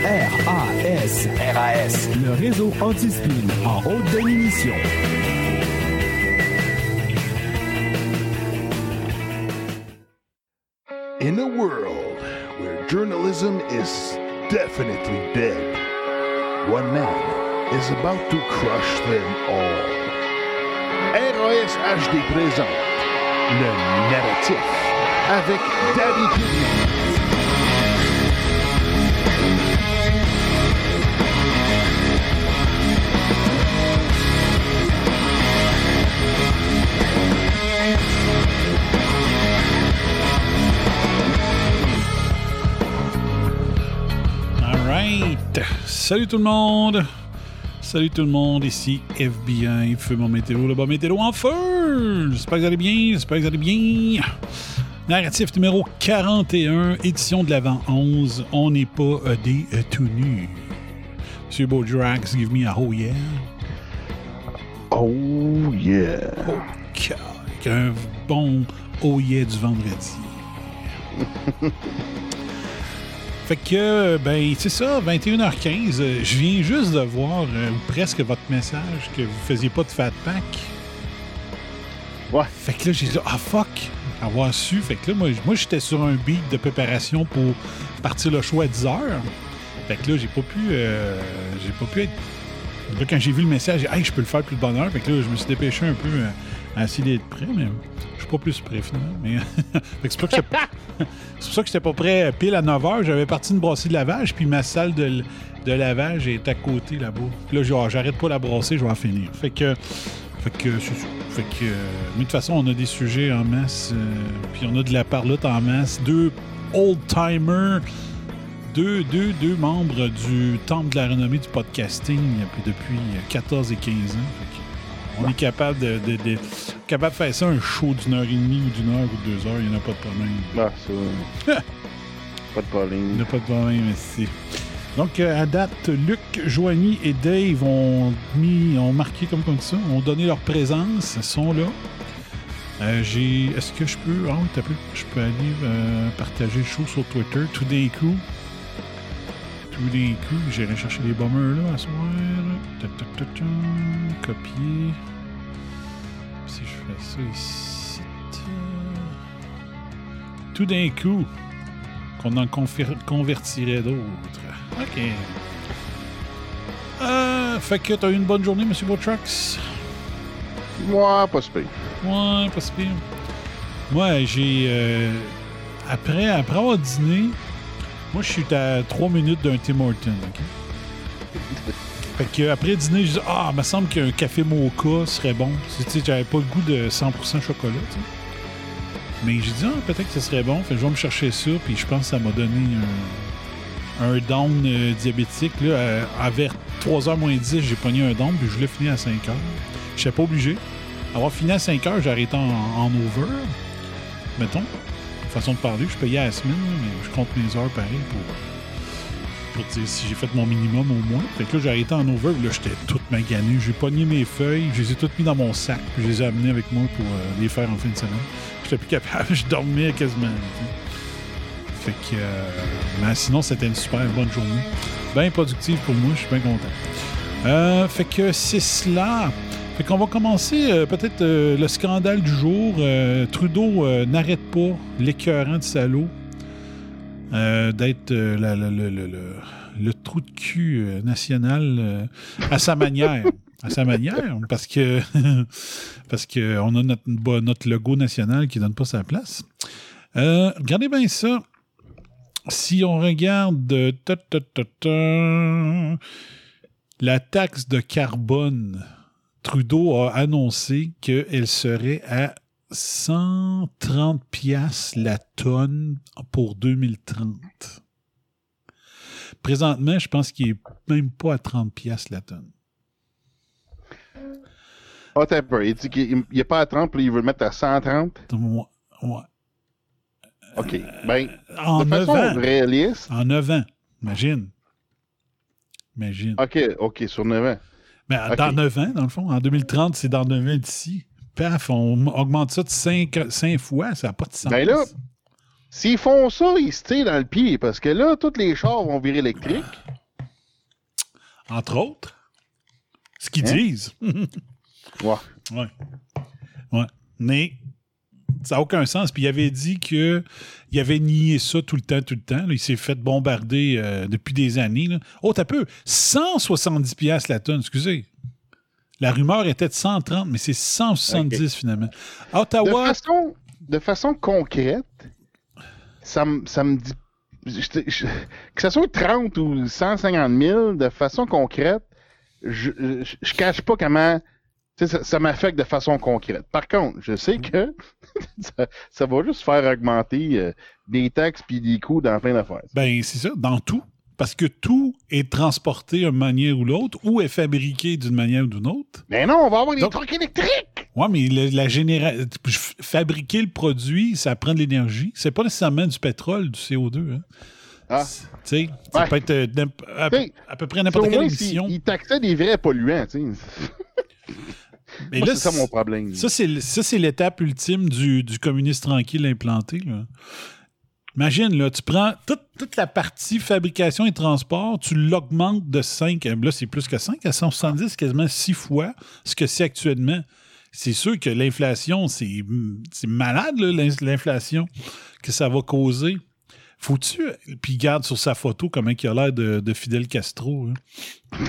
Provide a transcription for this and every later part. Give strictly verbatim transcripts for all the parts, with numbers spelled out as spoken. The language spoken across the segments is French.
R A S. R A S. Le réseau anti-spin en haute définition. In a world where journalism is definitely dead, one man is about to crush them all. R A S H D présente le narratif avec Daddy Kidney. Salut tout le monde! Salut tout le monde, ici F B I, feu mon météo, le bas météo en feu! J'espère que vous allez bien, j'espère que vous allez bien. Narratif numéro quarante et un, édition de l'Avent onze, on n'est pas euh, des euh, tout nus. Monsieur Bodrax, give me a oh yeah. Oh yeah! Oh, God, avec un bon oh yeah du vendredi. Fait que, ben, c'est ça, vingt et une heures quinze, euh, je viens juste de voir, euh, ou presque, votre message que vous faisiez pas de Fat Pack. Ouais. Fait que là, j'ai dit, ah, fuck, avoir su. Fait que là, moi, moi j'étais sur un beat de préparation pour partir le show à dix heures. Fait que là, j'ai pas pu, euh, j'ai pas pu être... Là, quand j'ai vu le message, j'ai dit, hey, je peux le faire plus de bonne heure. Fait que là, je me suis dépêché un peu euh, à essayer d'être prêt, mais je suis pas plus prêt, finalement. Mais... fait que c'est pour ça que j'étais... C'est pour ça que j'étais pas prêt pile à neuf heures. J'avais parti une brasserie de lavage, puis ma salle de, de lavage est à côté là-bas. Puis là, genre, j'arrête pas la brasser, je vais en finir. Fait que, fait que, c'est ça. Fait que, euh, mais de toute façon, on a des sujets en masse, euh, puis on a de la parlotte en masse. Deux old-timers, deux, deux, deux membres du temple de la renommée du podcasting depuis quatorze et quinze ans. Fait que, on est capable de, de, de, capable de faire ça, un show d'une heure et demie ou d'une heure ou deux heures, il n'y en a pas de problème. Ah, ça. Pas de problème. Il n'y a pas de problème, merci. Donc, euh, à date, Luc, Joanie et Dave ont mis, ont marqué comme, comme ça, ont donné leur présence, ils sont là. Euh, j'ai. Est-ce que je peux. Ah oui, t'as peu. Je peux aller euh, partager le show sur Twitter, tout d'un coup. Tout d'un coup, j'irai chercher les bombers là à soir. Copier. Si je fais ça ici. Tout d'un coup, qu'on en confir- convertirait d'autres. OK. Euh, fait que t'as eu une bonne journée, M. Botrax? Ouais, pas si pire. Ouais, pas si pire. Moi, j'ai... Euh, après, après avoir dîné, moi, je suis à trois minutes d'un Tim Hortons, OK? Fait que après dîner, je dis ah, il me semble qu'un café mocha serait bon. Tu sais, j'avais pas le goût de cent pour cent chocolat, tu sais. Mais j'ai dit ah, peut-être que ce serait bon. Fait que je vais me chercher ça, puis je pense que ça m'a donné un, un down euh, diabétique. Là, à, à vers trois heures moins dix, j'ai pogné un down, puis je voulais finir à cinq heures. Je n'étais pas obligé. Avoir fini à cinq heures, j'ai arrêté en, en over. Mettons. Façon de parler, je payais à la semaine, mais je compte mes heures pareil pour. pour dire si j'ai fait mon minimum au moins. Fait que là, j'ai arrêté en over, là, j'étais toute magané. J'ai pogné mes feuilles, je les ai toutes mis dans mon sac, puis je les ai amenées avec moi pour euh, les faire en fin de semaine. J'étais plus capable, je dormais quasiment. T'sais. Fait que... Euh, mais sinon, c'était une super bonne journée. Bien productive pour moi, je suis bien content. Euh, fait que c'est cela. Fait qu'on va commencer euh, peut-être euh, le scandale du jour. Euh, Trudeau euh, n'arrête pas l'écœurant de salaud. Euh, d'être euh, la, la, la, la, la, le trou de cul euh, national euh, à sa manière. À sa manière, parce que parce que on a notre, bah, notre logo national qui donne pas sa place. Euh, regardez bien ça. Si on regarde ta, ta, ta, ta, la taxe de carbone, Trudeau a annoncé qu'elle serait à cent trente piastres la tonne pour deux mille trente. Présentement, je pense qu'il n'est même pas à trente piastres la tonne. Ah, t'as peur. Il dit qu'il n'est pas à trente, puis il veut le mettre à cent trente? Ouais. ouais. OK. Ben, euh, en de neuf façon ans. réaliste... En neuf ans. Imagine. Imagine. OK, OK, sur neuf ans. Ben, okay. Dans neuf ans, dans le fond. En deux mille trente, c'est dans neuf ans d'ici. Paf, on augmente ça de cinq fois. Ça n'a pas de sens. Ben là, s'ils font ça, ils se tirent dans le pied. Parce que là, tous les chars vont virer électriques. Entre autres. Ce qu'ils hein? disent. Ouais. Ouais. Ouais. Mais ça n'a aucun sens. Puis il avait dit qu'il avait nié ça tout le temps, tout le temps. Là. Il s'est fait bombarder euh, depuis des années. Là. Oh, t'as peu. cent soixante-dix piastres la tonne, excusez. La rumeur était de cent trente, mais c'est cent soixante-dix okay. finalement. Ottawa... De façon, de façon concrète, ça, ça me dit... Je, je, que ça soit trente ou cent cinquante mille, de façon concrète, je, je, je cache pas comment ça, ça m'affecte de façon concrète. Par contre, je sais que ça, ça va juste faire augmenter euh, des taxes puis des coûts dans plein d'affaires. Ben, c'est ça, dans tout. Parce que tout est transporté d'une manière ou l'autre, ou est fabriqué d'une manière ou d'une autre. Mais non, on va avoir des Donc, trucs électriques! Oui, mais le, la généra... fabriquer le produit, ça prend de l'énergie. C'est pas nécessairement du pétrole, du C O deux. Hein. Ah. Tu sais, ça ouais. peut être euh, à, à peu près n'importe quelle émission. Ils taxaient des vrais polluants, tu sais. Mais Moi, là, c'est ça mon problème. Ça, c'est, ça, c'est l'étape ultime du, du communiste tranquille implanté, là. Imagine, là, tu prends toute, toute la partie fabrication et transport, tu l'augmentes de cinq, là, c'est plus que cinq, à cent soixante-dix, quasiment six fois ce que c'est actuellement. C'est sûr que l'inflation, c'est, c'est malade, là, l'inflation que ça va causer. Faut-tu... Puis garde sur sa photo comment il a l'air de, de Fidel Castro. Hein.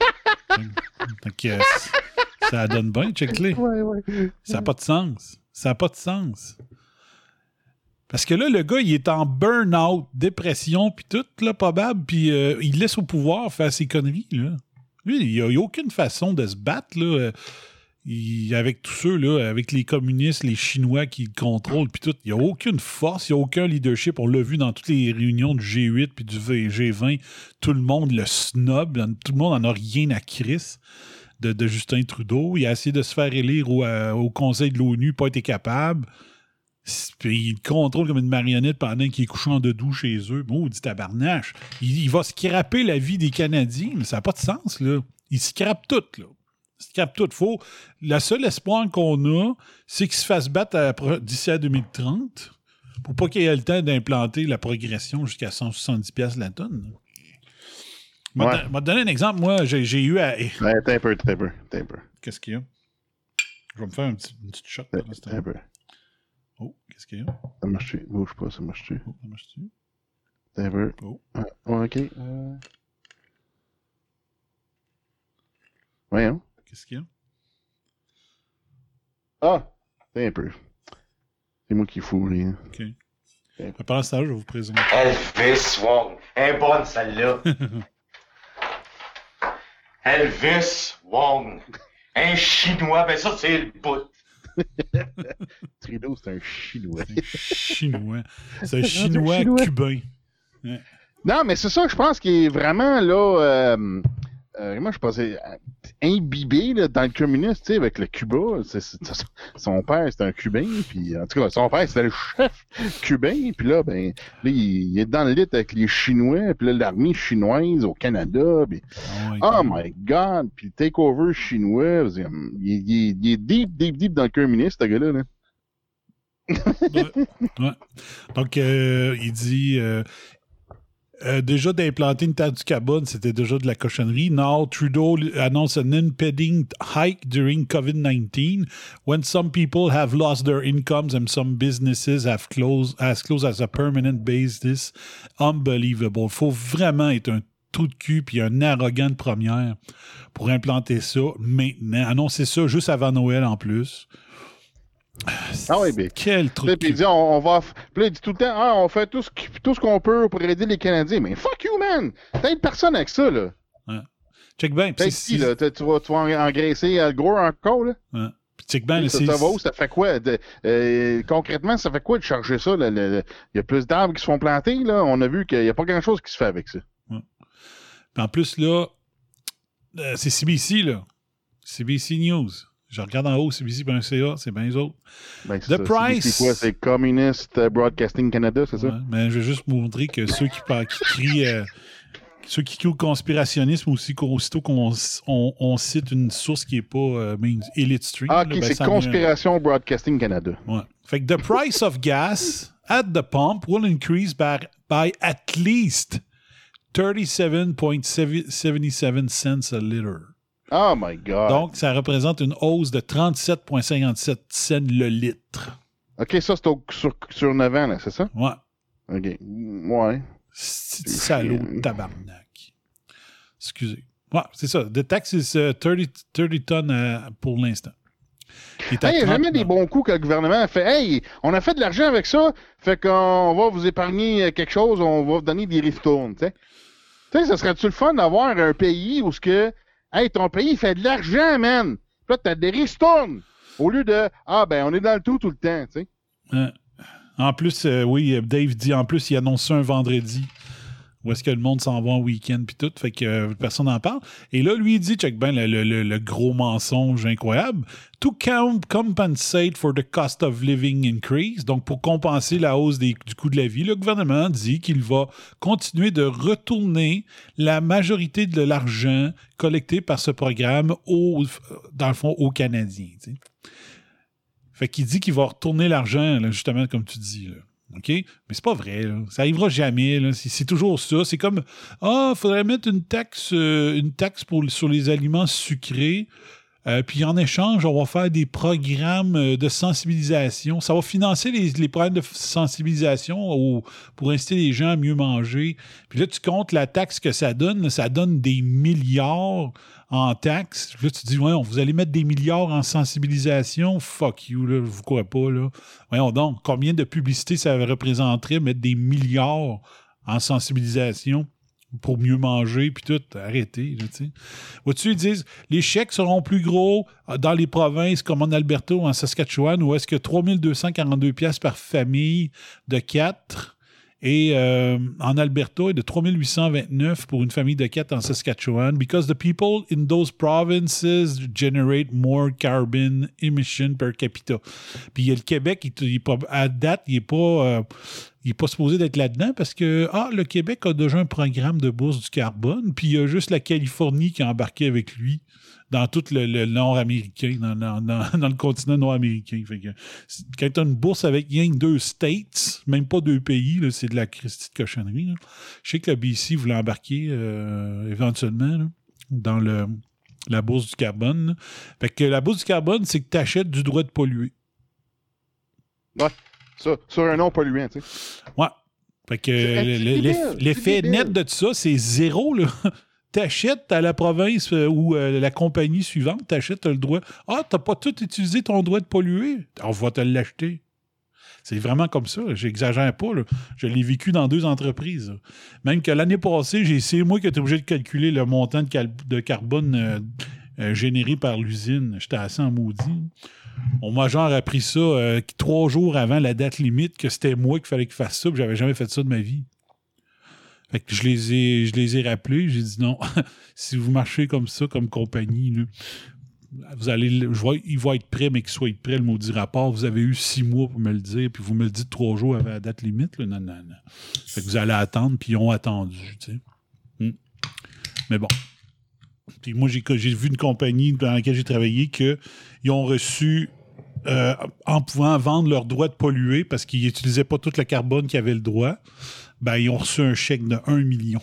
Donc, euh, ça donne bien, check-les. Ouais, ouais. Ça n'a pas de sens. Ça n'a pas de sens. Parce que là, le gars, il est en burn-out, dépression, puis tout, là, probable, puis euh, il laisse au pouvoir faire ses conneries, là. Lui, il n'y a, a aucune façon de se battre, là, il, avec tous ceux, là, avec les communistes, les Chinois qui le contrôlent, puis tout. Il n'y a aucune force, il n'y a aucun leadership. On l'a vu dans toutes les réunions du G huit puis du G vingt. Tout le monde le snob, tout le monde n'en a rien à crisse de, de Justin Trudeau. Il a essayé de se faire élire au, à, au Conseil de l'ONU, pas été capable. Puis il contrôle comme une marionnette pendant qu'il est couché en dedans chez eux. Bon, il dit tabarnache. Il, il va scraper la vie des Canadiens, mais ça n'a pas de sens, là. Il scrape tout, là. Il scrape tout. Faut... Le seul espoir qu'on a, c'est qu'il se fasse battre à, d'ici à deux mille trente pour pas qu'il ait le temps d'implanter la progression jusqu'à cent soixante-dix piastres la tonne. Je vais ouais. te donner un exemple. Moi, j'ai, j'ai eu à... Ouais, t'es un peu, t'es un peu, t'es un peu. Qu'est-ce qu'il y a? Je vais me faire un petit, une petite shot. T'es un peu. Oh, qu'est-ce qu'il y a? Ça marche-tu? Bouge pas, ça marche-tu? Oh, ça marche-tu? T'es un peu. Oh. Ah, ouais, OK. Euh... Voyons. Qu'est-ce qu'il y a? Ah! T'es un peu. C'est moi qui fous, rien. OK. Okay. Pendant ce temps, je vais vous présenter. Elvis Wong. Elle est bonne, celle-là. Elvis Wong. Un Chinois, ben ça, c'est le bout. Trudeau, c'est un Chinois. C'est un Chinois. C'est un Chinois, Chinois. cubain. Ouais. Non, mais c'est ça que je pense qui est vraiment, là... Euh, euh, moi, je pensais... imbibé là, dans le communisme, tu sais, avec le Cuba. C'est, c'est, c'est, son père, c'était un Cubain, puis en tout cas, son père, c'était le chef cubain, puis là, ben, là, il, il est dans le lit avec les Chinois, puis là, l'armée chinoise au Canada, puis oh, oh my God, puis le takeover chinois, il, il, il est deep, deep, deep dans le communisme, ce gars-là, là. ouais. Ouais. Donc, euh, il dit... Euh, Euh, déjà d'implanter une terre du carbone, c'était déjà de la cochonnerie. Now, Trudeau annonce an impending hike during covid nineteen when some people have lost their incomes and some businesses have closed as close as a permanent basis. Unbelievable. Il faut vraiment être un trou de cul puis un arrogant de première pour implanter ça maintenant. Annoncer ça juste avant Noël en plus. Ah oui, bien. Quel truc. Puis il dit, on, on va. Puis là, il dit tout le temps, ah, on fait tout ce, tout ce qu'on peut pour aider les Canadiens. Mais fuck you, man! T'aides personne avec ça, là. Ouais. Check bien. Peut-être si, là. Tu vas, tu vas engraisser Al Gore encore, là. Ouais. Puis check bien. Ça, ça va où? Ça fait quoi? De, euh, concrètement, ça fait quoi de charger ça? Il y a plus d'arbres qui se font planter, là. On a vu qu'il n'y a pas grand-chose qui se fait avec ça. Ouais. Puis en plus, là, euh, c'est C B C, là. C B C News. Je regarde en haut, C B C point C A, c'est bien les autres. Ben, c'est The ça. Price. C'est quoi? C'est Communist Broadcasting Canada, c'est ça? Ouais, mais je vais juste montrer que ceux qui, qui crient, euh, ceux qui crient au conspirationnisme aussi, aussitôt qu'on on, on cite une source qui n'est pas euh, Elite Stream. Ah, ok, là, ben, c'est Conspiration vient... Broadcasting Canada. Ouais. Fait que the price of gas at the pump will increase by, by at least trente-sept virgule soixante-dix-sept cents a litre. Oh my God. Donc, ça représente une hausse de trente-sept virgule cinquante-sept cents le litre. OK, ça, c'est au, sur, sur neuf ans, là, c'est ça? Ouais. OK. Ouais. C'est salaud de tabarnak. Excusez. Ouais, c'est ça. The tax is uh, trente, trente tonnes uh, pour l'instant. Il hey, y a jamais des bons coups que le gouvernement a fait. Hey, on a fait de l'argent avec ça, fait qu'on va vous épargner quelque chose, on va vous donner des ristournes, tu sais. Tu sais, ça serait-tu le fun d'avoir un pays où ce que, hey, ton pays fait de l'argent, man. Puis là, t'as des ristournes. Au lieu de, ah, ben, on est dans le tout tout le temps, tu sais. Euh, en plus, euh, oui, Dave dit, en plus, il annonce ça un vendredi. Où est-ce que le monde s'en va en week-end puis tout, fait que euh, personne n'en parle. Et là, lui, il dit, check ben, le, le, le gros mensonge incroyable, to com- compensate for the cost of living increase, donc pour compenser la hausse des, du coût de la vie, le gouvernement dit qu'il va continuer de retourner la majorité de l'argent collecté par ce programme, au, dans le fond, aux Canadiens. T'sais. Fait qu'il dit qu'il va retourner l'argent, là, justement, comme tu dis, là. OK? Mais c'est pas vrai, là. Ça arrivera jamais, là. C'est, c'est toujours ça. C'est comme, ah, il faudrait mettre une taxe, euh, une taxe pour, sur les aliments sucrés, euh, puis en échange, on va faire des programmes de sensibilisation. Ça va financer les, les programmes de sensibilisation au, pour inciter les gens à mieux manger. Puis là, tu comptes la taxe que ça donne, là, ça donne des milliards en taxes. Là, tu dis, ouais, vous allez mettre des milliards en sensibilisation? Fuck you, là, vous croyez pas, là. Voyons donc, combien de publicité ça représenterait mettre des milliards en sensibilisation pour mieux manger, puis tout? Arrêtez, là, tu sais. Vois-tu, ils disent, les chèques seront plus gros dans les provinces comme en Alberta ou en Saskatchewan, où est-ce que trois mille deux cent quarante-deux dollars par famille de quatre... Et euh, en Alberta, est de trois mille huit cent vingt-neuf pour une famille de quatre en Saskatchewan, because the people in those provinces generate more carbon emission per capita. Puis il y a le Québec, il, il, à date, il n'est pas, euh, pas supposé d'être là-dedans parce que ah, le Québec a déjà un programme de bourse du carbone, puis il y a juste la Californie qui a embarqué avec lui dans tout le, le nord-américain, dans, dans, dans, dans le continent nord-américain. Fait que, quand tu as une bourse avec rien que deux states, même pas deux pays, là, c'est de la Christie de cochonnerie. Là. Je sais que le B C voulait embarquer euh, éventuellement là, dans le, la bourse du carbone. Là. Fait que la bourse du carbone, c'est que tu achètes du droit de polluer. Ouais, ça, sur un non polluant, tu sais. Ouais. Fait que l'effet, l'effet net de tout ça, c'est zéro, là. T'achètes à la province euh, ou euh, la compagnie suivante, t'achètes le droit. Ah, t'as pas tout utilisé ton droit de polluer? On va te l'acheter. C'est vraiment comme ça. J'exagère pas. Là. Je l'ai vécu dans deux entreprises. Là. Même que l'année passée, j'ai essayé, moi, qui étais obligé de calculer le montant de, cal- de carbone euh, euh, généré par l'usine. J'étais assez en maudit. On m'a genre appris ça euh, trois jours avant la date limite, que c'était moi qu'il fallait qu'il fasse ça, puis j'avais jamais fait ça de ma vie. Fait que je les ai, je les ai rappelés, j'ai dit non, si vous marchez comme ça, comme compagnie, là, vous allez, je vois, il va être prêt, mais qu'il soit prêt, le maudit rapport. Vous avez eu six mois pour me le dire, puis vous me le dites trois jours avant la date limite. Là. Non, non, non. Fait que vous allez attendre, puis ils ont attendu, tu sais. Hmm. Mais bon. Puis moi, j'ai, j'ai vu une compagnie dans laquelle j'ai travaillé qu'ils ont reçu, euh, en pouvant vendre leur droit de polluer, parce qu'ils n'utilisaient pas tout le carbone qu'ils avaient le droit, ben, ils ont reçu un chèque de un million.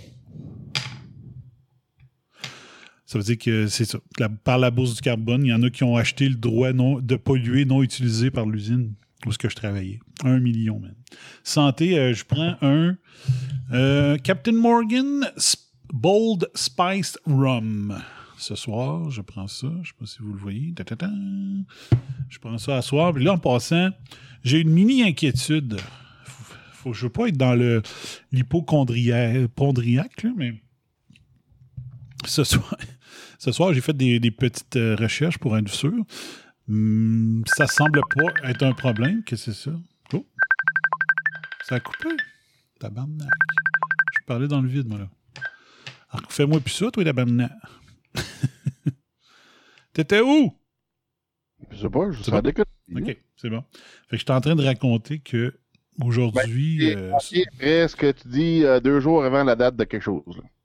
Ça veut dire que c'est ça. La, par la bourse du carbone, il y en a qui ont acheté le droit non, de polluer non utilisé par l'usine où est-ce que je travaillais. Un million, même. Santé, euh, je prends un euh, Captain Morgan Sp- Bold Spiced Rum. Ce soir, je prends ça. Je ne sais pas si vous le voyez. Ta-ta-ta. Je prends ça à soir. Puis là, en passant, j'ai une mini-inquiétude. Faut, je ne veux pas être dans le, l'hypochondriaque, là, mais ce soir, ce soir j'ai fait des, des petites euh, recherches pour être sûr. Hum, ça semble pas être un problème. Qu'est-ce que c'est ça? Oh! Ça a coupé. Tabarnak. Je parlais dans le vide, moi, là. Alors, fais-moi plus ça, toi, tabarnak. T'étais où? Je sais pas, je sais pas. OK, c'est bon. Fait que je suis en train de raconter que aujourd'hui... Ben, euh, okay, après ce que tu dis euh, deux jours avant la date de quelque chose.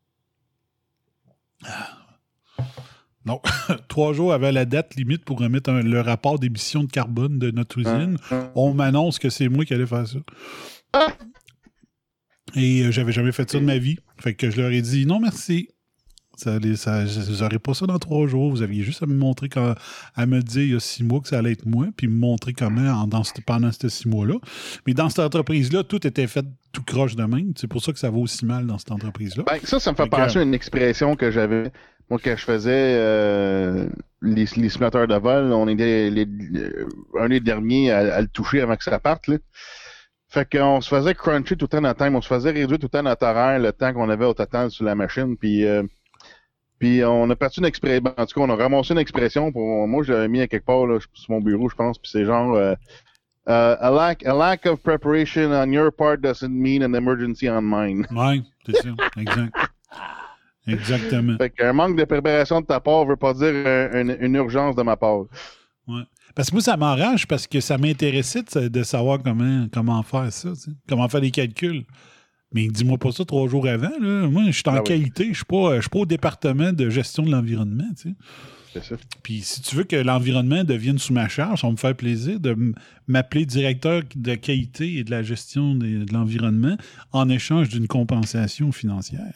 Là. Non, trois jours avant la date limite pour remettre un, le rapport d'émission de carbone de notre usine, on m'annonce que c'est moi qui allais faire ça. Et euh, j'avais jamais fait ça de ma vie. Fait que je leur ai dit non, merci. Ça, ça, vous n'aurez pas ça dans trois jours. Vous aviez juste à me montrer, quand, à me dire il y a six mois que ça allait être moi, puis me montrer comment en, dans, pendant ces six mois-là. Mais dans cette entreprise-là, tout était fait tout croche de même. C'est pour ça que ça va aussi mal dans cette entreprise-là. Ben, ça, ça me fait, fait penser que, à une expression que j'avais. Moi, quand je faisais euh, les, les simulateurs de vol, on était les, les, un des derniers à, à le toucher avant que ça parte. Là. Fait qu'on se faisait cruncher tout le temps notre time. On se faisait réduire tout le temps notre horaire, le temps qu'on avait au total sur la machine. Puis... Euh, Puis on a parti une expression, en tout cas on a ramassé une expression, pour moi je l'avais mis à quelque part là, sur mon bureau je pense, puis c'est genre euh, uh, a, lack, a lack of preparation on your part doesn't mean an emergency on mine. Oui, c'est ça, exact. Exactement. Fait qu'un manque de préparation de ta part veut pas dire un, une, une urgence de ma part. Ouais. Parce que moi ça m'enrage parce que ça m'intéressait de, de savoir comment, comment faire ça, tu sais, comment faire les calculs. Mais dis-moi pas ça trois jours avant. Là. Moi, je suis en ah oui. qualité. Je suis pas, je suis pas au département de gestion de l'environnement. Tu sais. C'est ça. Puis si tu veux que l'environnement devienne sous ma charge, ça va me faire plaisir de m'appeler directeur de qualité et de la gestion de, de l'environnement en échange d'une compensation financière.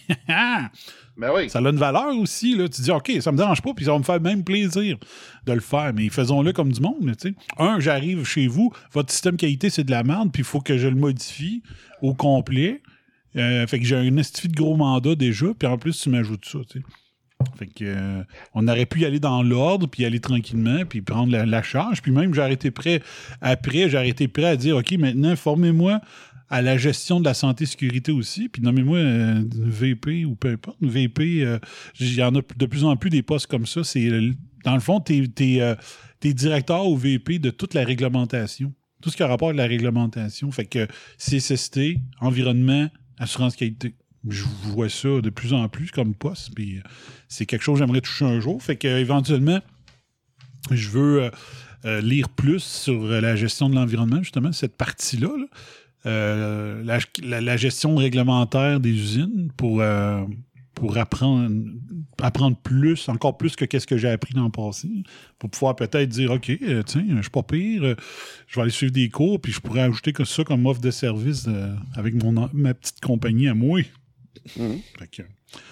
Ben oui. Ça a une valeur aussi. Là. Tu dis, OK, ça me dérange pas, puis ça va me faire même plaisir de le faire. Mais faisons-le comme du monde. Tu sais. Un, j'arrive chez vous, votre système qualité, c'est de la merde, puis il faut que je le modifie au complet. Euh, fait que j'ai un estifi de gros mandat déjà, puis en plus, tu m'ajoutes ça. Tu sais. Fait que euh, on aurait pu y aller dans l'ordre, puis y aller tranquillement, puis prendre la, la charge. Puis même, j'ai été prêt, après, j'ai été prêt à dire, OK, maintenant, formez-moi à la gestion de la santé-sécurité aussi, puis nommez-moi euh, V P ou peu importe. V P, euh, il y en a de plus en plus des postes comme ça. C'est, dans le fond, t'es, t'es, euh, t'es directeur ou V P de toute la réglementation. Tout ce qui a rapport avec la réglementation. Fait que C S S T, environnement, assurance qualité. Je vois ça de plus en plus comme poste, puis c'est quelque chose que j'aimerais toucher un jour. Fait que éventuellement, je veux euh, euh, lire plus sur la gestion de l'environnement, justement, cette partie-là, là. Euh, la, la, la gestion réglementaire des usines pour, euh, pour apprendre, apprendre plus, encore plus que qu'est-ce que j'ai appris dans le passé, pour pouvoir peut-être dire, OK, euh, tiens, je suis pas pire, euh, je vais aller suivre des cours, puis je pourrais ajouter que ça comme offre de service euh, avec mon, ma petite compagnie à moi. Mmh. Fait que,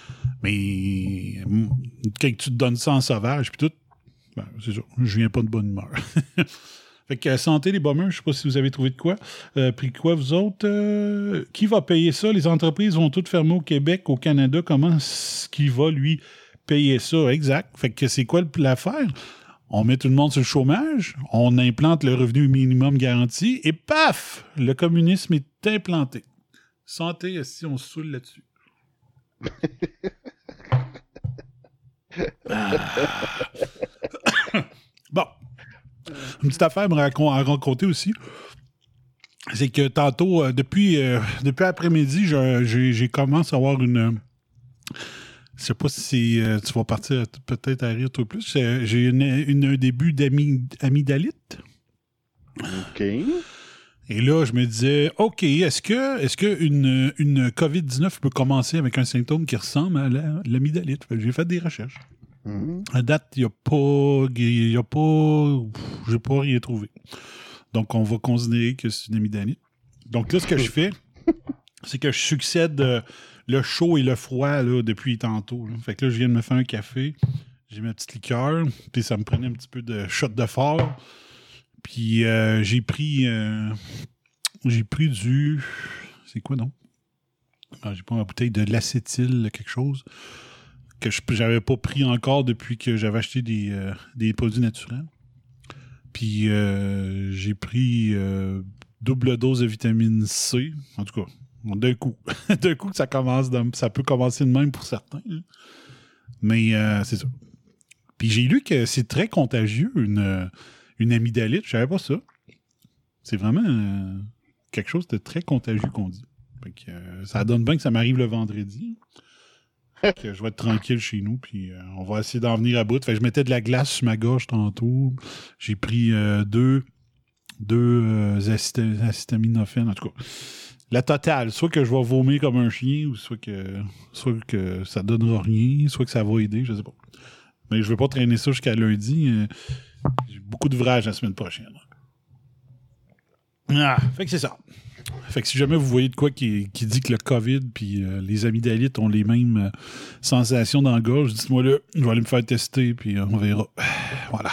mais quand tu te donnes ça en sauvage, puis tout, ben, c'est ça, je viens pas de bonne humeur. Fait que santé les bombers, je sais pas si vous avez trouvé de quoi. Euh, puis quoi, vous autres? Euh, qui va payer ça? Les entreprises vont toutes fermer au Québec, au Canada. Comment est-ce qu'il va, lui, payer ça? Exact. Fait que c'est quoi l'affaire? On met tout le monde sur le chômage, on implante le revenu minimum garanti, et paf! Le communisme est implanté. Santé, si on se saoule là-dessus. ah. Bon. Une petite affaire à me raconter aussi, c'est que tantôt, euh, depuis, euh, depuis après-midi, je, j'ai, j'ai commencé à avoir une... Euh, je sais pas si euh, tu vas partir peut-être à rire toi plus. C'est, j'ai une, une, un début d'amygdalite. OK. Et là, je me disais, OK, est-ce que, est-ce que une, une covid dix-neuf peut commencer avec un symptôme qui ressemble à la, l'amygdalite? J'ai fait des recherches. Mm-hmm. À date, il n'y a pas... Il y a pas... J'ai pas rien trouvé. Donc, on va considérer que c'est une amygdalite. Donc là, ce que je fais, c'est que je succède euh, le chaud et le froid là, depuis tantôt. Là. Fait que là, je viens de me faire un café. J'ai ma petite liqueur. Puis ça me prenait un petit peu de shot de fort. Puis euh, j'ai pris... Euh, j'ai pris du... C'est quoi, non? Ah, j'ai pris ma bouteille de l'acétyl, quelque chose... que je n'avais pas pris encore depuis que j'avais acheté des, euh, des produits naturels. Puis euh, j'ai pris euh, double dose de vitamine C. En tout cas, d'un coup. d'un coup que ça commence, dans, ça peut commencer de même pour certains. Hein. Mais euh, c'est ça. Puis j'ai lu que c'est très contagieux, une, une amygdalite. Je savais pas ça. C'est vraiment euh, quelque chose de très contagieux qu'on dit. Fait que, euh, ça donne bien que ça m'arrive le vendredi. Que je vais être tranquille chez nous, puis euh, on va essayer d'en venir à bout. Fait que je mettais de la glace sur ma gorge tantôt. J'ai pris euh, deux, deux euh, acéta- acétaminophènes, en tout cas. La totale, soit que je vais vomir comme un chien, ou soit que, soit que ça donnera rien, soit que ça va aider, je sais pas. Mais je veux pas traîner ça jusqu'à lundi. Euh, j'ai beaucoup d'ouvrages la semaine prochaine. Ah, fait que c'est ça. Fait que si jamais vous voyez de quoi qui, qui dit que le COVID puis euh, les amygdalites ont les mêmes euh, sensations dans la gorge, dites-moi là, je vais aller me faire tester puis euh, on verra. Voilà.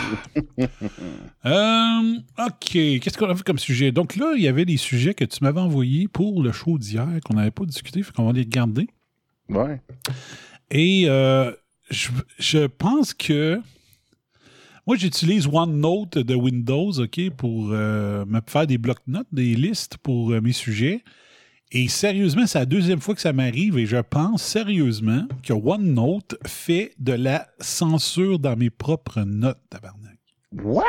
euh, OK. Qu'est-ce qu'on a fait comme sujet? Donc là, il y avait des sujets que tu m'avais envoyés pour le show d'hier qu'on n'avait pas discuté, fait qu'on va les regarder. Ouais. Et euh, je, je pense que moi, j'utilise OneNote de Windows, OK, pour euh, me faire des blocs-notes, des listes pour euh, mes sujets. Et sérieusement, c'est la deuxième fois que ça m'arrive et je pense sérieusement que OneNote fait de la censure dans mes propres notes, tabarnak. What?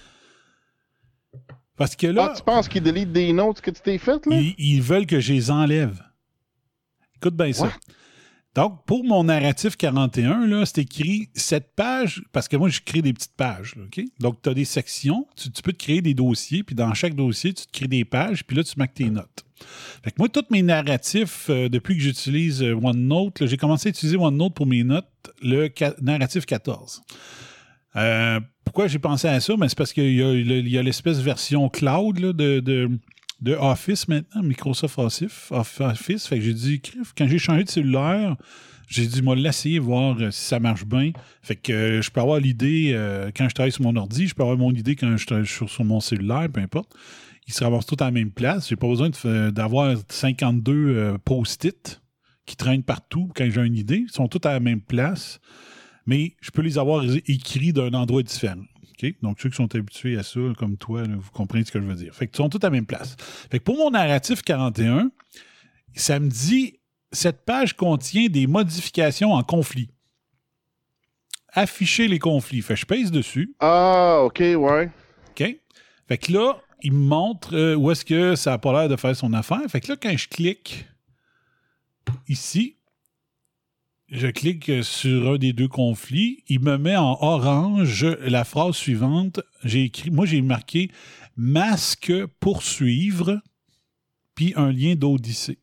Parce que là... Ah, tu penses qu'ils délitent des notes que tu t'es faites, là? Ils, ils veulent que je les enlève. Écoute bien ça. What? Donc, pour mon narratif quarante et un, là, c'est écrit cette page, parce que moi, je crée des petites pages. Là, OK? Donc, tu as des sections, tu, tu peux te créer des dossiers, puis dans chaque dossier, tu te crées des pages, puis là, tu marques tes notes. Fait que moi, tous mes narratifs, euh, depuis que j'utilise euh, OneNote, là, j'ai commencé à utiliser OneNote pour mes notes, le ca- narratif quatorze. Euh, pourquoi j'ai pensé à ça? Ben, c'est parce qu'il y a, il y a l'espèce version cloud là, de... de de Office maintenant, Microsoft Office. Office. Fait que j'ai dit, quand j'ai changé de cellulaire, j'ai dit, moi, l'essayer, voir si ça marche bien. Fait que euh, je peux avoir l'idée, euh, quand je travaille sur mon ordi, je peux avoir mon idée quand je travaille sur, sur mon cellulaire, peu importe. Ils se ramassent tous à la même place. J'ai pas besoin de, d'avoir cinquante-deux euh, post-it qui traînent partout quand j'ai une idée. Ils sont tous à la même place, mais je peux les avoir écrits d'un endroit différent. Okay? Donc, ceux qui sont habitués à ça, comme toi, là, vous comprenez ce que je veux dire. Fait que ils sont tous à la même place. Fait que pour mon narratif quarante et un, ça me dit cette page contient des modifications en conflit. Afficher les conflits. Fait que je pèse dessus. Ah, OK, ouais. OK? Fait que là, il me montre euh, où est-ce que ça n'a pas l'air de faire son affaire. Fait que là, quand je clique ici, je clique sur un des deux conflits, il me met en orange la phrase suivante. J'ai écrit, moi j'ai marqué masque poursuivre, puis un lien d'Odyssée.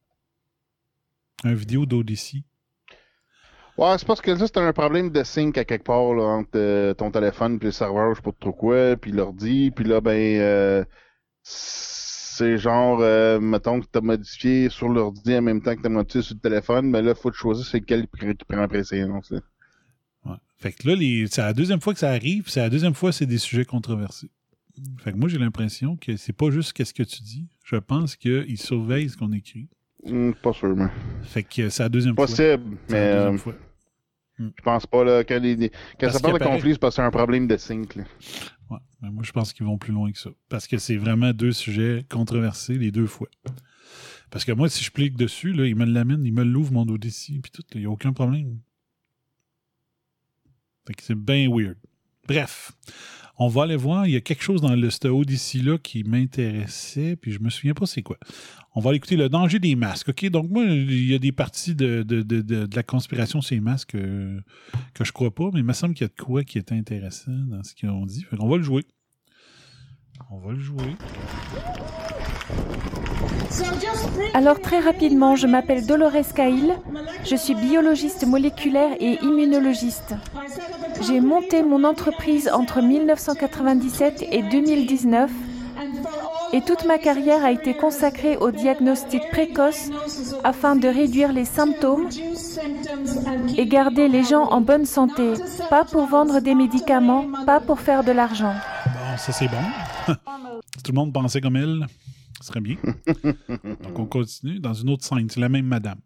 Un vidéo d'Odyssée. Ouais, c'est parce que ça, c'est un problème de sync à quelque part là, entre euh, ton téléphone et le serveur, je sais pas trop quoi, puis l'ordi, puis là, ben, euh, c'est genre, euh, mettons que tu as modifié sur l'ordi en même temps que tu as modifié sur le téléphone, mais là, il faut te choisir c'est lequel qui prend préséance. Là. Ouais. Fait que là, les, c'est la deuxième fois que ça arrive, c'est la deuxième fois que c'est des sujets controversés. Fait que moi, j'ai l'impression que c'est pas juste qu'est-ce que tu dis. Je pense qu'ils surveillent ce qu'on écrit. Mm, pas sûr, mais... Fait que c'est la deuxième Possible, fois. mais... C'est la deuxième euh, fois. Je pense pas, là, quand, les, quand ça parle de conflit, c'est parce que c'est un problème de sync, là. Ouais, mais moi, je pense qu'ils vont plus loin que ça. Parce que c'est vraiment deux sujets controversés les deux fois. Parce que moi, si je clique dessus, là, il me l'amène, il me l'ouvre, mon Odyssey, puis tout, il n'y a aucun problème. Fait que c'est bien weird. Bref, on va aller voir. Il y a quelque chose dans le, ce Odyssey-là qui m'intéressait, puis je me souviens pas c'est quoi. On va aller écouter le danger des masques. OK? Donc, moi, il y a des parties de, de, de, de, de la conspiration sur les masques euh, que je crois pas, mais il me semble qu'il y a de quoi qui est intéressant dans ce qu'ils ont dit. Fait qu'on va le jouer. On va le jouer. Alors très rapidement, je m'appelle Dolores Cahill, je suis biologiste moléculaire et immunologiste. J'ai monté mon entreprise entre mille neuf cent quatre-vingt-dix-sept et deux mille dix-neuf et toute ma carrière a été consacrée au diagnostic précoce afin de réduire les symptômes et garder les gens en bonne santé, pas pour vendre des médicaments, pas pour faire de l'argent. Bon, ça c'est bon. Si tout le monde pensait comme elle, ce serait bien. Donc on continue dans une autre scène, c'est la même madame.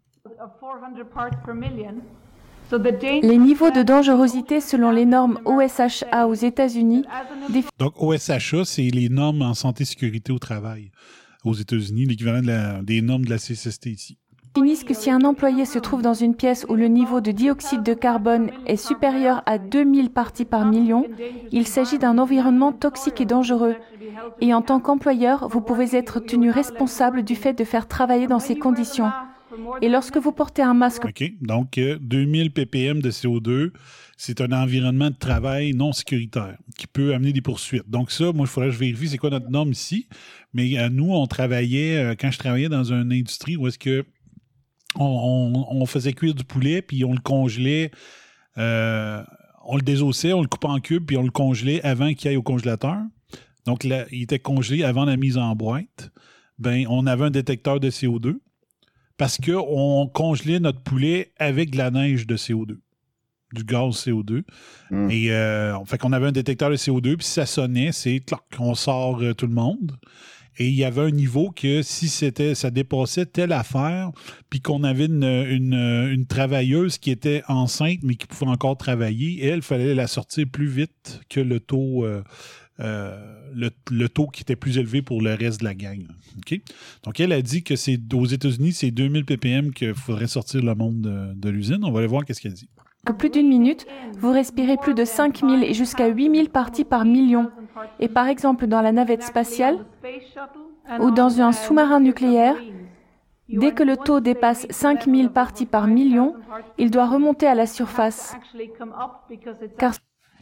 Les niveaux de dangerosité selon les normes O S H A aux États-Unis. Défi- Donc O S H A, c'est les normes en santé-sécurité au travail aux États-Unis, l'équivalent de la, des normes de la C S S T ici. Définissent que si un employé se trouve dans une pièce où le niveau de dioxyde de carbone est supérieur à deux mille parties par million, il s'agit d'un environnement toxique et dangereux. Et en tant qu'employeur, vous pouvez être tenu responsable du fait de faire travailler dans ces conditions. Et lorsque vous portez un masque... OK. Donc, euh, deux mille ppm de C O deux, c'est un environnement de travail non sécuritaire qui peut amener des poursuites. Donc ça, moi, il faudrait que je vérifie c'est quoi notre norme ici. Mais euh, nous, on travaillait, euh, quand je travaillais dans une industrie où est-ce que on, on, on faisait cuire du poulet, puis on le congelait, euh, on le désossait, on le coupait en cubes, puis on le congelait avant qu'il aille au congélateur. Donc, là, il était congelé avant la mise en boîte. ben, on avait un détecteur de C O deux parce qu'on congelait notre poulet avec de la neige de C O deux, du gaz C O deux. Mm. Et euh, fait qu'on avait un détecteur de C O deux, puis si ça sonnait, c'est clac, on sort euh, tout le monde. Et il y avait un niveau que si c'était, ça dépassait telle affaire, puis qu'on avait une, une, une travailleuse qui était enceinte, mais qui pouvait encore travailler, elle, il fallait la sortir plus vite que le taux, euh, euh, le, le taux qui était plus élevé pour le reste de la gang. Okay? Donc, elle a dit que c'est aux États-Unis, c'est deux mille ppm qu'il faudrait sortir le monde de, de l'usine. On va aller voir qu'est-ce qu'elle dit. Que plus d'une minute, vous respirez plus de cinq mille et jusqu'à huit mille parties par million. Et par exemple, dans la navette spatiale ou dans un sous-marin nucléaire, dès que le taux dépasse cinq mille parties par million, il doit remonter à la surface. Car...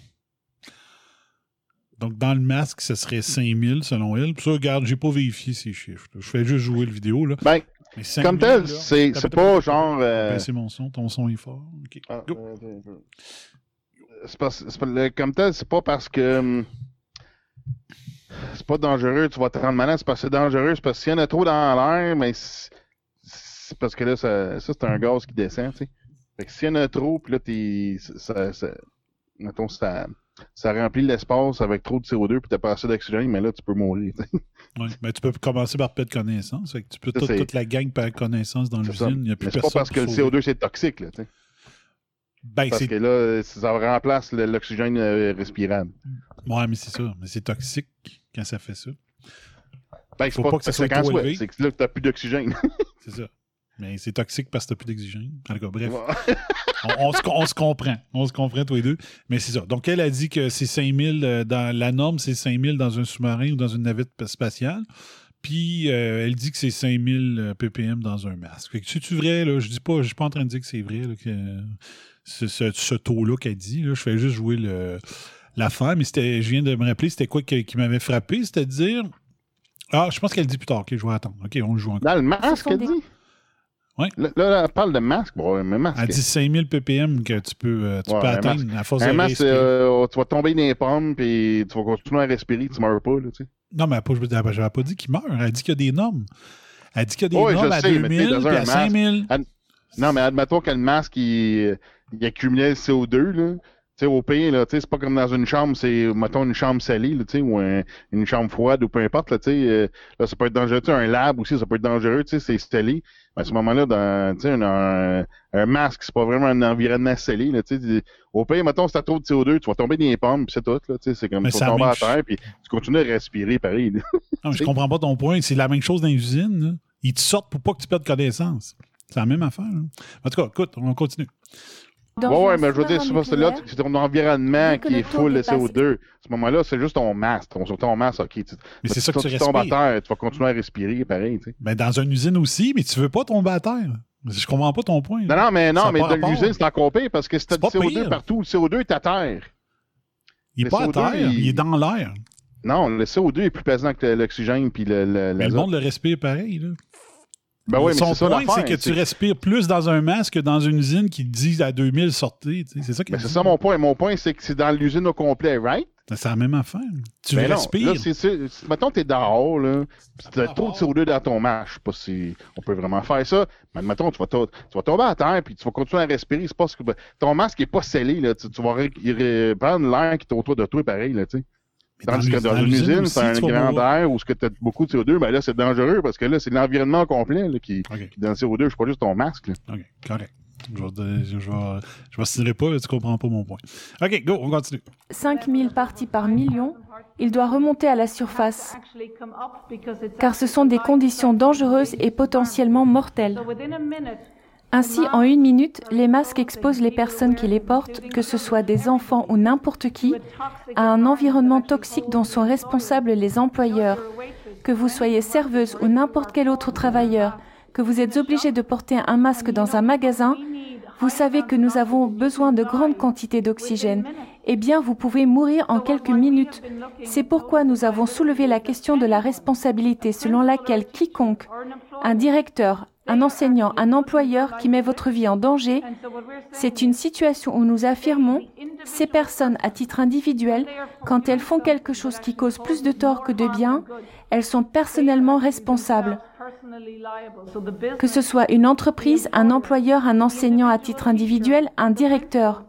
Donc, dans le masque, ce serait cinq mille selon elle. Puis ça, regarde, j'ai pas vérifié ces chiffres. Là. Je fais juste jouer le vidéo. Là. Ben, comme tel, c'est, c'est pas genre... Euh... C'est mon son, ton son est fort. Okay. Ah, euh, c'est pas, c'est pas, comme tel, c'est pas parce que... C'est pas dangereux, tu vas te rendre malade, c'est parce que c'est dangereux, c'est parce qu'il y en a trop dans l'air, mais c'est, c'est parce que là, ça, ça c'est un gaz qui descend, tu sais. Fait que s'il y en a trop, puis là, t'es, ça, ça, mettons, ça, ça remplit l'espace avec trop de C O deux, puis t'as pas assez d'oxygène, mais là, tu peux mourir, tu sais. Oui, mais tu peux commencer par perdre connaissance, fait que tu peux tout, toute la gang perdre connaissance dans l'usine, il n'y a plus mais personne. C'est pas parce que le C O deux, c'est toxique, là, tu sais. Ben, parce c'est... que là, ça remplace l'oxygène respirable. Ouais, mais c'est ça. Mais c'est toxique quand ça fait ça. Ben, il faut pas, pas que ça soit trop élevé. C'est que là, tu n'as plus d'oxygène. C'est ça. Mais c'est toxique parce que tu n'as plus d'oxygène. En tout cas, bref. Ouais. on, on, se, on se comprend. On se comprend tous les deux. Mais c'est ça. Donc, elle a dit que c'est cinq mille, euh, dans la norme, c'est cinq mille dans un sous-marin ou dans une navette spatiale. Puis, euh, elle dit que c'est cinq mille ppm dans un masque. Fait que c'est-tu vrai? Là? Je dis pas, je suis pas en train de dire que c'est vrai, là, que euh, ce, ce, ce taux-là qu'elle dit. Là. Je fais juste jouer le... l'affaire, mais c'était, je viens de me rappeler, c'était quoi qui, qui m'avait frappé, c'était de dire... Ah, je pense qu'elle dit plus tard. OK, je vais attendre. OK, on le joue encore. Dans le masque, elle dit? Oui. Là, là, elle parle de masque. Bon, mais masque. Elle dit cinq mille ppm que tu peux, euh, tu ouais, peux atteindre masque. à force un de masque, respirer. Euh, tu vas tomber dans les pommes, puis tu vas continuer à respirer, tu meurs pas, là, tu sais. Non, mais elle n'avait pas dit qu'il meurt. Elle dit qu'il y a des normes. Elle dit qu'il y a des oui, normes à sais, deux mille puis à cinq mille. Ad... Non, mais admettons que le masque, il, il accumulait le C O deux, là. Tu sais, au pays, là, tu sais, c'est pas comme dans une chambre, c'est, mettons, une chambre salée, là, tu sais, ou un, une chambre froide, ou peu importe, là, tu sais, euh, là, ça peut être dangereux, tu sais, un lab aussi, ça peut être dangereux, tu sais, c'est scellé. Mais à ce moment-là, dans, tu sais, un, un, un masque, c'est pas vraiment un environnement scellé, là, tu sais, au pays, mettons, si t'as trop de C O deux, tu vas tomber dans les pommes, pis c'est tout, là, tu sais, c'est comme, tu vas tomber à terre, puis tu continues à respirer, pareil, là. Non, mais je comprends pas ton point, c'est la même chose dans les usines, là. Ils te sortent pour pas que tu perdes connaissance. C'est la même affaire, là. En tout cas, écoute, on continue. Oui, ouais, mais je veux dire, c'est là, c'est ton environnement qui est full de C O deux. À ce moment-là, c'est juste ton masque. Ton, ton masque, OK. Tu, mais c'est ça que tu, tu tombes à terre, tu vas continuer à respirer, pareil. Tu sais. Ben, dans une usine aussi, mais tu veux pas tomber à terre. Je comprends pas ton point. Non, non, mais non, mais dans l'usine, c'est encore pire parce que si tu as du C O deux pire. Partout, le C O deux est à terre. Il n'est pas à terre, il... il est dans l'air. Non, le C O deux est plus pesant que l'oxygène puis le, le, mais le monde le respire pareil, là. Ben oui, mais son c'est point, ça c'est que c'est... tu respires plus dans un masque que dans une usine qui te dit à deux mille sortez. C'est ça qui ben c'est ça mon point. Mon point, c'est que c'est dans l'usine au complet, right? C'est la même affaire. Tu ben respires. Non, là, c'est, c'est, mettons que t'es dehors, là, pis tu as trop de C O deux dans ton masque. Je sais pas si on peut vraiment faire ça. Mais mettons, tu vas, tu vas tomber à terre puis tu vas continuer à respirer. C'est pas ce que... Ton masque est pas scellé, là. Tu, tu vas ré... Ré... prendre l'air qui est autour de toi, pareil, là, tu sais. Tandis que dans, dans une usine, c'est un grand air où tu as beaucoup de C O deux, ben là, c'est dangereux parce que là, c'est l'environnement complet là, qui, okay. qui donne le C O deux. Je suis pas juste ton masque. Là. OK, correct. Je vais, je vais, je vais stirer pas, tu comprends pas mon point. OK, go, on continue. cinq mille parties par million, il doit remonter à la surface, car ce sont des conditions dangereuses et potentiellement mortelles. Ainsi, en une minute, les masques exposent les personnes qui les portent, que ce soit des enfants ou n'importe qui, à un environnement toxique dont sont responsables les employeurs. Que vous soyez serveuse ou n'importe quel autre travailleur, que vous êtes obligé de porter un masque dans un magasin, vous savez que nous avons besoin de grandes quantités d'oxygène. Eh bien, vous pouvez mourir en quelques minutes. C'est pourquoi nous avons soulevé la question de la responsabilité selon laquelle quiconque, un directeur, un enseignant, un employeur qui met votre vie en danger, c'est une situation où nous affirmons, ces personnes à titre individuel, quand elles font quelque chose qui cause plus de tort que de bien, elles sont personnellement responsables. Que ce soit une entreprise, un employeur, un enseignant à titre individuel, un directeur.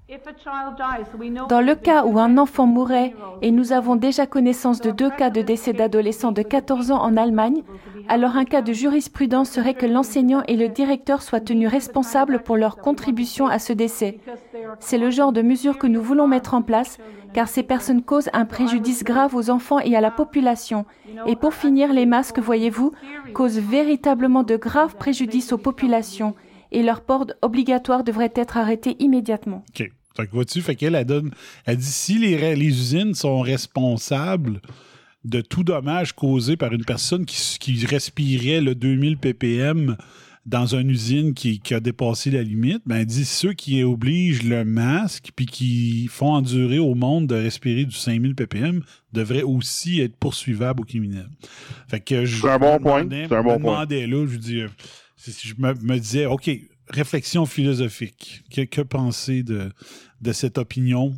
Dans le cas où un enfant mourrait, et nous avons déjà connaissance de deux cas de décès d'adolescents de quatorze ans en Allemagne, alors un cas de jurisprudence serait que l'enseignant et le directeur soient tenus responsables pour leur contribution à ce décès. C'est le genre de mesure que nous voulons mettre en place, car ces personnes causent un préjudice grave aux enfants et à la population. Et pour finir, les masques, voyez-vous, causent véritablement de graves préjudices aux populations. Et leur port obligatoire devrait être arrêté immédiatement. OK. Fait que vois-tu, fait qu'elle elle donne. Elle dit si les, les usines sont responsables de tout dommage causé par une personne qui, qui respirait le deux mille ppm dans une usine qui, qui a dépassé la limite, ben elle dit ceux qui obligent le masque puis qui font endurer au monde de respirer du cinq mille ppm devraient aussi être poursuivables aux criminels. Fait que je C'est un bon point. C'est un bon me demandais, point. Là, je dis. Je me, me disais, OK, réflexion philosophique. Que, que penser de, de cette opinion?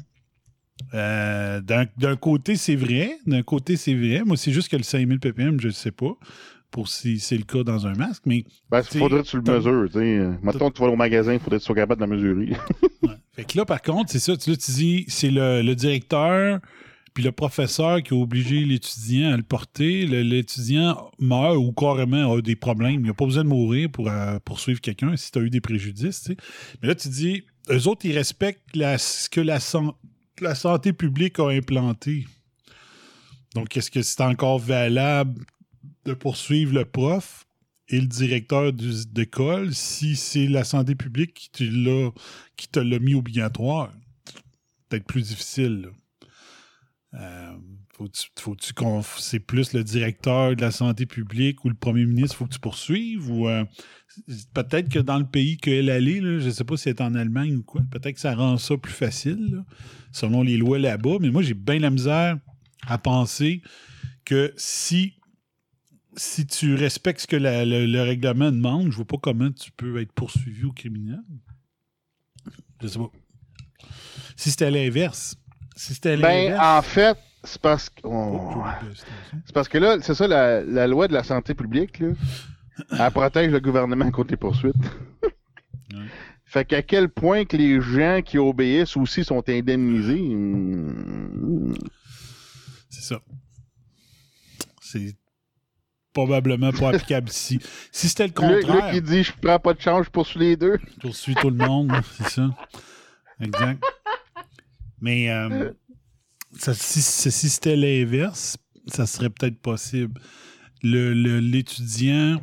Euh, d'un, d'un côté, c'est vrai. D'un côté, c'est vrai. Moi, c'est juste que le cinq mille ppm, je ne sais pas, pour si c'est le cas dans un masque. Mais ben, il faudrait que tu le mesures. Maintenant, tu vas au magasin, il faudrait que tu sois capable de la mesurer. Ouais. Fait que là, par contre, c'est ça. Tu, là, tu dis, c'est le, le directeur... Puis le professeur qui a obligé l'étudiant à le porter, le, l'étudiant meurt ou carrément a des problèmes. Il n'a pas besoin de mourir pour euh, poursuivre quelqu'un si tu as eu des préjudices. Tu sais. Mais là, tu dis, eux autres, ils respectent la, ce que la, la santé publique a implanté. Donc, est-ce que c'est encore valable de poursuivre le prof et le directeur du, d'école si c'est la santé publique qui te l'a, qui te l'a mis obligatoire? Peut-être plus difficile, là. Euh, faut-tu, faut-tu qu'on, c'est plus le directeur de la santé publique ou le premier ministre, faut que tu poursuives ou euh, peut-être que dans le pays qu'elle allait, là, je ne sais pas si elle est en Allemagne ou quoi, peut-être que ça rend ça plus facile là, selon les lois là-bas, mais moi j'ai bien la misère à penser que si si tu respectes ce que la, le, le règlement demande, je vois pas comment tu peux être poursuivi au criminel. Je sais pas. Si c'était à l'inverse. Si c'était ben, en fait, c'est parce que. Oh, c'est parce que là, c'est ça, la, la loi de la santé publique, là, elle protège le gouvernement contre les poursuites. Ouais. Fait qu'à quel point que les gens qui obéissent aussi sont indemnisés. Hmm. C'est ça. C'est probablement pas applicable ici. Si c'était le contraire. Lui qui dit je prends pas de change, je poursuis les deux. Je poursuis tout le monde, c'est ça. Exact. Mais euh, ça, si, si c'était l'inverse, ça serait peut-être possible. Le, le, l'étudiant,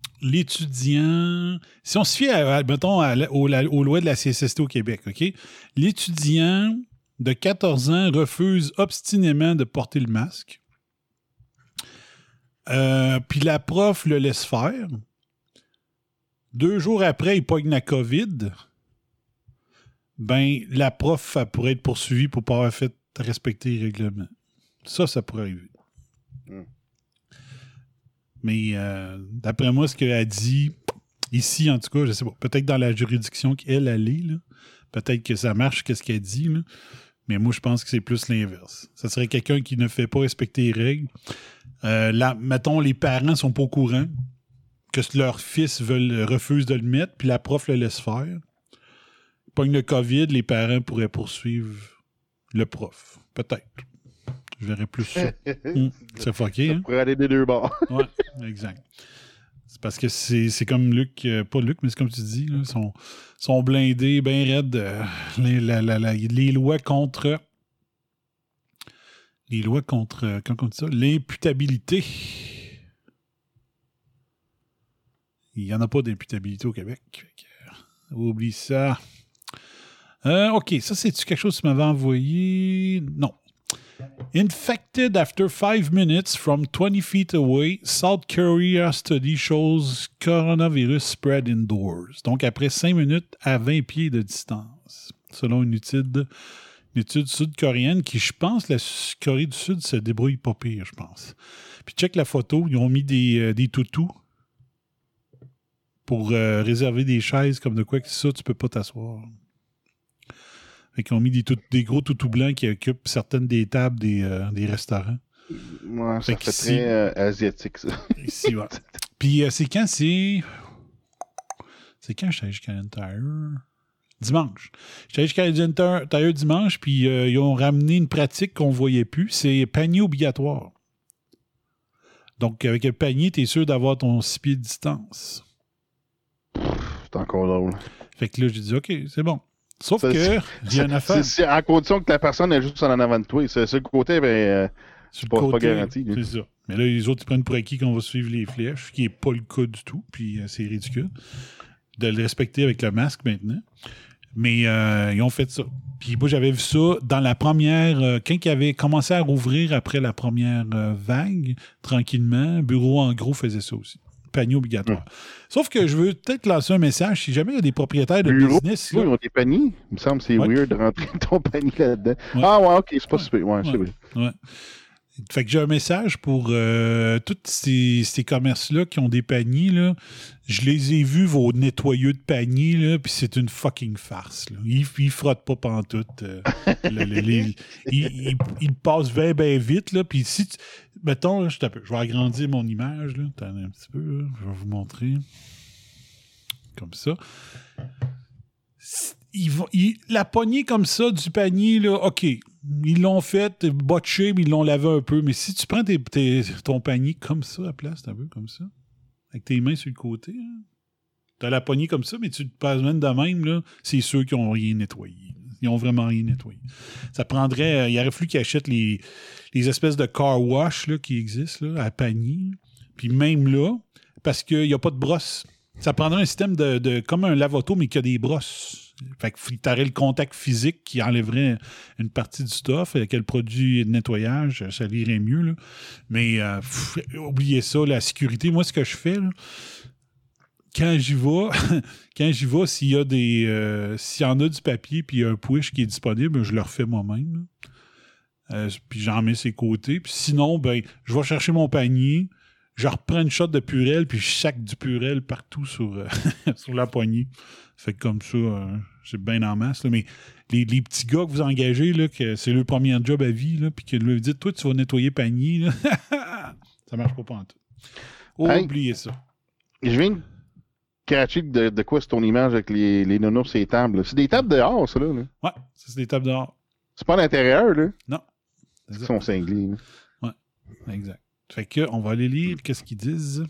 l'étudiant, si on se fie, à, à, mettons, à, aux, aux lois de la C S S T au Québec, OK? L'étudiant de quatorze ans refuse obstinément de porter le masque. Euh, puis la prof le laisse faire. Deux jours après, il pogne la COVID. Ben, la prof elle pourrait être poursuivie pour ne pas avoir fait respecter les règlements. Ça, ça pourrait arriver. Mm. Mais euh, d'après moi, ce qu'elle dit, ici, en tout cas, je ne sais pas, peut-être dans la juridiction qu'elle, elle est, là, peut-être que ça marche, qu'est-ce qu'elle dit, là, mais moi, je pense que c'est plus l'inverse. Ça serait quelqu'un qui ne fait pas respecter les règles. Euh, là, mettons, les parents ne sont pas au courant que leurs fils veulent, refusent de le mettre, puis la prof le laisse faire. Pogne le COVID, les parents pourraient poursuivre le prof. Peut-être. Je verrais plus ça. mmh, c'est fucké, hein? Ça pourrait aller des deux bords. Oui, exact. C'est parce que c'est, c'est comme Luc, euh, pas Luc, mais c'est comme tu dis, là, sont, sont blindés, bien raides, euh, les, la, la, la, les lois contre... Les lois contre... Comment on dit ça? L'imputabilité. Il n'y en a pas d'imputabilité au Québec. Oublie ça. Euh, OK, ça, c'est-tu quelque chose que tu m'avais envoyé? Non. Infected after five minutes from twenty feet away, South Korea study shows coronavirus spread indoors. Donc, après cinq minutes à vingt pieds de distance, selon une étude, une étude sud-coréenne qui, je pense, la Corée du Sud se débrouille pas pire, je pense. Puis, check la photo, ils ont mis des, euh, des toutous. pour euh, réserver des chaises comme de quoi que ça, tu peux pas t'asseoir. Fait qu'ils ont mis des, tout, des gros toutous blancs qui occupent certaines des tables des, euh, des restaurants. Ouais, ça fait, fait ici, très euh, asiatique, ça. Ici, ouais. Puis euh, c'est quand c'est... C'est quand je suis allé chez Canadian Tire? Dimanche. Je suis allé chez Canadian Tire dimanche, puis euh, ils ont ramené une pratique qu'on ne voyait plus. C'est panier obligatoire. Donc, avec le panier, tu es sûr d'avoir ton six pieds de distance. C'est encore drôle. Fait que là, j'ai dit, OK, c'est bon. Sauf ça, que, j'ai une affaire. C'est à condition que la personne est juste en avant de toi. C'est le côté, ben, euh, c'est pas, pas garanti. C'est ça. Mais là, les autres, ils prennent pour acquis qu'on va suivre les flèches, ce qui n'est pas le cas du tout, puis euh, c'est ridicule de le respecter avec le masque maintenant. Mais euh, ils ont fait ça. Puis moi, j'avais vu ça dans la première... Euh, quand ils avaient commencé à rouvrir après la première euh, vague, tranquillement, Bureau en gros faisait ça aussi. Panier obligatoire. Mmh. Sauf que je veux peut-être lancer un message. Si jamais il y a des propriétaires de Bureau, business... Oui, là, ils ont des paniers. Il me semble que c'est ouais. weird de rentrer ton panier là-dedans. Ouais. Ah ouais, OK, c'est pas ouais. super. Ouais, ouais. c'est vrai. Ouais. Fait que j'ai un message pour euh, tous ces, ces commerces-là qui ont des paniers. Là. Je les ai vus, vos nettoyeux de paniers, là, puis c'est une fucking farce. Là. Ils, ils frottent pas pantoute. Euh, le, le, les, ils, ils, ils passent bien, bien vite. Là, puis si tu... Mettons, là, je, je vais agrandir mon image. Là. Attendez un petit peu. Là. Je vais vous montrer. Comme ça. Ils vont, ils, la poignée comme ça du panier, là, OK. Ils l'ont fait, botché, mais ils l'ont lavé un peu. Mais si tu prends tes, tes, ton panier comme ça, à place, un peu comme ça, avec tes mains sur le côté, hein, t'as la poignée comme ça, mais tu te passes même de même, là, c'est ceux qui n'ont rien nettoyé. Ils n'ont vraiment rien nettoyé. Ça prendrait... Euh, il aurait fallu qu'ils achètent les, les espèces de car wash là, qui existent là, à panier. Puis même là, parce qu'il n'y a pas de brosse. Ça prendrait un système de, de comme un lave-auto, mais qui a des brosses. Fait que tu aurais le contact physique qui enlèverait une partie du stuff. Avec le produit de nettoyage, ça irait mieux. Là. Mais euh, pff, oubliez ça, la sécurité. Moi, ce que je fais, là, quand j'y vais, quand j'y vais, s'il y a des. Euh, s'il y en a du papier puis il y a un push qui est disponible, je le refais moi-même. Euh, puis j'en mets ses côtés. Puis sinon, ben, je vais chercher mon panier. Je reprends une shot de Purell, puis je sac du Purell partout sur, euh, sur la poignée. Fait que comme ça, euh, c'est bien en masse. Là. Mais les, les petits gars que vous engagez, là, que c'est leur premier job à vie, là, puis que lui dites, toi, tu vas nettoyer panier, là. Ça marche pas en tout. Oh, hey, oubliez ça. Je viens de catcher de, de quoi c'est ton image avec les, les nounours et les tables. Là. C'est des tables dehors, ça, là. là. Ouais, ça, c'est des tables dehors. C'est pas à l'intérieur, là? Non. Ils sont cinglés. Là. Ouais, exact. Fait que, on va aller lire qu'est-ce qu'ils disent.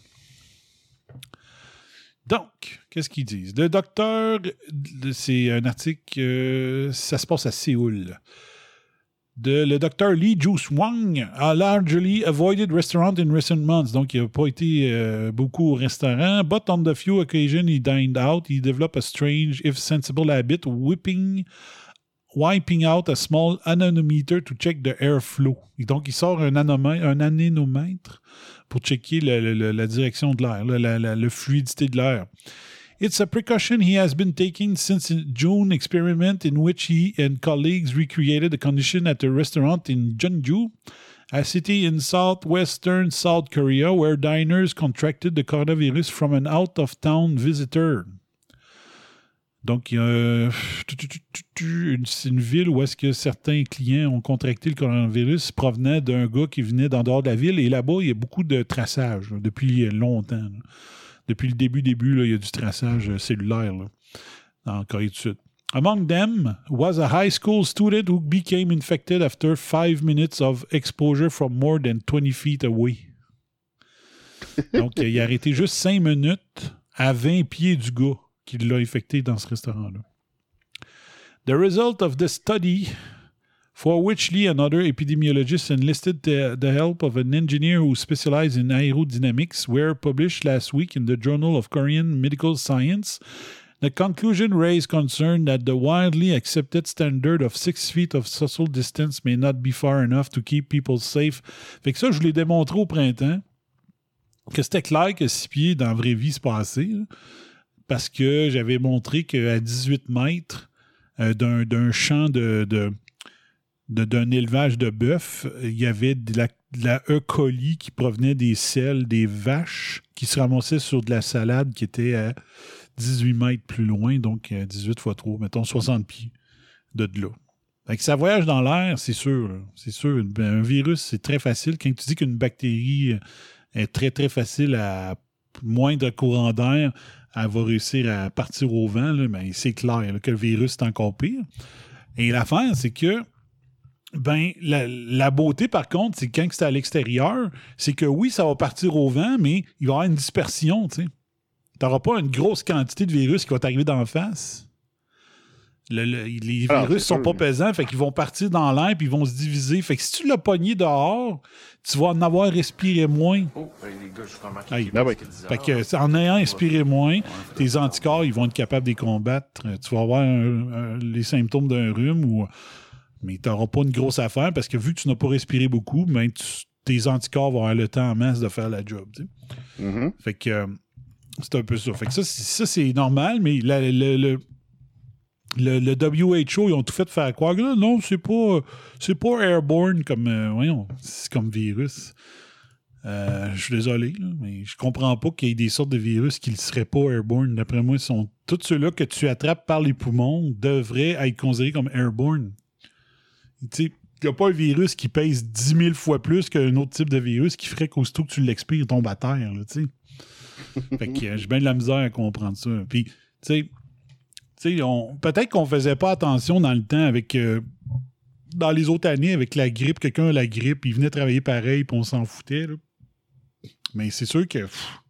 Donc, qu'est-ce qu'ils disent? Le docteur, c'est un article, euh, ça se passe à Séoul. De, le docteur Lee Joo-swang a largely avoided restaurant in recent months. Donc, il n'a pas été euh, beaucoup au restaurant. But on the few occasions he dined out, he developed a strange, if sensible habit, whipping... wiping out a small anemometer to check the airflow. Et donc, il sort un, anomètre, un anémomètre pour checker le, le, le, la direction de l'air, la, la, la, la fluidité de l'air. It's a precaution he has been taking since a June experiment in which he and colleagues recreated the condition at a restaurant in Jeonju, a city in southwestern South Korea, where diners contracted the coronavirus from an out-of-town visitor. Donc, euh, c'est une ville où est-ce que certains clients ont contracté le coronavirus provenant d'un gars qui venait d'en dehors de la ville. Et là-bas, il y a beaucoup de traçage là, depuis longtemps. Là. Depuis le début, début, là, il y a du traçage cellulaire là, en Corée du Sud. Among them was a high school student who became infected after five minutes of exposure from more than twenty feet away. Donc, il a arrêté juste cinq minutes à vingt pieds du gars qui l'a infecté dans ce restaurant-là. The result of the study, for which Lee and other epidemiologists enlisted the, the help of an engineer who specialized in aerodynamics, were published last week in the Journal of Korean Medical Science. The conclusion raised concern that the widely accepted standard of six feet of social distance may not be far enough to keep people safe. Fait que ça, je vous l'ai démontré au printemps, que c'était clair que six pieds dans la vraie vie se passait, là. Parce que j'avais montré qu'à dix-huit mètres euh, d'un, d'un champ de, de, de, d'un élevage de bœuf, il y avait de la, de la E. coli qui provenait des selles des vaches qui se ramassaient sur de la salade qui était à dix-huit mètres plus loin, donc dix-huit fois trois, mettons soixante pieds de de là. Fait que ça voyage dans l'air, c'est sûr. C'est sûr. Un virus, c'est très facile. Quand tu dis qu'une bactérie est très, très facile à moindre courant d'air, elle va réussir à partir au vent, là, ben, c'est clair là, que le virus est encore pire. Et l'affaire, c'est que ben la, la beauté, par contre, c'est quand c'est à l'extérieur, c'est que oui, ça va partir au vent, mais il va y avoir une dispersion, tu sais. Tu n'auras pas une grosse quantité de virus qui va t'arriver d'en face. Le, le, les virus ah, sont sûr, pas oui. pesants, fait qu'ils vont partir dans l'air puis ils vont se diviser. Fait que si tu l'as pogné dehors, tu vas en avoir respiré moins. Oh, ben, les gars, je suis vraiment Aïe. Ben oui. Fait que en ayant inspiré moins, tes anticorps, ils vont être capables de les combattre. Tu vas avoir un, un, les symptômes d'un rhume, ou, mais tu n'auras pas une grosse affaire parce que vu que tu n'as pas respiré beaucoup, ben, tu, tes anticorps vont avoir le temps en masse de faire la job. Tu sais. Mm-hmm. Fait que euh, c'est un peu ça. Fait que ça, c'est, ça, c'est normal, mais la, le, le Le, le W H O, ils ont tout fait faire croire que là, non, c'est pas, c'est pas airborne comme, euh, voyons, c'est comme virus. Euh, je suis désolé, là, mais je comprends pas qu'il y ait des sortes de virus qui ne seraient pas airborne. D'après moi, sont, tous ceux-là que tu attrapes par les poumons devraient être considérés comme airborne. Tu sais, il n'y a pas un virus qui pèse dix mille fois plus qu'un autre type de virus qui ferait qu'aussitôt que tu l'expires, il tombe à terre. Là, tu sais. Fait que euh, j'ai bien de la misère à comprendre ça. Puis, tu sais, T'sais, on, peut-être qu'on faisait pas attention dans le temps avec euh, dans les autres années avec la grippe, quelqu'un a la grippe, il venait travailler pareil puis on s'en foutait. Là. Mais c'est sûr que pff,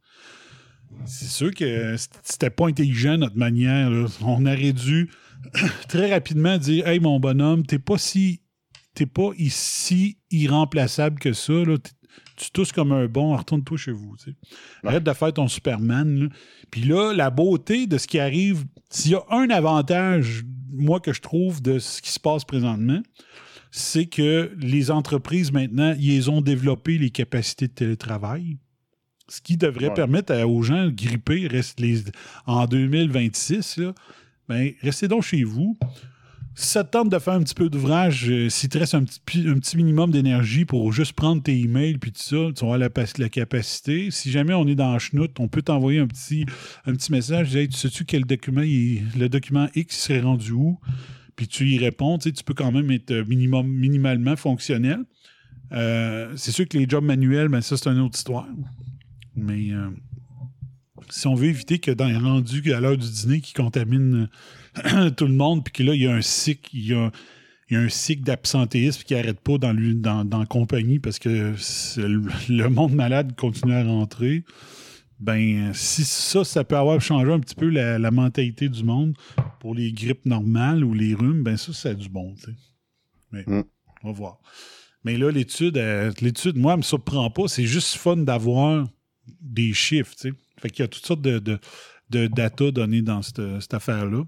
c'est sûr que c'était pas intelligent notre manière. Là. On aurait dû très rapidement dire hey mon bonhomme, t'es pas si t'es pas si irremplaçable que ça. Là. Tu tousses comme un bon, retourne-toi chez vous. T'sais. Arrête de faire ton Superman. Là. Puis là, la beauté de ce qui arrive, s'il y a un avantage, moi, que je trouve de ce qui se passe présentement, c'est que les entreprises, maintenant, ils ont développé les capacités de télétravail, ce qui devrait ouais. permettre à, aux gens grippés reste les, en deux mille vingt-six, là, ben, restez donc chez vous. Si ça te tente de faire un petit peu d'ouvrage, euh, s'il te reste un petit, un petit minimum d'énergie pour juste prendre tes emails puis tout ça, tu vas avoir la, la capacité. Si jamais on est dans la chenoute, on peut t'envoyer un petit, un petit message. Hey, tu sais-tu quel document, il, le document X serait rendu où? Puis tu y réponds. Tu sais, tu peux quand même être minimum, minimalement fonctionnel. Euh, c'est sûr que les jobs manuels, ben ça, c'est une autre histoire. Mais euh, si on veut éviter que dans les rendus à l'heure du dîner qui contamine tout le monde, puis que là, il y a un cycle, il y a, il y a un cycle d'absentéisme qui n'arrête pas dans, lui, dans, dans la compagnie parce que le, le monde malade continue à rentrer. Ben, si ça, ça peut avoir changé un petit peu la, la mentalité du monde pour les grippes normales ou les rhumes, ben ça, c'est du bon, tu sais. Mais mm. on va voir. Mais là, l'étude, euh, l'étude, moi, elle me surprend pas. C'est juste fun d'avoir des chiffres, tu sais. Fait qu'il y a toutes sortes de, de, de data données dans cette, cette affaire-là.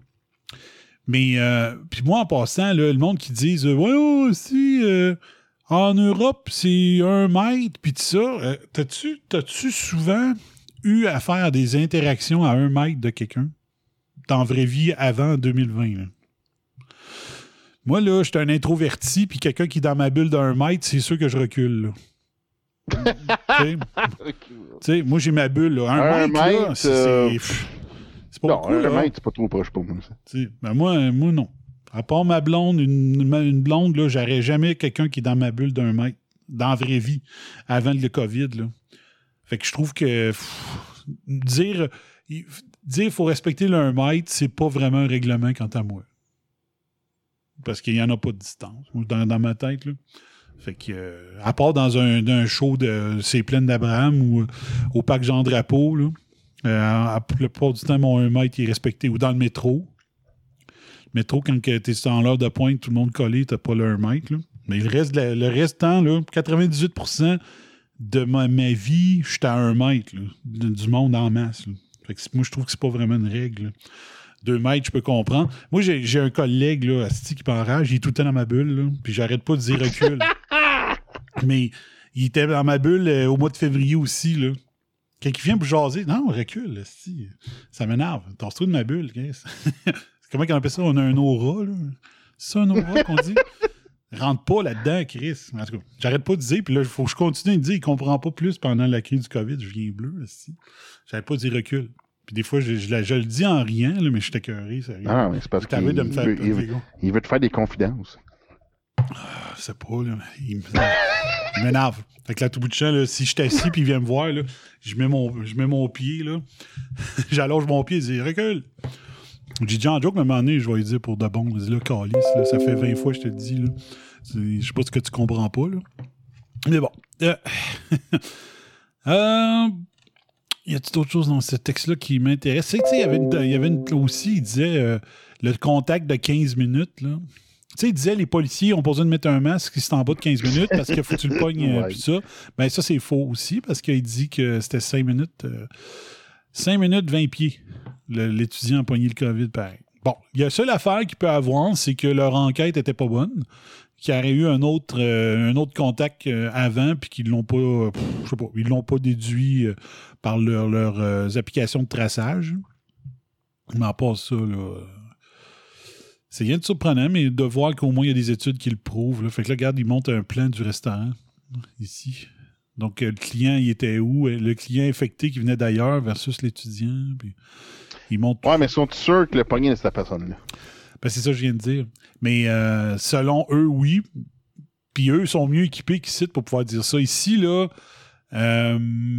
Mais, euh, puis moi, en passant, là, le monde qui dit euh, « Ouais, oh, si, euh, en Europe, c'est un mètre, puis tout ça. Euh, » T'as-tu, t'as-tu souvent eu à faire des interactions à un mètre de quelqu'un dans la vraie vie avant deux mille vingt? Là? Moi, là, j'étais un introverti, puis quelqu'un qui est dans ma bulle d'un mètre, c'est sûr que je recule, là. Tu sais, moi, j'ai ma bulle, là. Un, un mètre, mètre, là, c'est... Euh... c'est... C'est pas non, beaucoup, un là. mètre, c'est pas trop proche pour moi. Ça. Ben moi, moi, non. À part ma blonde, une, une blonde, là, j'aurais jamais quelqu'un qui est dans ma bulle d'un mètre, dans la vraie vie, avant le COVID, là. Fait que je trouve que pff, dire dire faut respecter le un mètre, c'est pas vraiment un règlement quant à moi. Parce qu'il n'y en a pas de distance, dans, dans ma tête, là. Fait que, euh, à part dans un, un show de C'est Plaine d'Abraham ou euh, au parc Jean-Drapeau, là, euh, le plupart du temps, mon un mètre est respecté. Ou dans le métro. Le métro, quand tu es en l'heure de pointe, tout le monde collé, tu n'as pas le un mètre. Là. Mais le reste, le, le reste du temps, là, quatre-vingt-dix-huit pour cent de ma, ma vie, je suis à un mètre là, de, du monde en masse. Là. Fait que moi, je trouve que c'est pas vraiment une règle. Là. Deux mètres, je peux comprendre. Moi, j'ai, j'ai un collègue là, asti, qui m'enrage, il est tout le temps dans ma bulle, là, puis j'arrête pas de dire recul. Mais il était dans ma bulle euh, au mois de février aussi, là. Quand il vient pour jaser, non, recule, asti. Ça m'énerve. T'en retrouves de ma bulle, qu'est-ce? Comment on appelle ça? On a un aura, là. C'est ça, un aura qu'on dit? Rentre pas là-dedans, Chris. En tout cas, j'arrête pas de dire, puis là, il faut que je continue de dire, il comprend pas plus pendant la crise du COVID. Je viens bleu, aussi. J'avais pas dit recul. Puis des fois, je, je, je le dis en riant, là, mais je suis écœuré, sérieux. Ah, mais c'est parce qu'il de me faire veut, il, veut, il veut te faire des confidences. Ah, je sais pas, là. Il m'énerve. Fait que là, tout bout de champ, là, si je suis assis puis il vient me voir, là, je mets mon, je mets mon pied, là. J'allonge mon pied et je dis recule. J'ai dit en joke, mais à un moment donné, je vais lui dire pour de bon. Je dis là, calice, là, ça fait vingt fois que je te le dis, là. Je sais pas ce que tu comprends pas, là. Mais bon. Euh... euh... Y a-t-il d'autres choses dans ce texte-là qui m'intéresse? C'est que, tu sais, il y avait, une, il y avait une, aussi, il disait euh, le contact de quinze minutes, là. Tu sais, il disait les policiers ont pas besoin de mettre un masque si c'est en bas de quinze minutes parce qu'il faut que tu le pognes et ouais. ça. Ben ça, c'est faux aussi parce qu'il dit que c'était cinq minutes. Euh, cinq minutes, vingt pieds. Le, l'étudiant a pogné le COVID, pareil. Bon, il y a la seule affaire qu'il peut avoir, c'est que leur enquête était pas bonne, qu'il y aurait eu un autre, euh, un autre contact euh, avant, puis qu'ils l'ont pas, euh, pff, je sais pas, ils l'ont pas déduit euh, par leurs leur, euh, applications de traçage. Mais à part ça, là, euh, c'est rien de surprenant, mais de voir qu'au moins il y a des études qui le prouvent. Là. Fait que là, regarde, ils montent un plan du restaurant, ici. Donc, euh, le client, il était où? Le client infecté qui venait d'ailleurs versus l'étudiant. Puis, ils montent. Ouais, mais sont sûrs que le pogné de cette personne-là? Ben, c'est ça que je viens de dire. Mais euh, selon eux, oui. Puis eux sont mieux équipés qu'ici pour pouvoir dire ça. Ici, là, euh,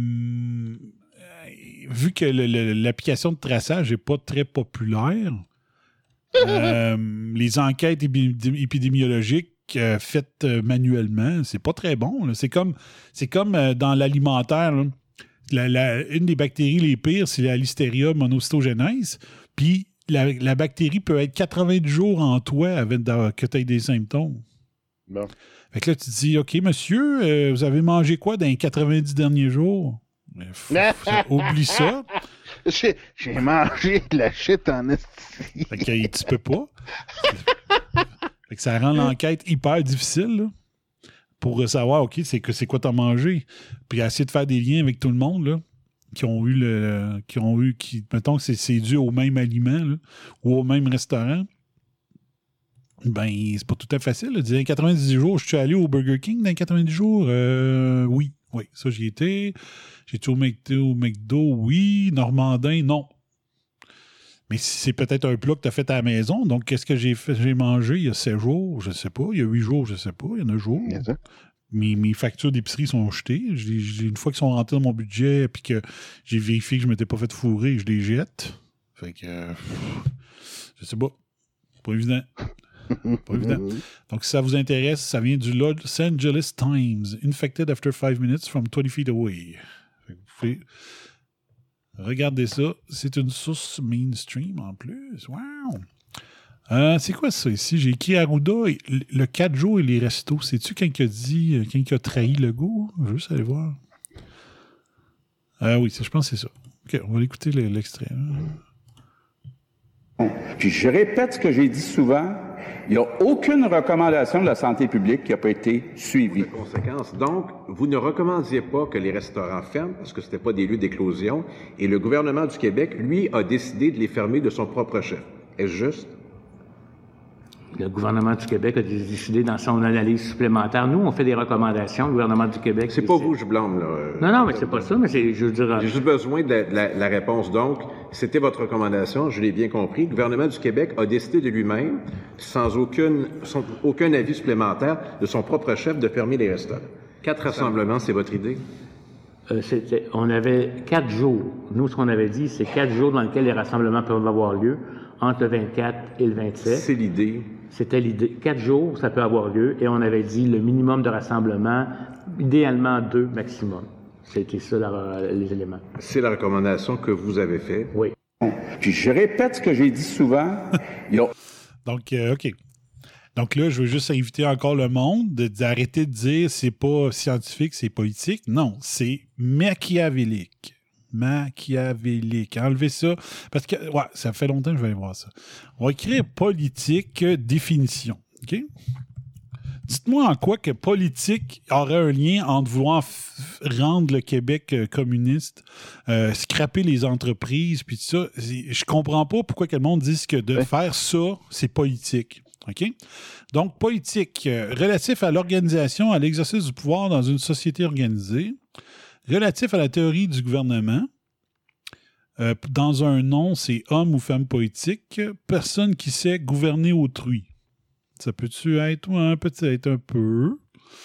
vu que le, le, l'application de traçage n'est pas très populaire, euh, les enquêtes épidémiologiques euh, faites euh, manuellement, c'est pas très bon. Là. C'est comme, c'est comme euh, dans l'alimentaire. Là. La, la, une des bactéries les pires, c'est la Listeria monocytogenes. Puis la, la bactérie peut être quatre-vingt-dix jours en toi avant que tu aies des symptômes. Bon. Fait que là, tu te dis, OK, monsieur, euh, vous avez mangé quoi dans les quatre-vingt-dix derniers jours? Faut, ça, oublie ça. J'ai, j'ai mangé de la shit en esti. Fait que tu peux pas. Fait que ça rend l'enquête hyper difficile, là, pour savoir, OK, c'est, que, c'est quoi t'as mangé. Puis essayer de faire des liens avec tout le monde, là, qui ont eu le. qui ont eu. Qui, mettons que c'est, c'est dû au même aliment, là, ou au même restaurant. Ben, c'est pas tout à fait facile. Là. Dans les quatre-vingt-dix jours, je suis allé au Burger King dans les quatre-vingt-dix jours. Euh, oui, oui, ça j'y étais. J'ai été au McDo, au McDo, oui. Normandin, non. Mais c'est peut-être un plat que tu as fait à la maison. Donc, qu'est-ce que j'ai fait? J'ai mangé il y a sept jours, je sais pas. Il y a huit jours, je sais pas. Il y a neuf jours. Mes, mes factures d'épicerie sont jetées. J'ai, j'ai, une fois qu'ils sont rentrés dans mon budget puis que j'ai vérifié que je ne m'étais pas fait fourrer, je les jette. Fait que, euh, je sais pas. Pas évident. Pas évident. Donc, si ça vous intéresse, ça vient du Los Angeles Times. Infected after five minutes from twenty feet away. Vous pouvez regarder ça. C'est une source mainstream en plus. Wow! Euh, c'est quoi ça ici? J'ai écrit Arruda, le quatre jours et les restos. C'est-tu quelqu'un qui a dit, quelqu'un qui a trahi le goût? Je veux juste aller voir. Euh, oui, ça, je pense que c'est ça. OK, on va écouter l'extrait. Puis je répète ce que j'ai dit souvent. Il n'y a aucune recommandation de la santé publique qui n'a pas été suivie. Conséquences. Donc, vous ne recommandiez pas que les restaurants ferment parce que ce n'était pas des lieux d'éclosion et le gouvernement du Québec, lui, a décidé de les fermer de son propre chef. Est-ce juste? Le gouvernement du Québec a décidé dans son analyse supplémentaire. Nous, on fait des recommandations. Le gouvernement du Québec... C'est pas vous, je blâme, là. Non, non, mais c'est pas ça, mais c'est, je veux dire... J'ai juste besoin de la, de la, de la réponse. Donc, c'était votre recommandation, je l'ai bien compris. Le gouvernement du Québec a décidé de lui-même, sans aucune, sans aucun avis supplémentaire de son propre chef, de fermer les restaurants. Quatre rassemblements, c'est votre idée? Euh, c'était, on avait quatre jours. Nous, ce qu'on avait dit, c'est quatre jours dans lesquels les rassemblements peuvent avoir lieu, entre le vingt-quatre et le vingt-sept. C'est l'idée. C'était l'idée. Quatre jours, ça peut avoir lieu. Et on avait dit le minimum de rassemblement, idéalement deux maximum. C'était ça, la, les éléments. C'est la recommandation que vous avez faite. Oui. Puis je répète ce que j'ai dit souvent. a... Donc, euh, OK. Donc là, je veux juste inviter encore le monde de, d'arrêter de dire c'est pas scientifique, c'est politique. Non, c'est machiavélique. Machiavélique. Enlevez ça. Parce que, ouais, ça fait longtemps que je vais aller voir ça. On va écrire politique définition. OK? Dites-moi en quoi que politique aurait un lien entre vouloir f- rendre le Québec euh, communiste, euh, scraper les entreprises, puis tout ça. Je comprends pas pourquoi que le monde dise que de faire ça, c'est politique. OK? Donc, politique, euh, relatif à l'organisation, à l'exercice du pouvoir dans une société organisée, relatif à la théorie du gouvernement. Euh, dans un nom, c'est homme ou femme politique. Personne qui sait gouverner autrui. Ça peut-tu être? Ouais, peut-être un peu.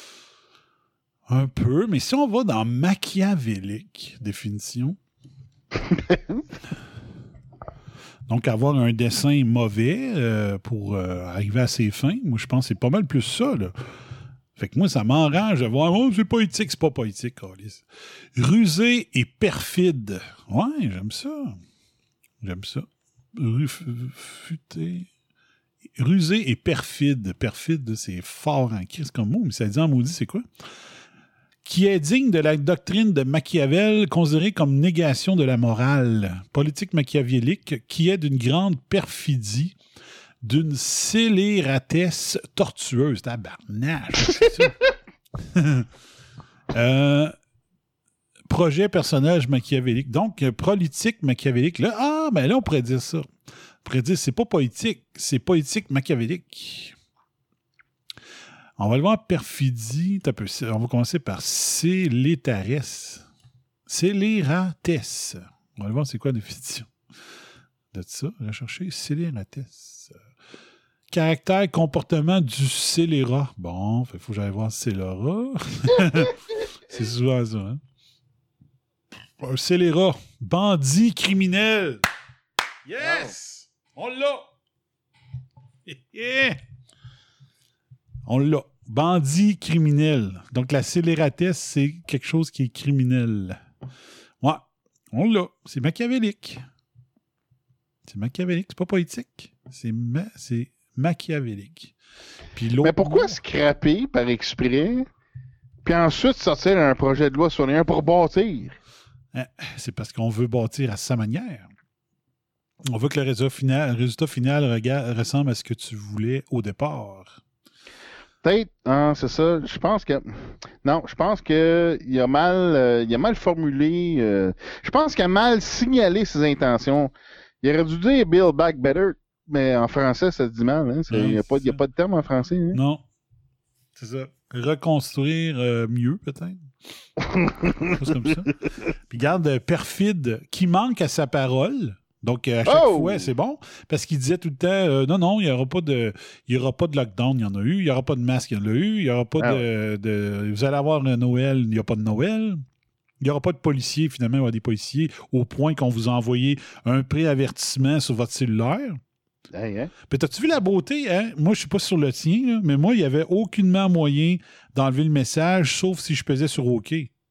Un peu. Mais si on va dans machiavélique, définition. Donc, avoir un dessin mauvais euh, pour euh, arriver à ses fins, moi, je pense que c'est pas mal plus ça, là. Fait que moi, ça m'enrage de voir, oh, c'est pas éthique, c'est pas pas éthique, Alice. Rusé et perfide. Ouais, j'aime ça. J'aime ça. Futé. Rusé et perfide. Perfide, c'est fort en crise comme mot, mais ça dit en maudit, c'est quoi? Qui est digne de la doctrine de Machiavel, considérée comme négation de la morale. Politique machiavélique, qui est d'une grande perfidie, d'une scélératesse tortueuse. Tabarnache, c'est ça. euh, projet, personnage machiavélique. Donc, politique machiavélique. Là, ah, ben là, on pourrait dire ça. On pourrait dire, c'est pas poétique, c'est politique machiavélique. On va le voir perfidie. On va commencer par scélératesse. Scélératesse. On va le voir, c'est quoi la définition de ça? On va chercher scélératesse. Caractère, comportement du scélérat. Bon, il faut que j'aille voir scélérat. C'est souvent ça, hein? Un scélérat. Bandit criminel. Yes! Wow. On l'a! Yeah. On l'a. Bandit criminel. Donc, la scélératesse, c'est quelque chose qui est criminel. Ouais, on l'a. C'est machiavélique. C'est machiavélique. C'est pas poétique. C'est, ma... c'est machiavélique. Puis l'autre... Mais pourquoi scraper par exprès, puis ensuite sortir un projet de loi sur rien pour bâtir? C'est parce qu'on veut bâtir à sa manière. On veut que le résultat final, le résultat final regarde, ressemble à ce que tu voulais au départ. Peut-être, hein, c'est ça. Je pense que... Non, je pense qu'il a mal, euh, il a mal formulé... Euh, je pense qu'il a mal signalé ses intentions. Il aurait dû dire « Build back better », mais en français, ça se dit mal. Hein? Il n'y a, a pas de terme en français. Hein? Non. C'est ça. Reconstruire euh, mieux, peut-être. Chose comme ça. Puis garde perfide, qui manque à sa parole. Donc, à chaque oh! fois, c'est bon. Parce qu'il disait tout le temps, euh, non, non, il n'y aura pas de il y aura pas de lockdown, il y en a eu. Il n'y aura pas de masque, il y en a eu. Il n'y aura pas ah. de, de... Vous allez avoir un Noël, il n'y a pas de Noël. Il n'y aura pas de policiers, finalement, il y aura des policiers, au point qu'on vous a envoyé un préavertissement sur votre cellulaire. Hey, hein? Puis, t'as-tu vu la beauté, hein? Moi, je suis pas sur le tien, là, mais moi, il n'y avait aucunement moyen d'enlever le message, sauf si je pesais sur OK.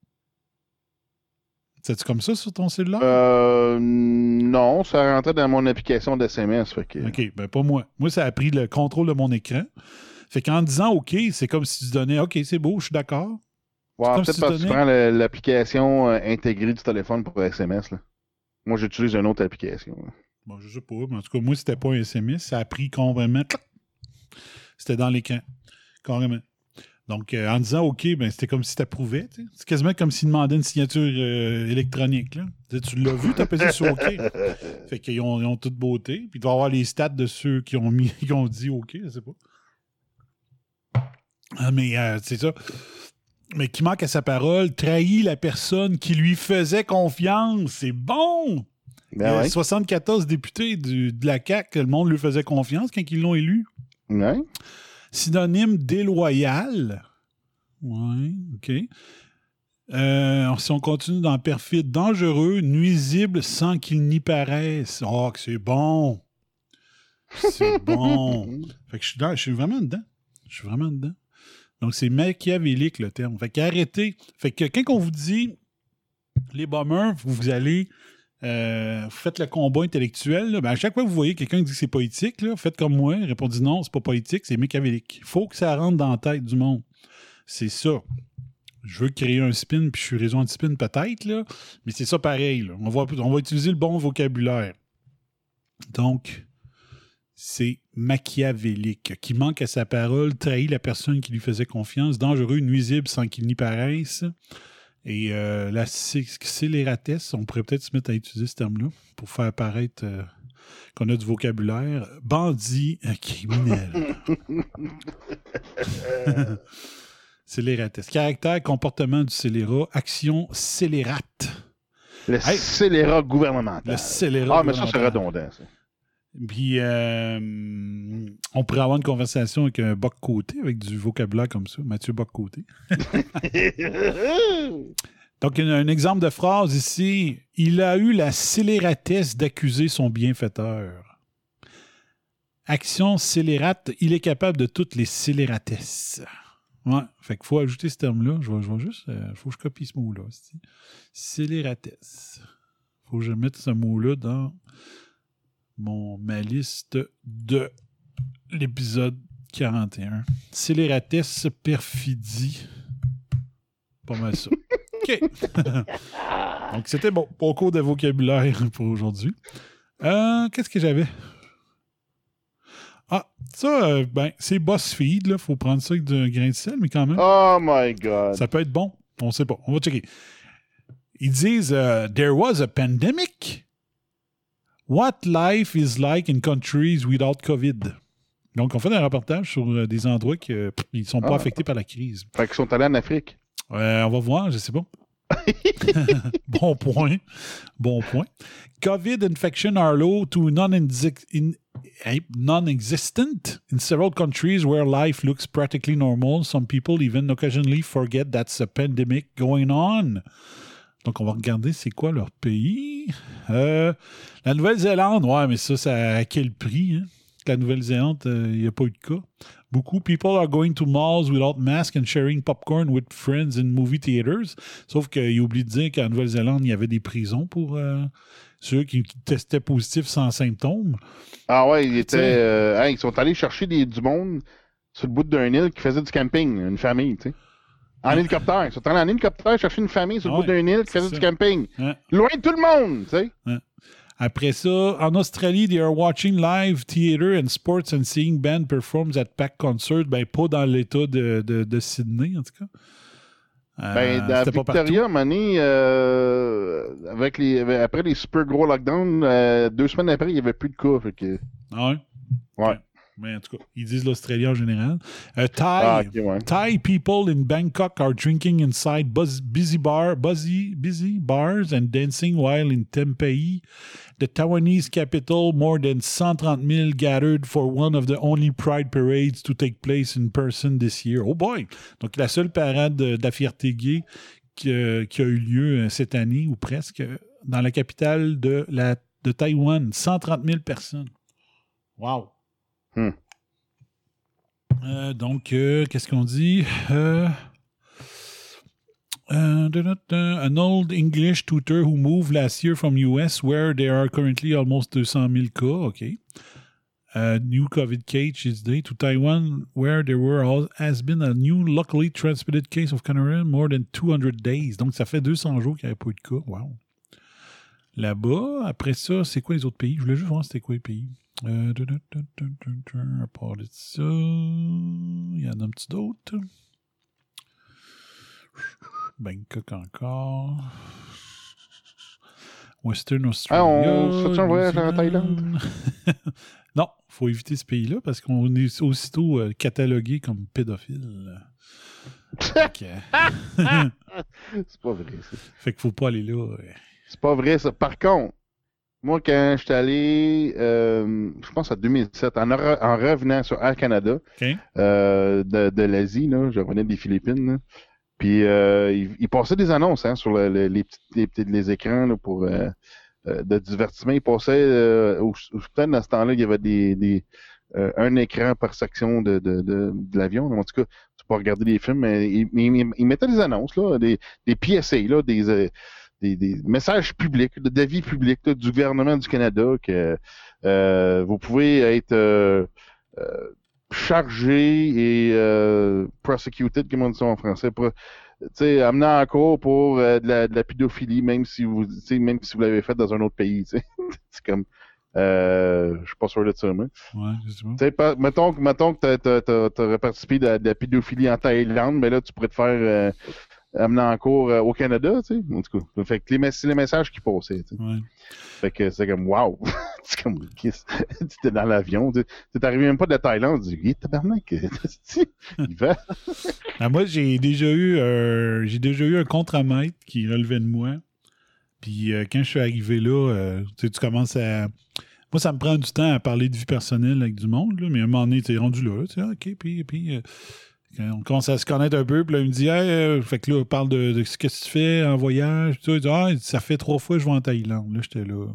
C'est-tu comme ça sur ton cellulaire? Euh, non, ça rentrait dans mon application d'S M S. Fait que... OK, ben pas moi. Moi, ça a pris le contrôle de mon écran. Fait qu'en disant OK, c'est comme si tu donnais OK, c'est beau, je suis d'accord. Ouais, peut-être si parce que tu, donnais... tu prends le, l'application euh, intégrée du téléphone pour S M S. Là. Moi, j'utilise une autre application. Là. Bon, je sais pas, mais en tout cas, moi, c'était pas un S M S. Ça a pris complètement... C'était dans l'écran. Carrément. Donc, euh, en disant OK, ben, c'était comme si tu approuvais. T'sais. C'est quasiment comme s'il demandait une signature euh, électronique. Là. Tu l'as vu, tu as pesé sur OK. Fait qu'ils ont, ils ont toute beauté. Puis il doit y avoir les stats de ceux qui ont, mis, qui ont dit OK, je sais pas. Ah, mais euh, c'est ça. Mais qui manque à sa parole, trahit la personne qui lui faisait confiance. C'est bon! Ben ouais. soixante-quatorze députés du, de la C A Q, le monde lui faisait confiance quand ils l'ont élu. Ouais. Synonyme déloyal. Oui, OK. Euh, si on continue dans perfide, dangereux, nuisible sans qu'il n'y paraisse. Oh, que c'est bon! C'est bon! Fait que je suis, dans, je suis vraiment dedans. Je suis vraiment dedans. Donc, c'est machiavélique, le terme. Fait qu'arrêtez. Fait que quand on vous dit les bombers, vous allez... Euh, vous faites le combat intellectuel, là, ben à chaque fois que vous voyez quelqu'un qui dit que c'est poétique, là, faites comme moi, répondez non, c'est pas poétique, c'est machiavélique. Il faut que ça rentre dans la tête du monde. C'est ça. Je veux créer un spin, puis je suis raison anti-spin peut-être, là, mais c'est ça pareil. Là. On, va, on va utiliser le bon vocabulaire. Donc, c'est machiavélique. Qui manque à sa parole, trahit la personne qui lui faisait confiance, dangereux, nuisible sans qu'il n'y paraisse. Et euh, la scélératesse, on pourrait peut-être se mettre à utiliser ce terme-là pour faire apparaître euh, qu'on a du vocabulaire. Bandit, un criminel. Scélératesse. Caractère, comportement du scélérat. Action, scélérate. Le hey, scélérat gouvernemental. Le scélérat Ah, mais ça, c'est redondant, ça. Puis, euh, on pourrait avoir une conversation avec un Bock-Côté, avec du vocabulaire comme ça. Mathieu Bock-Côté. Donc, un, un exemple de phrase ici. Il a eu la scélératesse d'accuser son bienfaiteur. Action scélérate. Il est capable de toutes les scélératesses. Ouais, fait qu'il faut ajouter ce terme-là. Je vais, je vais juste... Il euh, faut que je copie ce mot-là. Scélératesse. Il faut que je mette ce mot-là dans mon, ma liste de l'épisode quarante et un. Scélératesse, perfidie. Pas mal ça. OK. Donc, c'était bon. Pas cours de vocabulaire pour aujourd'hui. Euh, qu'est-ce que j'avais? Ah, ça, euh, ben, c'est BuzzFeed, là. Faut prendre ça avec un grain de sel, mais quand même. Oh my God. Ça peut être bon. On sait pas. On va checker. Ils disent uh, There was a pandemic. What life is like in countries without COVID. Donc, on fait un reportage sur euh, des endroits qui ne sont pas ah. affectés par la crise. Fait qu'ils sont allés en Afrique. Euh, on va voir, je sais pas. Bon point. Bon point. COVID infection are low to non-exi- in, non-existent in several countries where life looks practically normal. Some people even occasionally forget that's a pandemic going on. Donc, on va regarder c'est quoi leur pays. Euh, la Nouvelle-Zélande, ouais, mais ça, ça à quel prix? Hein? La Nouvelle-Zélande, il euh, n'y a pas eu de cas. Beaucoup. People are going to malls without masks and sharing popcorn with friends in movie theaters. Sauf qu'il oublie de dire qu'en Nouvelle-Zélande, il y avait des prisons pour euh, ceux qui, qui testaient positifs sans symptômes. Ah ouais, ils, étaient, euh, hein, ils sont allés chercher des, du monde sur le bout d'un île qui faisait du camping, une famille, tu sais. En ouais. hélicoptère. Ils sont allés en hélicoptère chercher une famille sur le ouais, bout d'un île qui faisait ça. du camping. Ouais. Loin de tout le monde, tu sais. Ouais. Après ça, en Australie, they are watching live theater and sports and seeing band performs at packed concert. Ben, pas dans l'état de, de, de Sydney, en tout cas. Euh, ben, dans Victoria, Mané, euh, avec les, après les super gros lockdowns, euh, deux semaines après, il n'y avait plus de cas. Fait que... Ah ouais? Ouais. ouais. Mais en tout cas, ils disent l'Australie en général. Uh, Thai, ah, okay, ouais. Thai people in Bangkok are drinking inside buzz, busy bar, buzzy, busy bars and dancing while in Taipei, the Taiwanese capital. More than one hundred thirty mille gathered for one of the only Pride parades to take place in person this year. Oh boy! Donc, la seule parade de, de la fierté gay qui, euh, qui a eu lieu cette année, ou presque, dans la capitale de, la, de Taïwan. cent trente mille personnes. Wow! Hmm. Euh, donc, euh, qu'est-ce qu'on dit? Euh, uh, an old English tutor who moved last year from U S where there are currently almost two hundred mille cas. OK. Uh, new COVID case today to Taiwan where there were all, has been a new locally transmitted case of cholera in more than two hundred days. Donc, ça fait deux cents jours qu'il n'y avait pas eu de cas. Wow. Là-bas, après ça, c'est quoi les autres pays? Je voulais juste voir c'était quoi les pays. Euh, à part de ça, il y en a un petit d'autre. Bangkok encore. Western Australia. Ah, on fait un voyage en Thaïlande? Non, il faut éviter ce pays-là parce qu'on est aussitôt euh, catalogué comme pédophile. Okay. C'est pas vrai, ça. Fait qu'il faut pas aller là. Ouais. C'est pas vrai, ça. Par contre, moi, quand je suis allé, euh, je pense en deux mille sept, en, re- en revenant sur Air Canada, okay. euh, de, de l'Asie, là, je revenais des Philippines, là, puis euh, il, il passait des annonces hein, sur le, le, les, les, les, les écrans là, pour euh, euh, de divertissement. Il passait, euh, au, au, peut-être dans ce temps-là, il y avait des, des euh, un écran par section de, de, de, de l'avion. En tout cas, tu peux regarder des films, mais il, il, il mettait des annonces, là, des, des P S A, là, des... Euh, Des, des messages publics, d'avis publics là, du gouvernement du Canada que euh, vous pouvez être euh, euh, chargé et euh, prosecuted, comme on dit ça en français, pour, amené en cours pour euh, de, la, de la pédophilie, même si vous même si vous l'avez fait dans un autre pays. C'est comme euh, je suis pas sûr de ça, moi. Ouais, c'est pas, mettons, mettons que tu as participé de, de la pédophilie en Thaïlande, mais là, tu pourrais te faire euh, amené en cours euh, au Canada, tu sais. En tout cas, fait que les, c'est les messages qui passaient, tu sais. Ouais. Fait que c'est comme, wow! C'est comme, qu'est-ce? Tu étais dans l'avion, tu t'es arrivé même pas de la Thaïlande, tu dis, tabarnak, il va. Ben, moi, j'ai déjà eu euh, j'ai déjà eu un contre-maître qui relevait de moi. Puis euh, quand je suis arrivé là, euh, tu commences à... Moi, ça me prend du temps à parler de vie personnelle avec du monde, là, mais à un moment donné, tu es rendu là, tu sais, OK, puis... puis euh, on commence à se connaître un peu, puis là, il me dit, hey, euh, fait que là, on parle de, de ce que tu fais en voyage, tu sais, il dit, ah, ça fait trois fois que je vais en Thaïlande. Là, j'étais là.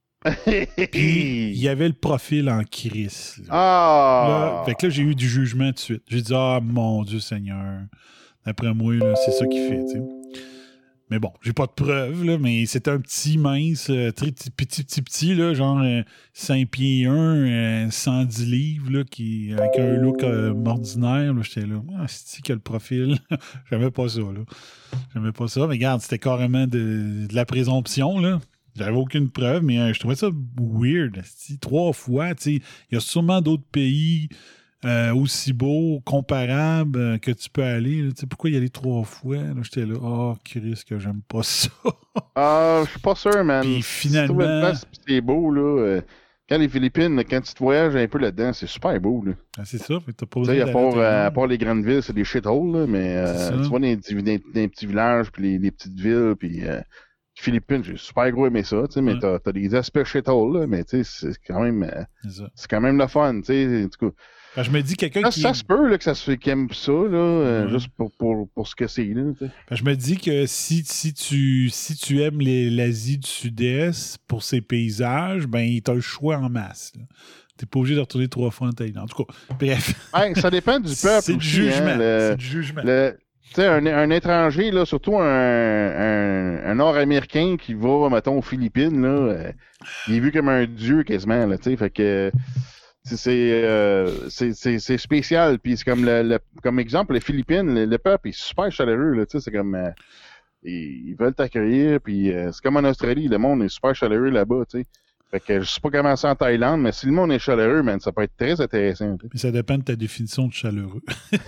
Puis, il y avait le profil en crise. Ah! Là, fait que là, j'ai eu du jugement tout de suite. J'ai dit, ah, mon Dieu Seigneur. D'après moi, là, c'est ça qu'il fait, tu sais. Mais bon, j'ai pas de preuves, là, mais c'était un petit mince, euh, très petit, petit, petit, petit, là, genre euh, cinq pieds un, euh, cent dix livres, là, qui, avec un look euh, ordinaire. Là, j'étais là, ah, c'est-tu quel profil? J'aimais pas ça, là. J'aimais pas ça. Mais regarde, c'était carrément de, de la présomption, là. J'avais aucune preuve, mais euh, je trouvais ça weird. C'est-tu, trois fois, tu sais. Il y a sûrement d'autres pays euh, aussi beaux, comparables, euh, que tu peux aller. Tu sais, pourquoi y aller trois fois? Là, j'étais là, oh, Chris, que j'aime pas ça. Ah, je suis pas sûr, man. Puis finalement... Si tu trouves une place, pis c'est beau, là. Euh, quand les Philippines, quand tu te voyages un peu là-dedans, c'est super beau, là. Ah, c'est ça, mais t'as pas Tu sais, à, part, euh, à part les grandes villes, c'est des shitholes, là, mais euh, tu vois dans les, dans les petits villages, puis les, les petites villes, puis... Euh, Philippines, j'ai super gros aimé ça, tu sais, mais ouais. t'as, t'as des aspects shitholes, là, mais tu sais, c'est quand même... Euh, c'est, c'est quand même le fun, tu sais, en tout cas... Ben, je me dis quelqu'un ça, qui... Ça se peut là, que ça se fait qu'il aime ça, là, euh, ouais. juste pour, pour, pour ce que c'est. Là, ben, je me dis que si, si, tu, si tu aimes les, l'Asie du Sud-Est pour ses paysages, ben t'as le choix en masse. Là. T'es pas obligé de retourner trois fois en Thaïlande. En tout cas, bref. Ben, ça dépend du peuple. C'est aussi, du jugement. Hein, le, c'est du jugement. Le, tu sais, un, un étranger, là, surtout un, un, un Nord-Américain qui va, mettons, aux Philippines, là, euh, il est vu comme un dieu quasiment, là, tu sais, fait que... C'est, euh, c'est, c'est, c'est spécial, puis c'est comme le, le, comme exemple, les Philippines, le, le peuple est super chaleureux, là, tu sais, c'est comme, euh, ils, ils veulent t'accueillir, puis euh, c'est comme en Australie, le monde est super chaleureux là-bas, tu sais. Fait que je sais pas comment c'est en Thaïlande, mais si le monde est chaleureux, man, ça peut être très intéressant. Mais ça dépend de ta définition de chaleureux.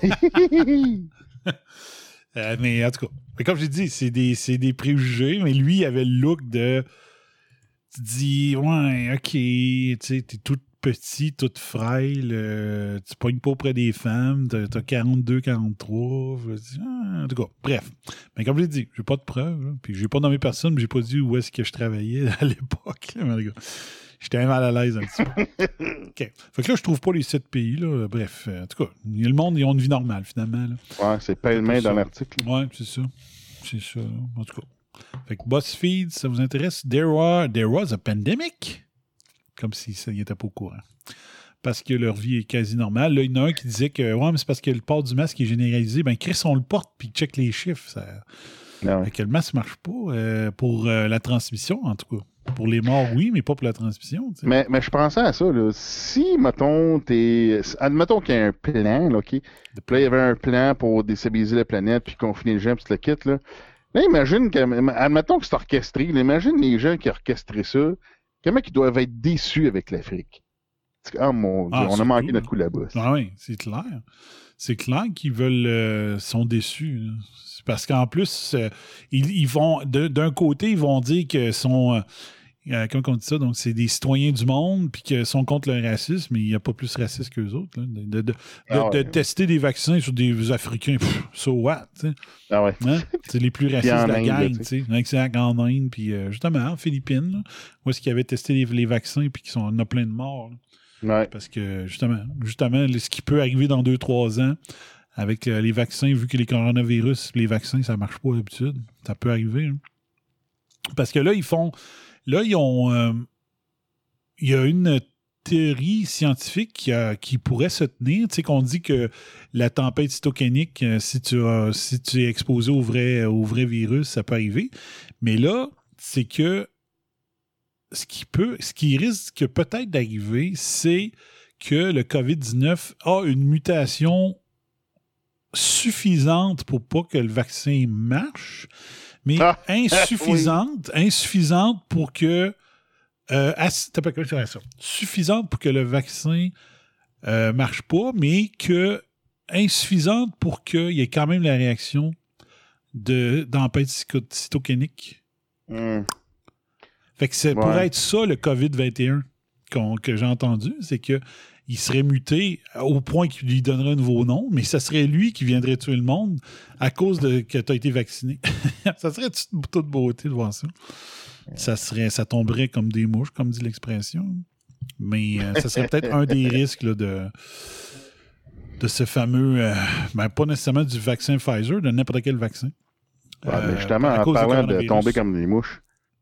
euh, mais en tout cas, mais comme j'ai dit, c'est des, c'est des préjugés, mais lui, il avait le look de, tu dis, ouais, ok, tu sais, t'es tout petit, toute frêle, euh, tu pognes pas auprès des femmes, t'as, t'as quarante-deux, quarante-trois, je dis, ah, en tout cas, bref. Mais comme je l'ai dit, j'ai pas de preuves, là, puis j'ai pas nommé personne, mais j'ai pas dit où est-ce que je travaillais à l'époque, là, mais, j'étais mal à l'aise un petit peu. OK. Fait que là, je trouve pas les sept pays, là, bref, euh, en tout cas, le monde, ils ont une vie normale, finalement, là. Ouais, c'est pêle-main dans l'article. Ouais, c'est ça, c'est ça, en tout cas. Fait que BuzzFeed, ça vous intéresse? There, were, there was a pandemic? Comme si ça n'y était pas au courant. Parce que leur vie est quasi normale. Là, il y en a un qui disait que ouais, mais c'est parce que le port du masque est généralisé. Ben, Chris, on le porte puis check les chiffres. Ça... Ah ouais. Fait que le masque ne marche pas euh, pour euh, la transmission, en tout cas. Pour les morts, oui, mais pas pour la transmission. T'sais. Mais, mais je pensais à ça. Là. Si, mettons, t'es. Admettons qu'il y a un plan, là, OK? Là, il y avait un plan pour déstabiliser la planète puis confiner les gens puis tout le kit, là. Là, imagine que. Admettons que c'est orchestré. Là, imagine les gens qui ont orchestré ça. Comment ils doivent être déçus avec l'Afrique? Ah mon Dieu, ah, on a manqué cool. Notre coup là-bas. Ah oui, c'est clair. C'est clair qu'ils veulent euh, sont déçus. Là. Parce qu'en plus, euh, ils, ils vont de, d'un côté, ils vont dire que sont euh, euh, comment on dit ça? Donc, c'est des citoyens du monde puis qu'ils sont contre le racisme, mais il n'y a pas plus raciste qu'eux autres. Là. De, de, de, ah ouais, de ouais. tester des vaccins sur des Africains, pff, so what? T'sais. Ah ouais. Hein? C'est les plus racistes de la gang. Exact, en Inde, puis euh, justement, en Philippines, là, où est-ce qu'ils avaient testé les, les vaccins puis qu'ils sont en a plein de morts. Là. Ouais. Parce que, justement, justement, ce qui peut arriver dans deux trois ans avec euh, les vaccins, vu que les coronavirus, les vaccins, ça ne marche pas d'habitude, ça peut arriver. Hein. Parce que là, ils font... Là, ils ont... Euh, il y a une théorie scientifique qui, a, qui pourrait se tenir. Tu sais, qu'on dit que la tempête cytokinique, euh, si, tu as, si tu es exposé au vrai, au vrai virus, ça peut arriver. Mais là, c'est que ce qui peut, ce qui risque peut-être d'arriver, c'est que le covid dix-neuf a une mutation suffisante pour pas que le vaccin marche, mais ah, insuffisante, oui. insuffisante pour que euh, ass- t'as pas ça, suffisante pour que le vaccin euh, marche pas, mais que insuffisante pour qu'il y ait quand même la réaction de, d'empêche cytokinique. Mm. Fait que ça Ouais. pourrait être ça, le covid vingt et un, qu'on, que j'ai entendu, c'est que il serait muté au point qu'il lui donnerait un nouveau nom, mais ça serait lui qui viendrait tuer le monde à cause de que tu as été vacciné. Ça serait toute, toute beauté de voir ça. Ça serait, ça tomberait comme des mouches, comme dit l'expression. Mais euh, ça serait peut-être un des risques là, de, de ce fameux, euh, ben, pas nécessairement du vaccin Pfizer, de n'importe quel vaccin. Ouais, Euh, mais justement, à en cause du parlant de coronavirus. tomber comme des mouches,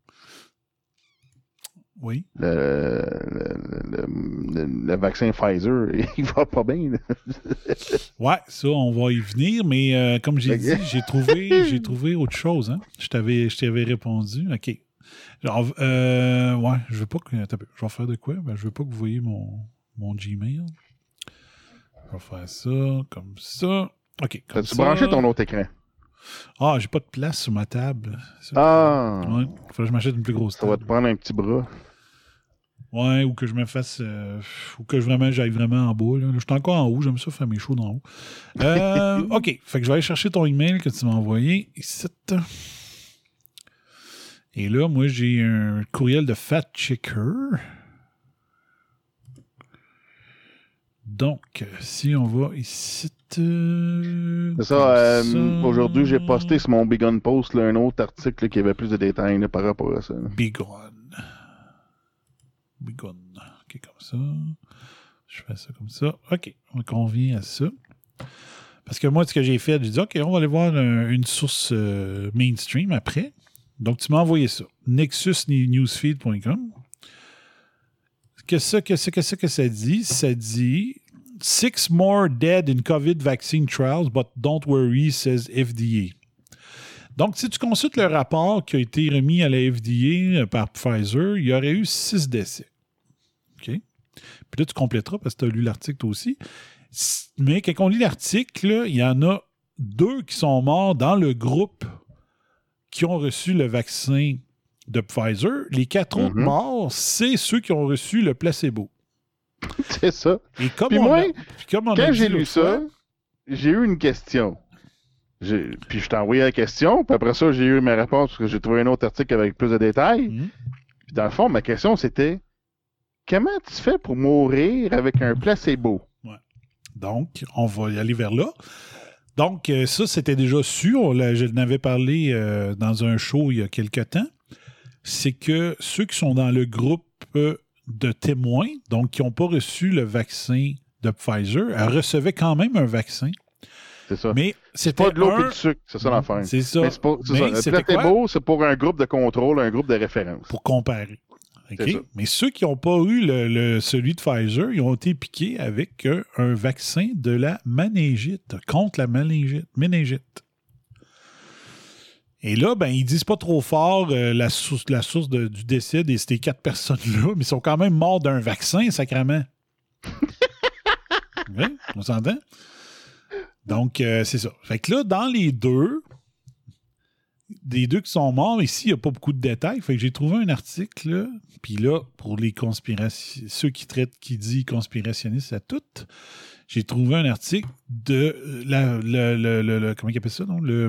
Oui. le, le, le, le vaccin Pfizer, il va pas bien. Là. Ouais, ça, on va y venir, mais euh, comme j'ai Ok. dit, j'ai trouvé, j'ai trouvé autre chose. Hein? Je t'avais, je t'avais répondu. OK. Genre, euh, ouais, je veux pas que. Attends, je vais faire de quoi? Ben, je veux pas que vous voyez mon, mon Gmail. Je vais faire ça, comme ça. OK. Comme As-tu ça. branché ton autre écran? Ah, j'ai pas de place sur ma table. Ça. Ah! Ouais, il faudrait que je m'achète une plus grosse Ça table. va te prendre un petit bras. Ouais, ou que je me fasse. Euh, ou que je vraiment j'aille vraiment en bas. Là. Je suis encore en haut, j'aime ça faire mes shows d'en haut. Euh, OK. Fait que je vais aller chercher ton email que tu m'as envoyé ici. Et là, moi, j'ai un courriel de Fact Checker. Donc, si on va ici. Euh, C'est ça, euh, ça. aujourd'hui, j'ai posté sur mon Big On Post là, un autre article là, qui avait plus de détails là, par rapport à ça. là. Big On. Big On. OK, comme ça. Je fais ça comme ça. OK, on convient à ça. Parce que moi, ce que j'ai fait, j'ai dit, OK, on va aller voir un- une source euh, mainstream après. Donc, tu m'as envoyé ça. nexus newsfeed point com. Qu'est-ce que, que, que, que ça dit? Ça dit « Six more dead in COVID vaccine trials, but don't worry, says F D A ». Donc, si tu consultes le rapport qui a été remis à la F D A par Pfizer, il y aurait eu six décès. OK? Puis là, tu compléteras parce que tu as lu l'article toi aussi. Mais quand on lit l'article, là, il y en a deux qui sont morts dans le groupe qui ont reçu le vaccin de Pfizer. Les quatre autres Mhm. morts, c'est ceux qui ont reçu le placebo. C'est ça. Et comme Puis on moi, a- puis comme on a Quand dit j'ai lu l'autre ça, fois, j'ai eu une question. J'ai- Puis je t'ai envoyé la question, puis après ça, j'ai eu ma réponse parce que j'ai trouvé un autre article avec plus de détails. Mhm. Puis dans le fond, ma question c'était comment tu fais pour mourir avec un placebo? Donc, on va y aller vers là. Donc, euh, ça, c'était déjà su. On l'a- je l'avais parlé euh, dans un show il y a quelque temps. C'est que ceux qui sont dans le groupe euh, de témoins, donc qui n'ont pas reçu le vaccin de Pfizer, elles recevaient quand même un vaccin. C'est ça. Mais C'est c'était pas de l'eau un- et du sucre, c'est ça l'affaire. C'est ça. Mais c'est pas- c'est Mais ça. Le c'était placebo, c'est pour un groupe de contrôle, un groupe de référence. Pour comparer. OK? C'est ça. Mais ceux qui n'ont pas eu le, le- celui de Pfizer, ils ont été piqués avec euh, un vaccin de la méningite, contre la méningite. méningite. Et là, ben, ils disent pas trop fort euh, la source, la source de- du décès de ces quatre personnes-là, mais ils sont quand même morts d'un vaccin, sacrément. Oui, on s'entend? Donc, euh, c'est ça. Fait que là, dans les deux, des deux qui sont morts, ici, il n'y a pas beaucoup de détails. Fait que j'ai trouvé un article, là, puis là, pour les conspirationnistes, ceux qui traitent, qui disent conspirationnistes à toutes, j'ai trouvé un article de la, le, le, le, le- comment ils appellent ça, non? Le,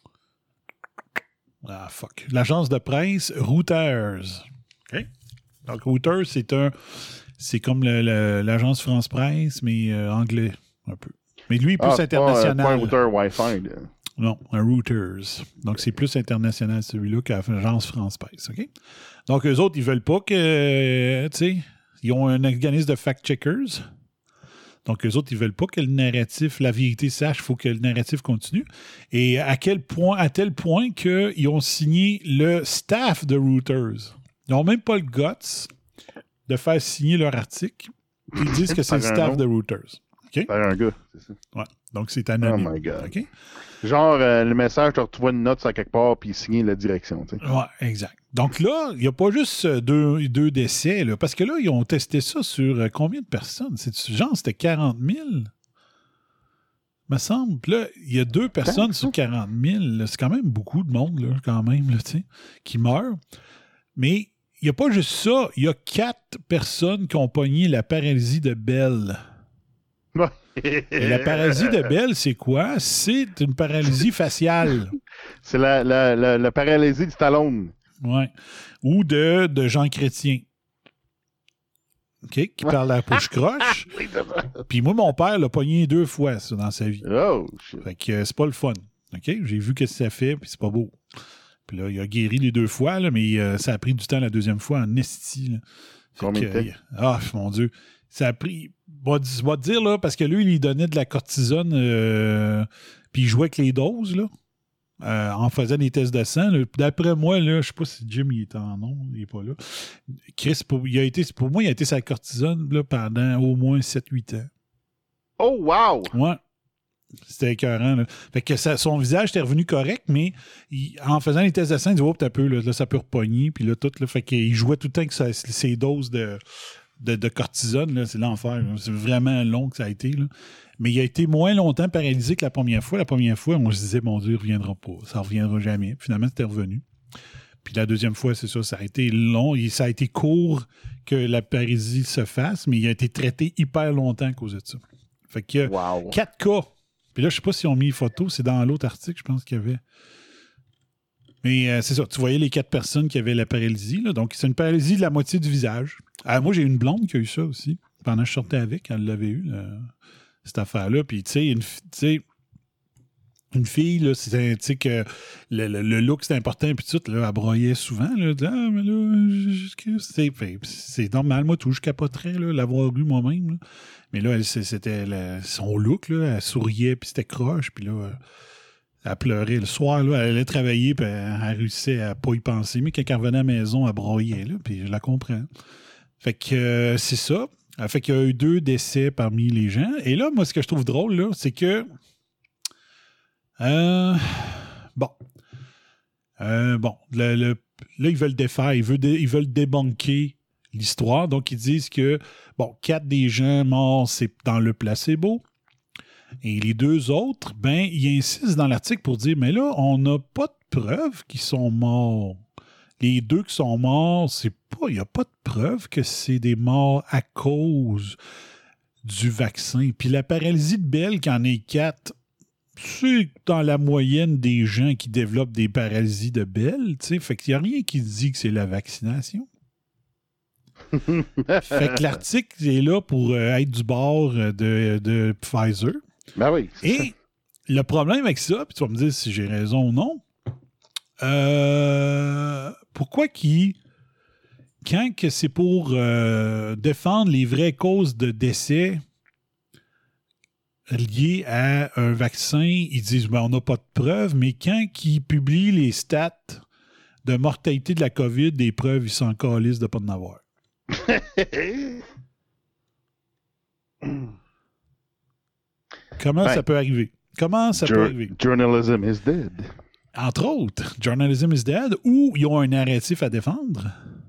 ah, fuck. L'agence de presse Reuters. OK? Donc, Reuters, c'est un, c'est comme le- le- l'agence France Presse, mais euh, anglais, un peu. Mais lui, plus Ah, c'est pas, euh, international. pas un routeur Wi-Fi. là. Non, un Reuters. Donc, c'est plus international celui-là que l'agence France Presse. OK? Donc, eux autres, ils veulent pas que, euh, tu sais, ils ont un organisme de fact-checkers. Donc, eux autres, ils veulent pas que le narratif, la vérité sache, il faut que le narratif continue. Et à quel point, à tel point qu'ils ont signé le staff de Reuters. Ils n'ont même pas le guts de faire signer leur article. Puis ils disent que c'est le Par un staff nom. de Reuters. OK? Par un gars, c'est ça. Ouais. Donc, c'est anonyme. Oh my God. OK? Genre, euh, le message, tu retrouves une note à quelque part, puis signer la direction. Tu sais. Oui, exact. Donc là, il n'y a pas juste euh, deux, deux décès, là, parce que là, ils ont testé ça sur euh, combien de personnes? C'est genre, c'était quarante mille? Me semble. Puis là, il y a deux personnes sur quarante mille. là. C'est quand même beaucoup de monde, là, quand même, là, tu sais, qui meurent. Mais il n'y a pas juste ça. Il y a quatre personnes qui ont pogné la paralysie de Bell. Et la paralysie de Bell, c'est quoi? C'est une paralysie faciale. C'est la, la, la, la paralysie de Stallone. Oui. Ou de, de Jean Chrétien. OK? Qui parle à la bouche croche. Puis moi, mon père l'a pogné deux fois, ça, dans sa vie. Oh, shit. Fait que euh, c'est pas le fun. OK? J'ai vu ce que ça fait, puis c'est pas beau. Puis là, il a guéri les deux fois, là, mais euh, ça a pris du temps la deuxième fois en esti. Là. Combien que, de temps? Ah, mon Dieu. Ça a pris... Va te dire, là, parce que lui, il lui donnait de la cortisone, euh, puis il jouait avec les doses, là, euh, en faisant des tests de sang. Là. D'après moi, là, je sais pas si Jim il est en nom, il est pas là. Chris, pour, il a été, pour moi, il a été sa cortisone là, pendant au moins sept huit ans. Oh, wow! Ouais. C'était écœurant. Là. Fait que ça, son visage était revenu correct, mais il, en faisant les tests de sang, il dit, oh, t'as peu, là, là, ça peut repogner, puis là, tout, là, fait qu'il jouait tout le temps avec sa, ses doses de... De, de cortisone, là, c'est l'enfer. Là. C'est vraiment long que ça a été. Là. Mais il a été moins longtemps paralysé que la première fois. La première fois, on se disait, mon Dieu, il ne reviendra pas. Ça ne reviendra jamais. Finalement, c'était revenu. Puis la deuxième fois, c'est ça. Ça a été long. Et ça a été court que la paralysie se fasse, mais il a été traité hyper longtemps à cause de ça. Fait que wow. quatre cas. Puis là, je ne sais pas si on mis les photos. C'est dans l'autre article, je pense qu'il y avait. Mais euh, c'est ça, tu voyais les quatre personnes qui avaient la paralysie. Là. Donc, c'est une paralysie de la moitié du visage. Ah, moi, j'ai une blonde qui a eu ça aussi. Pendant que je sortais avec, elle l'avait eu, là, cette affaire-là. Puis, tu sais, une, une fille, là, c'est, tu sais, que le, le, le look, c'est important. Puis, tout, là, elle broyait souvent. Là, ah, mais là, c'est, c'est normal. Moi, tout, je capoterais, là, l'avoir eu moi-même. Là. Mais là, elle, c'était la, son look, là. Elle souriait, puis c'était croche. Puis là, elle pleurait. Le soir, là, elle allait travailler, puis elle, elle réussissait à pas y penser. Mais quand elle revenait à la maison, elle broyait, là, puis je la comprends. Fait que euh, c'est ça. Fait qu'il y a eu deux décès parmi les gens. Et là, moi, ce que je trouve drôle, là, c'est que... Euh, bon. Euh, bon. Le, le, là, ils veulent défaire. Ils veulent, dé, ils veulent débunker l'histoire. Donc, ils disent que, bon, quatre des gens morts, c'est dans le placebo. Et les deux autres, ben, ils insistent dans l'article pour dire, mais là, on n'a pas de preuves qu'ils sont morts. Les deux qui sont morts, c'est pas, il n'y a pas de preuve que c'est des morts à cause du vaccin. Puis la paralysie de Bell, qui en est quatre, c'est dans la moyenne des gens qui développent des paralysies de Bell, tu sais, fait qu'il n'y a rien qui dit que c'est la vaccination. Fait que l'article est là pour euh, être du bord de, de Pfizer. Ben oui. Et ça. Le problème avec ça, puis tu vas me dire si j'ai raison ou non, euh, pourquoi qui, quand que c'est pour euh, défendre les vraies causes de décès liées à un vaccin, ils disent ben, on n'a pas de preuves, mais quand ils publient les stats de mortalité de la COVID, des preuves, ils s'en calissent de ne pas en avoir. Comment ben, ça peut arriver? Comment ça Jour- peut arriver? Journalism is dead. Entre autres, Journalism is dead, ou ils ont un narratif à défendre.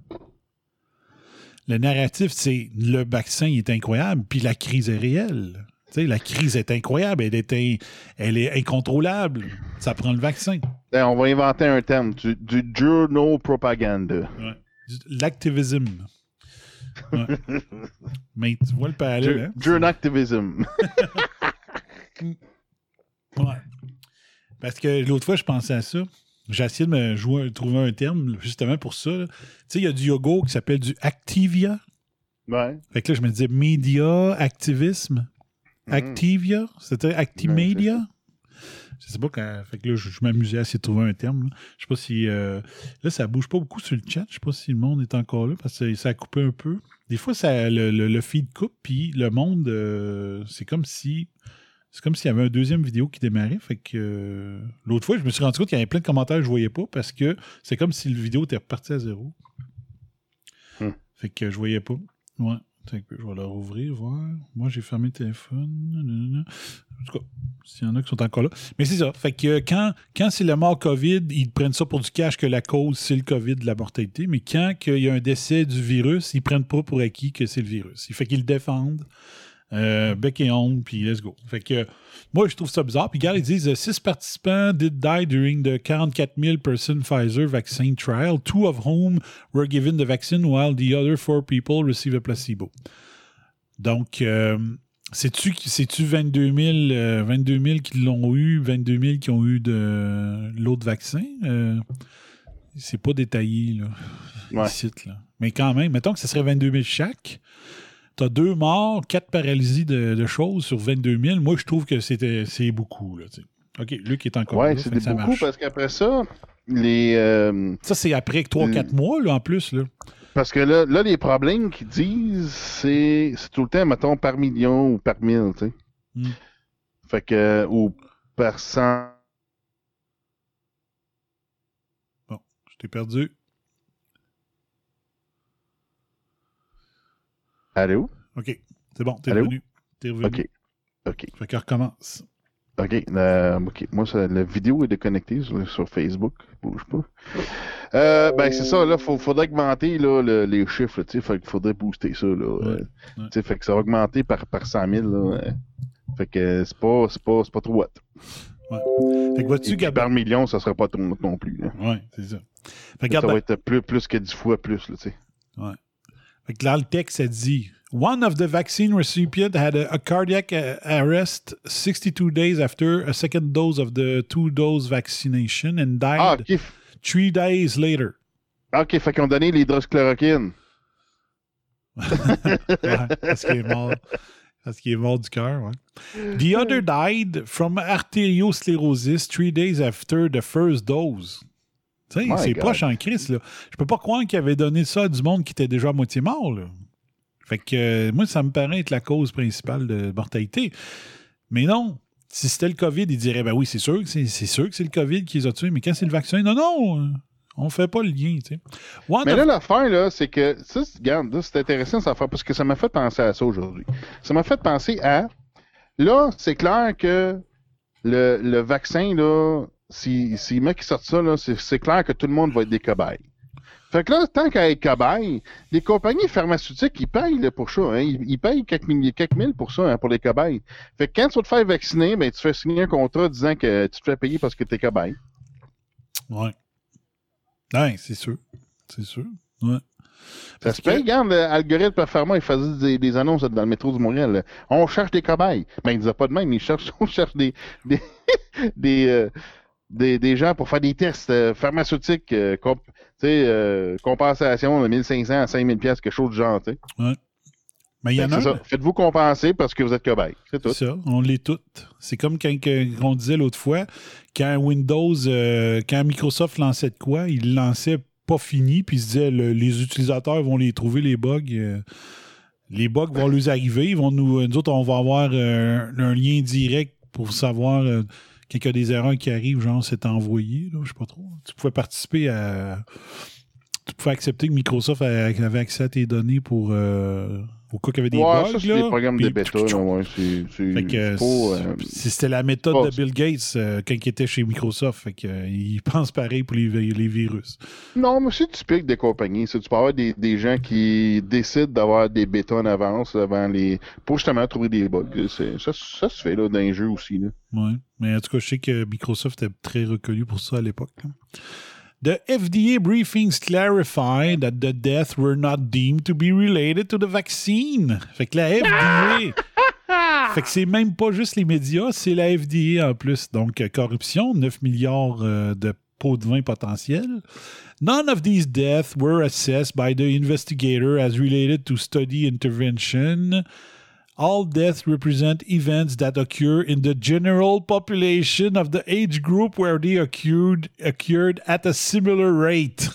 Le narratif, c'est le vaccin est incroyable, puis la crise est réelle. Tu sais, la crise est incroyable, elle est, in, elle est incontrôlable. Ça prend le vaccin. Ben, on va inventer un terme, du, du journal propaganda. Ouais. L'activisme. Ouais. Mais tu vois le parallèle, hein? Journactivism. Ouais. Parce que l'autre fois, je pensais à ça. J'ai essayé de me jouer, trouver un terme justement pour ça. Tu sais, il y a du yoga qui s'appelle du Activia. Ouais. Fait que là, je me disais média, activisme. Mm. Activia, c'était Actimedia. Ouais, je sais pas quand. Fait que là, je, je m'amusais à essayer de trouver un terme. Là. Je sais pas si. Euh, là, ça bouge pas beaucoup sur le chat. Je sais pas si le monde est encore là parce que ça a coupé un peu. Des fois, ça, le, le, le feed coupe, puis le monde, euh, c'est comme si. C'est comme s'il y avait un deuxième vidéo qui démarrait. Fait que euh, l'autre fois, je me suis rendu compte qu'il y avait plein de commentaires que je voyais pas parce que c'est comme si le vidéo était reparti à zéro. Hmm. Fait que je voyais pas. Ouais. Je vais la rouvrir, voir. Moi, j'ai fermé le téléphone. Nanana. En tout cas, s'il y en a qui sont encore là. Mais c'est ça. Fait que quand, quand c'est le mort COVID, ils prennent ça pour du cash que la cause, c'est le COVID de la mortalité. Mais quand il y a un décès du virus, ils prennent pas pour acquis que c'est le virus. Il fait qu'ils le défendent. Euh, bec et ongle, puis let's go. Fait que moi, je trouve ça bizarre. Puis regarde, ils disent six participants did die during the quarante-quatre mille person Pfizer vaccine trial, two of whom were given the vaccine while the other four people received a placebo. Donc, euh, sais-tu, sais-tu vingt-deux mille, euh, vingt-deux mille qui l'ont eu, vingt-deux mille qui ont eu de l'autre vaccin? Euh, c'est pas détaillé, là. Ouais. Ici, là. Mais quand même, mettons que ce serait vingt-deux mille chaque. T'as deux morts, quatre paralysies de, de choses sur vingt-deux mille. Moi, je trouve que c'était, c'est beaucoup, là, tu sais. OK, Luc est encore ouais, là. c'est fait que ça beaucoup marche. parce qu'après ça, les. euh, Ça, c'est après trois quatre les- mois, là, en plus, là. Parce que là, là les problèmes qu'ils disent, c'est, c'est tout le temps, mettons, par million ou par mille, tu sais. Mm. Fait que. Ou par cent. Bon, je t'ai perdu. Allô? OK, c'est bon, t'es Allô? revenu. T'es revenu. OK. OK. Fait qu'on recommence. OK. euh, OK. Moi, ça, la vidéo est déconnectée sur, sur Facebook. Bouge pas. Euh, ben, c'est ça. Là, il faudrait augmenter là, le- les chiffres. Tu sais, fait qu'il faudrait booster ça. Là, Ouais, euh, ouais. tu sais, fait que ça va augmenter par, par cent mille. Là, euh, fait que c'est pas, c'est pas, c'est pas trop hot. Ouais. Fait que vois-tu, Et puis, Gab... par million, ça serait pas trop hot non plus. Là. Ouais, c'est ça. Fait que, Ça regarde, va être plus, plus que dix fois plus. Là, tu sais. ouais. Fait que là, le texte, ça dit One of the vaccine recipients had a, a cardiac uh, arrest sixty-two days after a second dose of the two-dose vaccination and died Ah, OK. three days later. OK, fait qu'ils ont donné l'hydroxychloroquine. Ouais, parce qu'il est mort. Parce qu'il est mort du cœur, ouais. The other died from arteriosclerosis three days after the first dose. Tu sais, My c'est God. proche en crise, là. Je peux pas croire qu'il avait donné ça à du monde qui était déjà à moitié mort, là. Fait que, euh, moi, ça me paraît être la cause principale de mortalité. Mais non, si c'était le COVID, il dirait, ben oui, c'est sûr que c'est, c'est sûr que c'est le COVID qui les a tués, mais quand c'est le vaccin, non, non, on fait pas le lien, tu sais. One Mais of- là, l'affaire, là, c'est que, ça, c'est- regarde, là, c'est intéressant cette affaire, parce que ça m'a fait penser à ça aujourd'hui. Ça m'a fait penser à, là, c'est clair que le, le vaccin, là, si, si mecs qui sortent ça, là, c'est, c'est clair que tout le monde va être des cobayes. Fait que là, tant qu'à être cobaye, les compagnies pharmaceutiques, ils payent là, pour ça. Hein. Ils, ils payent quelques, mille, quelques mille pour ça, hein, pour les cobayes. Fait que quand tu vas te faire vacciner, ben, tu fais signer un contrat disant que tu te fais payer parce que t'es cobaye. Ouais. Ouais, c'est sûr. C'est sûr. Ouais. Ça Parce se que- paye. Regarde, l'algorithme Pharma, il faisait des, des annonces là, dans le métro du Montréal. Là. On cherche des cobayes. Ben, ils disaient pas de même, ils cherchent, on cherche des, des, des, euh, des, des gens pour faire des tests euh, pharmaceutiques, euh, comp- tu sais, euh, compensation de mille cinq cents à cinq mille piastres, quelque chose du genre, tu sais. Ouais. Mais il y Fait en que a c'est un. ça. Faites-vous compenser parce que vous êtes cobaye. C'est tout. C'est ça, on l'est toutes. C'est comme quand que- on disait l'autre fois, quand Windows, euh, quand Microsoft lançait de quoi, il lançait pas fini, puis il se disait le- les utilisateurs vont les trouver, les bugs. euh, les bugs vont leur arriver. Ils vont nous, nous autres, on va avoir euh, un lien direct pour savoir euh, quand il y a des erreurs qui arrivent, genre c'est envoyé, là, je sais pas trop. Tu pouvais participer à. Tu pouvais accepter que Microsoft avait accès à tes données pour. Euh, au cas qu'il y avait des Ouais, bugs. ça, c'est là, des programmes de puis- bêta. Là, ouais, c'est, c'est, fait que, c'est pas, euh, si c'était la méthode pas- de Bill Gates euh, quand il était chez Microsoft, fait que, euh, il pense pareil pour les, les virus. Non, mais c'est typique des compagnies. C'est, tu peux avoir des, des gens qui décident d'avoir des bêtas en avance avant les. pour justement trouver des bugs. C'est, ça, ça se fait là, dans les jeux aussi. Là. Ouais. Mais en tout cas, je sais que Microsoft était très reconnu pour ça à l'époque. Hein. The F D A briefings clarified that the deaths were not deemed to be related to the vaccine. Fait que la F D A... fait que c'est même pas juste les médias, c'est la F D A en plus. Donc, euh, corruption, neuf milliards euh, de pots de vin potentiels. None of these deaths were assessed by the investigator as related to study intervention. All deaths represent events that occur in the general population of the age group where they occurred, occurred at a similar rate.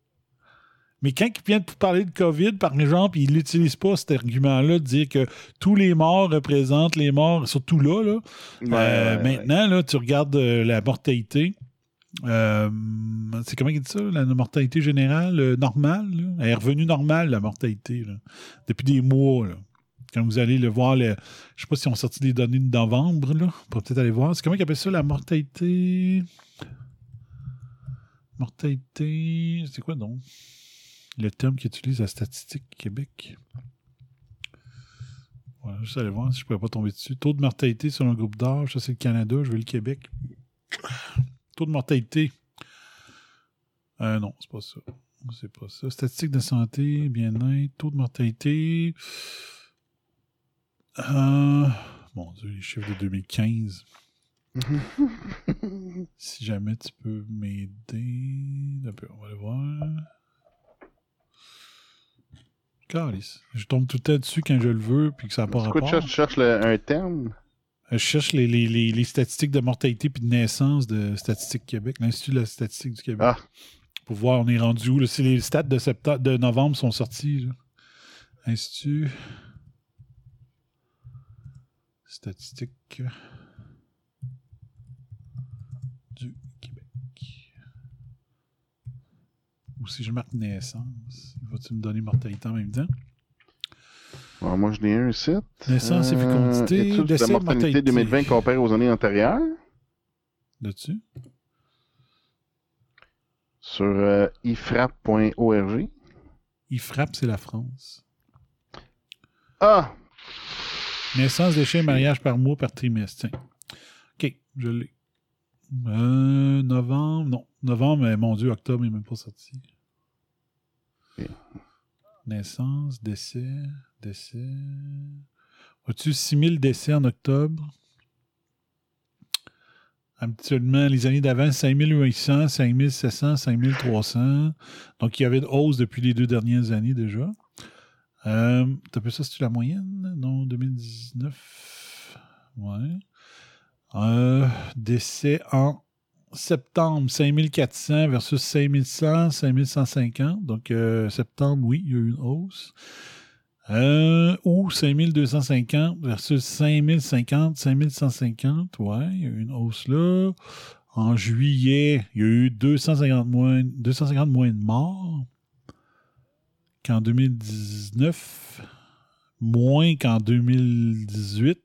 Mais quand il vient de parler de COVID, par exemple, il n'utilise pas cet argument-là de dire que tous les morts représentent les morts, surtout là. là. Ouais, Euh, ouais, maintenant, là, tu regardes euh, la mortalité. Euh, c'est comment il dit ça, la mortalité générale euh, normale? Là? Elle est revenue normale, la mortalité, là, depuis des mois. Là. Quand vous allez le voir, le, je ne sais pas si on sorti les données de novembre, là. On pourrait peut-être aller voir. C'est comment ils appellent ça, la mortalité? Mortalité. C'est quoi donc? Le terme qu'ils utilisent à Statistique Québec. Voilà, juste aller voir si je ne pourrais pas tomber dessus. Taux de mortalité selon le groupe d'âge, ça c'est le Canada, je veux le Québec. Taux de mortalité. Euh, non, c'est pas ça. C'est pas ça. Statistique de santé, bien-être, taux de mortalité. Euh, mon Dieu, les chiffres de deux mille quinze. Si jamais tu peux m'aider. Un peu, on va le voir. Calice. Je tombe tout le temps dessus quand je le veux puis que ça n'a pas rapport. Pourquoi tu cherches le, un terme? Je cherche les, les, les, les statistiques de mortalité puis de naissance de Statistique Québec, l'Institut de la statistique du Québec. Ah. Pour voir on est rendu où. Là. C'est les stats de, septembre, de novembre sont sortis. Là. Institut statistique du Québec. Ou si je marque naissance, vas-tu me donner mortalité en même temps? Alors, moi, je l'ai un ici. Naissance et fécondité. Euh, décès, la mortalité mortalité. deux mille vingt comparée aux années antérieures. Là-dessus? Sur euh, i frappe point org. I frappe, c'est la France. Ah! Naissance, décès, mariage par mois, par trimestre. Tiens. OK, je l'ai. Euh, novembre, non. Novembre, mais mon Dieu, octobre, il n'est même pas sorti. Okay. Naissance, décès, décès. As-tu six mille décès en octobre? Habituellement, les années d'avant, cinq mille huit cents, cinq mille sept cents, cinq mille trois cents. Donc, il y avait une hausse depuis les deux dernières années déjà. Euh, T'as peu ça, c'est-tu la moyenne? Non, deux mille dix-neuf. Ouais. Euh, décès en septembre, cinq mille quatre cents versus cinq mille cent, cinq mille cent cinquante. Donc, euh, septembre, oui, il y a eu une hausse. Euh, ou cinq mille deux cent cinquante versus cinq mille cinquante, cinq mille cent cinquante. Ouais, il y a eu une hausse là. En juillet, il y a eu deux cent cinquante moins, deux cent cinquante moins de morts qu'en deux mille dix-neuf, moins qu'en deux mille dix-huit.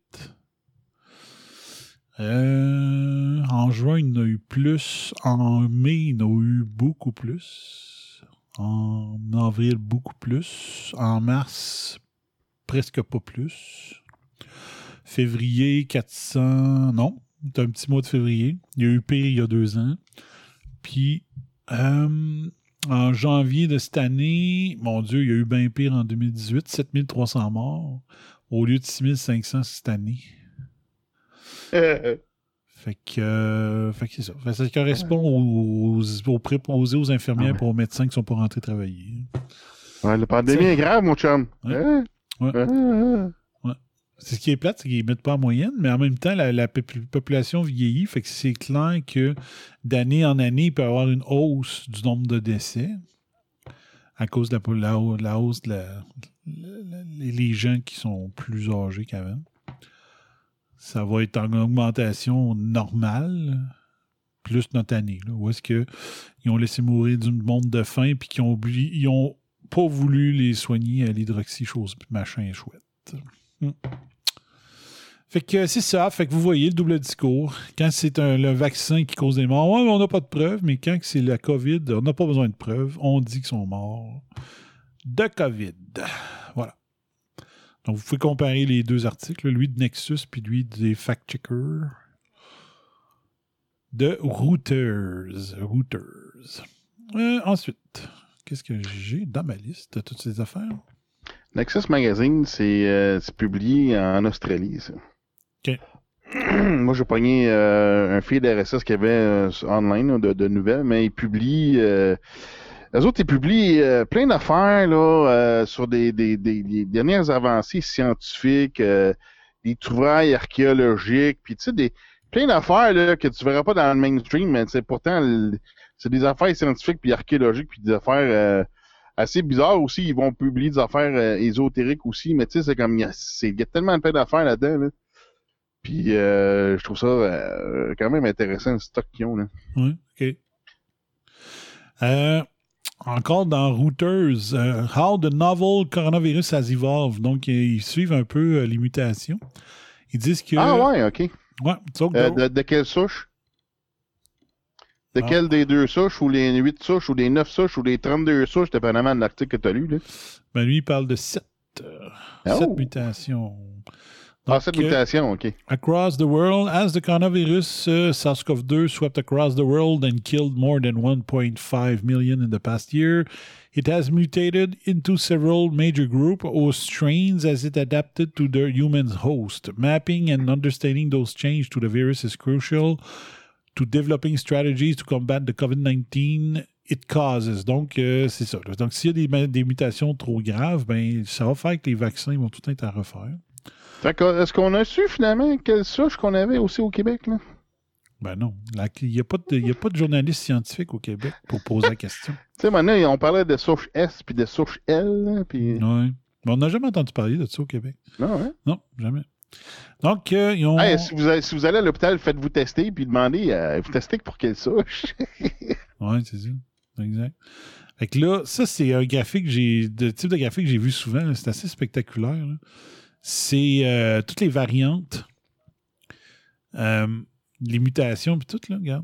Euh, en juin, il y en a eu plus. En mai, il y en a eu beaucoup plus. En avril, beaucoup plus. En mars, presque pas plus. Février, quatre cents... Non, c'est un petit mois de février. Il y a eu pire il y a deux ans. Puis, euh, en janvier de cette année, mon Dieu, il y a eu bien pire en deux mille dix-huit, sept mille trois cents morts, au lieu de six mille cinq cents cette année. Euh, Fait que, euh, fait que c'est ça. Fait que ça correspond aux, aux préposés, aux infirmières et aux médecins qui ne sont pas rentrés travailler. Ouais, la pandémie T'sais, est grave, mon chum. Ouais. Hein? Ouais. Ouais. Ouais. C'est ce qui est plate, c'est qu'ils ne mettent pas en moyenne, mais en même temps, la, la population vieillit. Fait que c'est clair que d'année en année, il peut y avoir une hausse du nombre de décès à cause de la, la, la hausse de la, la, les, les gens qui sont plus âgés qu'avant. Ça va être en augmentation normale, plus notre année. Là, où est-ce qu'ils ont laissé mourir du monde de faim puis qu'ils ont oublié, ils ont pas voulu les soigner à l'hydroxy, chose machin chouette. Hum. Fait que c'est ça. Fait que vous voyez le double discours. Quand c'est un, le vaccin qui cause des morts, ouais, mais on n'a pas de preuves, mais quand c'est la COVID, on n'a pas besoin de preuves. On dit qu'ils sont morts de COVID. Voilà. Donc, vous pouvez comparer les deux articles, lui de Nexus puis lui des fact-checkers de Reuters. Reuters. Euh, ensuite, qu'est-ce que j'ai dans ma liste? Toutes ces affaires? Nexus Magazine, c'est, euh, c'est publié en Australie, ça. OK. Moi, j'ai pogné euh, un feed R S S qu'il y avait euh, online là, de, de nouvelles, mais il publie... Euh, Les autres, ils publient euh, plein d'affaires là, euh, sur des, des, des, des dernières avancées scientifiques, euh, des trouvailles archéologiques, puis tu sais, des, plein d'affaires là, que tu verras pas dans le mainstream, mais c'est pourtant, le, c'est des affaires scientifiques puis archéologiques, puis des affaires euh, assez bizarres aussi. Ils vont publier des affaires euh, ésotériques aussi, mais tu sais, c'est comme, il y, y a tellement de plein d'affaires là-dedans, là. Puis euh, je trouve ça euh, quand même intéressant, le stock qu'ils ont, là. Oui, OK. Euh... Encore dans Reuters, uh, How the Novel Coronavirus Has Evolved. Donc, ils suivent un peu euh, les mutations. Ils disent que... Ah ouais, OK. Ouais, so euh, de, de quelle souche? De ah. quelle des deux souches, ou les huit souches, ou les neuf souches, ou les trente-deux souches, dépendamment de l'article que tu as lu, là? Ben lui, il parle de sept. Euh, oh. sept mutations. Ah, cette mutation, OK. Across the world, as the coronavirus uh, SARS-C o V two swept across the world and killed more than one point five million in the past year, it has mutated into several major groups or strains as it adapted to the human host. Mapping and understanding those changes to the virus is crucial to developing strategies to combat the COVID nineteen it causes. Donc, euh, c'est ça. Donc, s'il y a des, des mutations trop graves, ben, ça va faire que les vaccins vont tout être à refaire. Est-ce qu'on a su finalement quelle souche qu'on avait aussi au Québec, là? Ben non. Il n'y a, a pas de journaliste scientifique au Québec pour poser la question. Tu sais, maintenant, on parlait de souche S puis de souche L. Puis... Oui. Mais on n'a jamais entendu parler de ça au Québec. Non, hein? Non, jamais. Donc, euh, ils ont... Hey, si, vous allez, si vous allez à l'hôpital, faites-vous tester puis demandez, euh, vous testez pour quelle souche? Oui, c'est ça. Exact. Fait que là, ça, c'est un graphique que j'ai, de type de graphique que j'ai vu souvent. Là, c'est assez spectaculaire. Là. C'est euh, toutes les variantes, euh, les mutations, puis tout, là, regarde.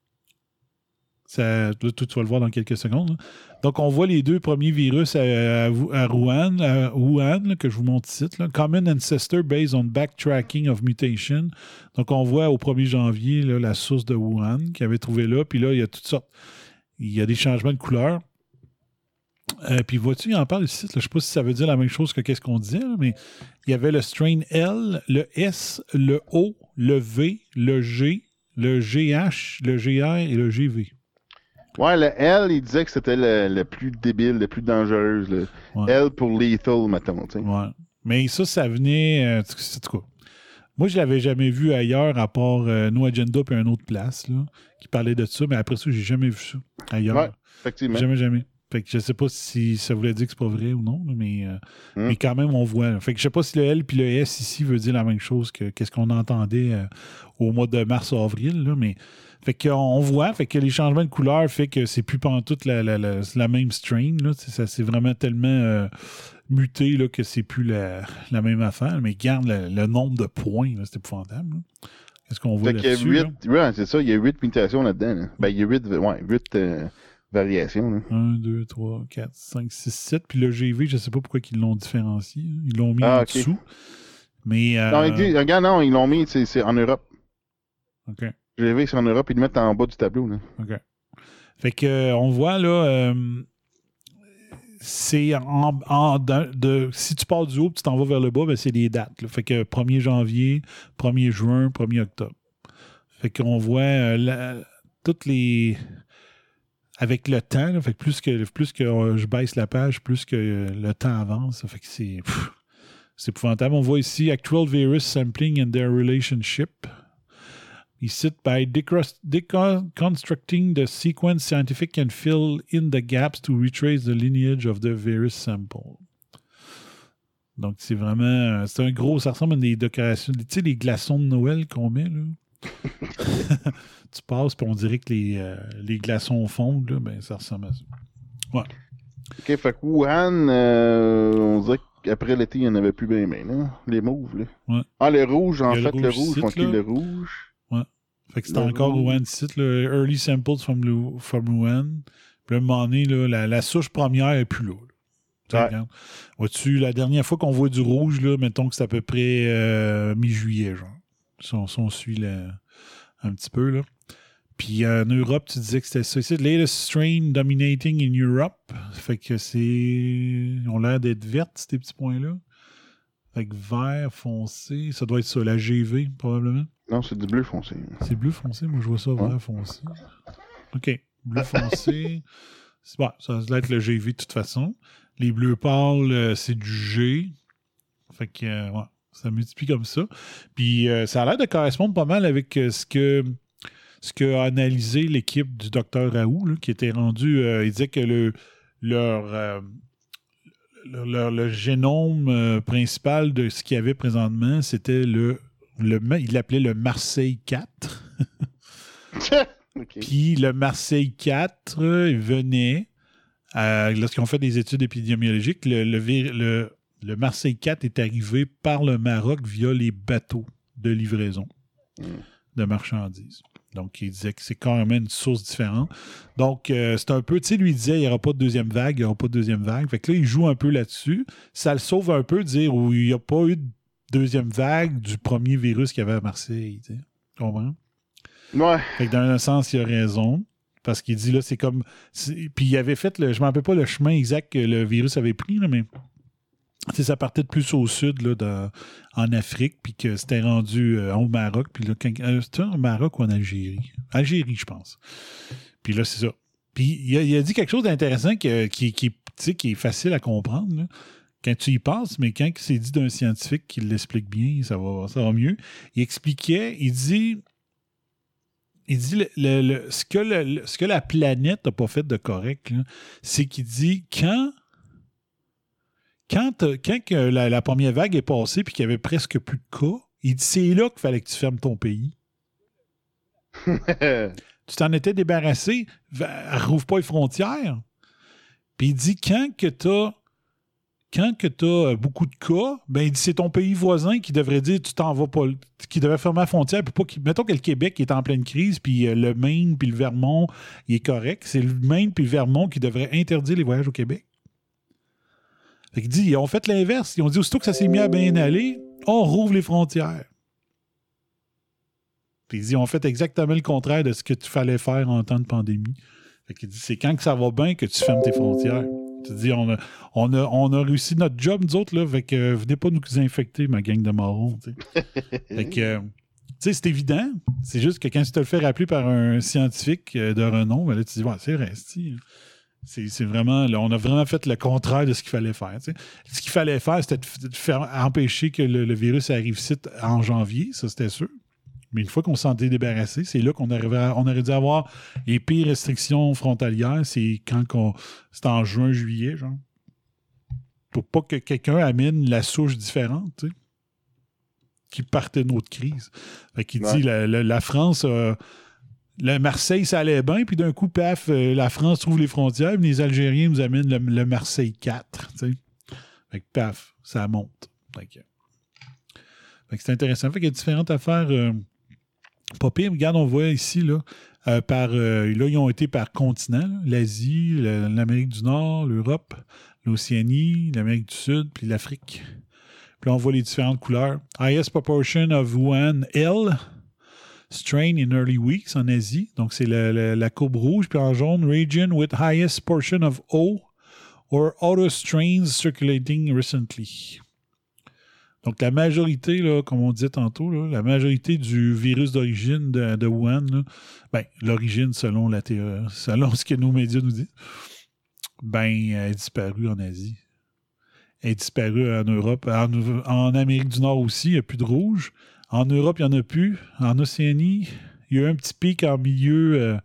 Ça, là, tout, tu vas le voir dans quelques secondes. Là. Donc, on voit les deux premiers virus à, à, à Wuhan, à Wuhan là, que je vous montre ici. Là. Common ancestor based on backtracking of mutation. Donc, on voit au premier janvier là, la source de Wuhan qu'il avait trouvé là. Puis là, il y a toutes sortes. Il y a des changements de couleur. Euh, puis vois-tu, il en parle ici. Là, je ne sais pas si ça veut dire la même chose que qu'est-ce qu'on disait, là, mais il y avait le strain L, le S, le O, le V, le G, le G H, le G R et le G V. Ouais, le L, il disait que c'était le, le plus débile, le plus dangereux. Le ouais. L pour lethal, mettons. Tu sais. Ouais. Mais ça, ça venait... Euh, c'est quoi? Moi, je ne l'avais jamais vu ailleurs, à part euh, No Agenda puis une autre place là, qui parlait de ça, mais après ça, j'ai jamais vu ça ailleurs. Ouais, effectivement. Jamais, jamais. Fait que je sais pas si ça voulait dire que c'est pas vrai ou non, mais, euh, mm. mais quand même, on voit. Là. Fait que je sais pas si le L puis le S ici veut dire la même chose que qu'est-ce qu'on entendait euh, au mois de mars-avril, là, mais fait qu'on voit, fait que les changements de couleur fait que c'est plus pantoute la, la, la, la même strain, là, ça, c'est vraiment tellement euh, muté là, que c'est plus la, la même affaire, mais garde le, le nombre de points, là, c'est épouvantable. Là. Qu'est-ce qu'on voit fait là-dessus? Là? Ouais, c'est ça, il y a huit mutations là-dedans. Là. Ben, il y a huit, ouais, huit euh, variations. un, deux, trois, quatre, cinq, six, sept. Puis le G V, je ne sais pas pourquoi ils l'ont différencié. Hein. Ils l'ont mis ah, en okay. dessous. Mais, euh... Non, il dit, regarde, non, ils l'ont mis, c'est, c'est en Europe. OK. G V, c'est en Europe, ils le mettent en bas du tableau. Là. OK. Fait que euh, on voit là, euh, c'est en, en de, de, si tu pars du haut, tu t'en vas vers le bas, ben c'est des dates. Là. Fait que premier janvier, premier juin, premier octobre. Fait qu'on voit euh, la, toutes les... Avec le temps, là, fait que plus que plus que euh, je baisse la page, plus que euh, le temps avance. Ça fait que c'est... Pff, c'est épouvantable. On voit ici Actual Virus Sampling and Their Relationship. Ici, by deconstructing the sequence, scientific can fill in the gaps to retrace the lineage of the virus sample. Donc, c'est vraiment... C'est un gros... Ça ressemble à des décorations... Tu sais, les glaçons de Noël qu'on met, là? Tu passes, puis on dirait que les, euh, les glaçons fondent, là, ben, ça ressemble à ça. Ouais. OK, fait que Wuhan, euh, on dirait qu'après l'été, il n'y en avait plus bien, bien, là. Les mauves, là. Ouais. Ah, le rouge, en fait, le rouge, je pense qu'il le rouge. Ouais. Fait que c'était encore Wuhan site, là. Early samples from, le, from Wuhan. Puis à un moment donné, là, la, la souche première n'est plus là. là. Ouais. Vois-tu, la dernière fois qu'on voit du rouge, là, mettons que c'est à peu près euh, mi-juillet, genre. Si on, si on suit le, un petit peu, là. Puis en Europe, tu disais que c'était ça. C'est latest strain dominating in Europe. Fait que c'est... Ils ont l'air d'être vertes, ces petits points-là. Fait que vert foncé, ça doit être ça, la G V, probablement. Non, c'est du bleu foncé. C'est bleu foncé? Moi, je vois ça, vert ouais. foncé. OK. Bleu foncé. C'est bon, ça doit être le G V de toute façon. Les bleus pâles, c'est du G. Fait que, euh, ouais, ça multiplie comme ça. Puis euh, ça a l'air de correspondre pas mal avec euh, ce que... Ce qu'a analysé l'équipe du docteur Raoult, là, qui était rendu, euh, il disait que le, leur, euh, leur, leur le génome euh, principal de ce qu'il y avait présentement, c'était le, le il l'appelait le Marseille quatre. Okay. Puis le Marseille quatre euh, venait, euh, lorsqu'ils ont fait des études épidémiologiques, le, le, le, le Marseille quatre est arrivé par le Maroc via les bateaux de livraison mm. de marchandises. Donc, il disait que c'est carrément une source différente. Donc, euh, c'est un peu, tu sais, lui, il disait, il n'y aura pas de deuxième vague, il n'y aura pas de deuxième vague. Fait que là, il joue un peu là-dessus. Ça le sauve un peu de dire où il n'y a pas eu deuxième vague du premier virus qu'il y avait à Marseille. Tu comprends? Ouais. Fait que dans un sens, il a raison. Parce qu'il dit là, c'est comme. C'est, puis il avait fait, le, je ne me rappelle pas le chemin exact que le virus avait pris, là, mais ça partait de plus au sud, là, de, en Afrique, puis que c'était rendu euh, au Maroc. Puis là, quand, euh, c'était au Maroc ou en Algérie? Algérie, je pense. Puis là, c'est ça. Puis il a, il a dit quelque chose d'intéressant qui, qui, qui, qui est facile à comprendre, là, quand tu y penses, mais quand c'est dit d'un scientifique qui l'explique bien, ça va, ça va mieux. Il expliquait, il dit. Il dit le, le, le, ce, que le, ce que la planète n'a pas fait de correct, là, c'est qu'il dit quand, quand, quand que la, la première vague est passée et qu'il y avait presque plus de cas, il dit c'est là qu'il fallait que tu fermes ton pays. Tu t'en étais débarrassé, rouvre pas les frontières. Puis il dit quand que tu as Quand que tu as beaucoup de cas, ben il dit c'est ton pays voisin qui devrait dire tu t'en vas pas, qui devrait fermer la frontière, puis pas qu'il, mettons que le Québec est en pleine crise, puis euh, le Maine puis le Vermont, il est correct, c'est le Maine puis le Vermont qui devraient interdire les voyages au Québec. Fait qu'il dit, ils ont fait l'inverse, ils ont dit aussitôt que ça s'est mis à bien aller, on rouvre les frontières. Puis il dit, ils ont fait exactement le contraire de ce que tu fallait faire en temps de pandémie. Fait qu'il dit, c'est quand que ça va bien que tu fermes tes frontières. Tu dis, on a, on, a, on a réussi notre job, nous autres, là, fait que euh, venez pas nous infecter, ma gang de marrons. Fait que, euh, tu sais, c'est évident. C'est juste que quand tu te le fais rappeler par un scientifique euh, de renom, ben là, tu dis, ouais, c'est resté. C'est, c'est vraiment, là, on a vraiment fait le contraire de ce qu'il fallait faire. T'sais. Ce qu'il fallait faire, c'était de, de faire empêcher que le, le virus arrive ici en janvier, ça, c'était sûr. Mais une fois qu'on s'en est débarrassé, c'est là qu'on arrivait à, on aurait dû avoir les pires restrictions frontalières. C'est quand qu'on, c'est en juin, juillet, genre. Pour pas que quelqu'un amène la souche différente, tu sais, qui partait de notre crise. Fait qu'il ouais. dit, la, la, la France, euh, la Marseille, ça allait bien, puis d'un coup, paf, euh, la France trouve les frontières, puis les Algériens nous amènent le, le Marseille quatre, tu sais. Fait que paf, ça monte. Fait que, fait que c'est intéressant. Fait qu'il y a différentes affaires... Euh, Pas pire, regarde, on voit ici, là, euh, par, euh, là, ils ont été par continent, là, l'Asie, le, l'Amérique du Nord, l'Europe, l'Océanie, l'Amérique du Sud, puis l'Afrique. Puis là, on voit les différentes couleurs. Highest proportion of Wuhan L, strain in early weeks en Asie. Donc, c'est la, la, la courbe rouge. Puis en jaune, region with highest portion of O or other strains circulating recently. Donc, la majorité, là, comme on disait tantôt, là, la majorité du virus d'origine de, de Wuhan, là, ben, l'origine selon la théorie, selon ce que nos médias nous disent, ben, elle est disparue en Asie. Elle est disparue en Europe. En, en Amérique du Nord aussi, il n'y a plus de rouge. En Europe, il n'y en a plus. En Océanie, il y a eu un petit pic en milieu, euh,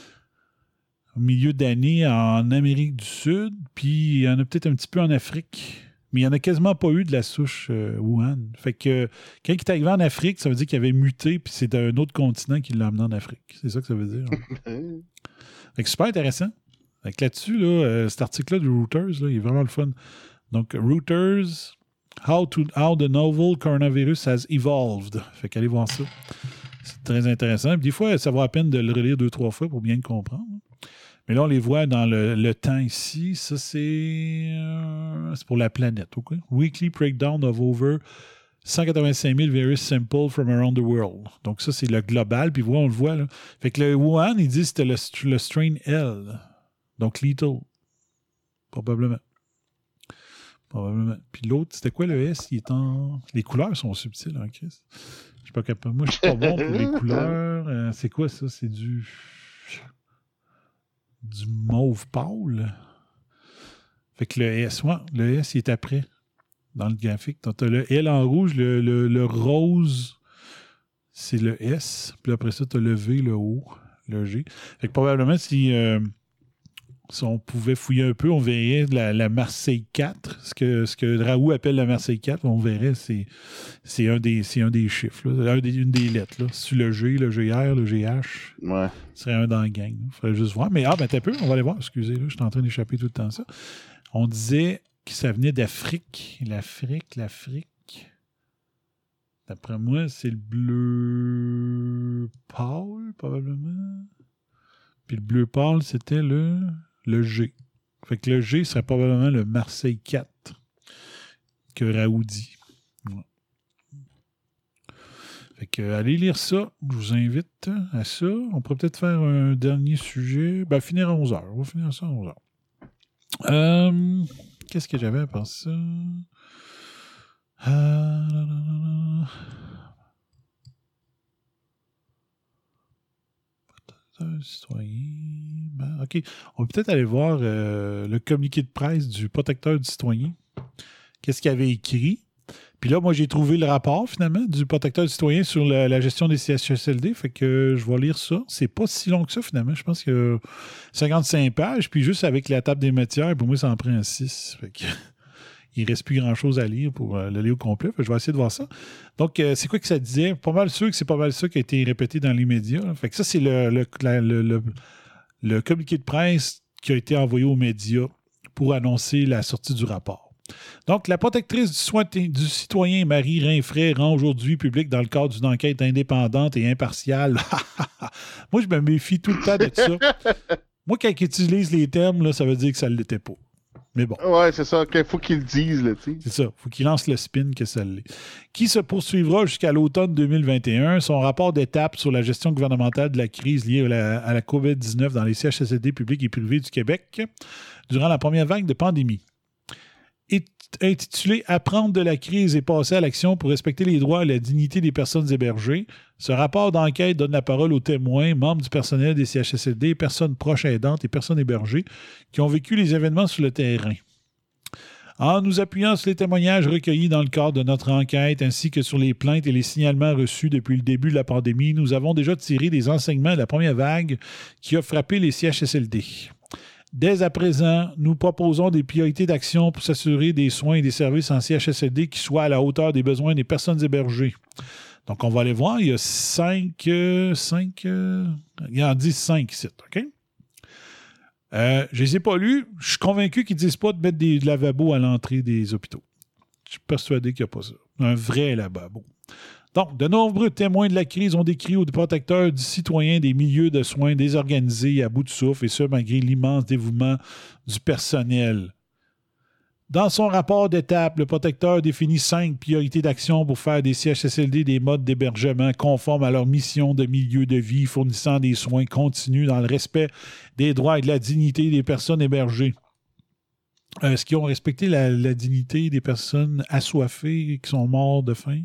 au milieu d'année en Amérique du Sud, puis il y en a peut-être un petit peu en Afrique. Mais il n'y en a quasiment pas eu de la souche euh, Wuhan. Fait que quand il est arrivé en Afrique, ça veut dire qu'il avait muté, puis c'est un autre continent qui l'a amené en Afrique. C'est ça que ça veut dire. Fait que super intéressant. Fait que là-dessus, là, euh, cet article-là de Reuters, là, il est vraiment le fun. Donc, Reuters, how, to, how the novel coronavirus has evolved. Fait qu'allez voir ça. C'est très intéressant. Puis des fois, ça vaut la peine de le relire deux, trois fois pour bien le comprendre. Mais là, on les voit dans le, le temps ici. Ça, c'est, euh, c'est pour la planète. Okay? Weekly breakdown of over cent quatre-vingt-cinq mille virus samples from around the world. Donc, ça, c'est le global. Puis, voilà, on le voit. Là. Fait que le Wuhan, il dit que c'était le, le strain L. Donc, lethal. Probablement. Probablement. Puis l'autre, c'était quoi le S? Il est en... Les couleurs sont subtiles, hein, Chris? Je suis pas capable. Moi, je suis pas bon pour les couleurs. Euh, c'est quoi ça? C'est du... du mauve pâle. Fait que le S, ouais, le S, il est après, dans le graphique. Donc, tu as le L en rouge, le, le, le rose, c'est le S. Puis après ça, tu as le V, le O, le G. Fait que probablement, si, euh, si on pouvait fouiller un peu, on verrait la, la Marseille quatre. Ce que, ce que Raoult appelle la Marseille quatre, on verrait, c'est, c'est, un, des, c'est un des chiffres, là, un des, une des lettres. Là. C'est le G, le G R, le G H. Ouais. Ce serait un dans la gang. Il faudrait juste voir. Mais ah, ben t'as peu, on va aller voir. Excusez, là, je suis en train d'échapper tout le temps ça. On disait que ça venait d'Afrique. L'Afrique, l'Afrique. D'après moi, c'est le bleu pâle, probablement. Puis le bleu pâle, c'était le, le G. Fait que le G serait probablement le Marseille quatre que Raoult dit. Ouais. Fait que, allez lire ça. Je vous invite à ça. On pourrait peut-être faire un dernier sujet. Ben, finir à onze heures. On va finir ça à onze heures. Euh, qu'est-ce que j'avais à part ça? Euh... Citoyen. Ben, OK. On peut peut-être aller voir euh, le communiqué de presse du protecteur du citoyen. Qu'est-ce qu'il avait écrit? Puis là, moi, j'ai trouvé le rapport, finalement, du protecteur du citoyen sur la, la gestion des C H S L D. Fait que euh, je vais lire ça. C'est pas si long que ça, finalement. Je pense que cinquante-cinq pages. Puis juste avec la table des matières, pour moi, ça en prend six. Fait que il reste plus grand-chose à lire pour euh, le lire au complet. Fait que je vais essayer de voir ça. Donc, euh, c'est quoi que ça disait? Pas mal sûr que c'est pas mal ça qui a été répété dans les médias. Là. Fait que ça, c'est le, le, la, le, le, le communiqué de presse qui a été envoyé aux médias pour annoncer la sortie du rapport. Donc, la protectrice du, soin du citoyen Marie Rinfray rend aujourd'hui public dans le cadre d'une enquête indépendante et impartiale. Moi, je me méfie tout le temps de ça. Moi, quand ils utilisent les termes, là, ça veut dire que ça ne l'était pas. Mais bon. Ouais, c'est ça. Il faut qu'ils le disent. Là, tu sais. C'est ça. Il faut qu'ils lancent le spin que ça l'est. Qui se poursuivra jusqu'à l'automne deux mille vingt et un. Son rapport d'étape sur la gestion gouvernementale de la crise liée à la, à la covid dix-neuf dans les C H S L D publics et privés du Québec durant la première vague de pandémie. Intitulé « Apprendre de la crise et passer à l'action pour respecter les droits et la dignité des personnes hébergées », ce rapport d'enquête donne la parole aux témoins, membres du personnel des C H S L D, personnes proches aidantes et personnes hébergées qui ont vécu les événements sur le terrain. En nous appuyant sur les témoignages recueillis dans le cadre de notre enquête, ainsi que sur les plaintes et les signalements reçus depuis le début de la pandémie, nous avons déjà tiré des enseignements de la première vague qui a frappé les C H S L D. Dès à présent, nous proposons des priorités d'action pour s'assurer des soins et des services en C H S L D qui soient à la hauteur des besoins des personnes hébergées. Donc, on va aller voir. Il y a cinq... Euh, cinq euh, il y en dit cinq sites, OK? Euh, je ne les ai pas lus. Je suis convaincu qu'ils ne disent pas de mettre des lavabos à l'entrée des hôpitaux. Je suis persuadé qu'il n'y a pas ça. Un vrai lavabo. Donc, de nombreux témoins de la crise ont décrit aux protecteurs du citoyen des milieux de soins désorganisés et à bout de souffle, et ce, malgré l'immense dévouement du personnel. Dans son rapport d'étape, le protecteur définit cinq priorités d'action pour faire des C H S L D des modes d'hébergement conformes à leur mission de milieu de vie, fournissant des soins continus dans le respect des droits et de la dignité des personnes hébergées. Est-ce qu'ils ont respecté la, la dignité des personnes assoiffées et qui sont mortes de faim?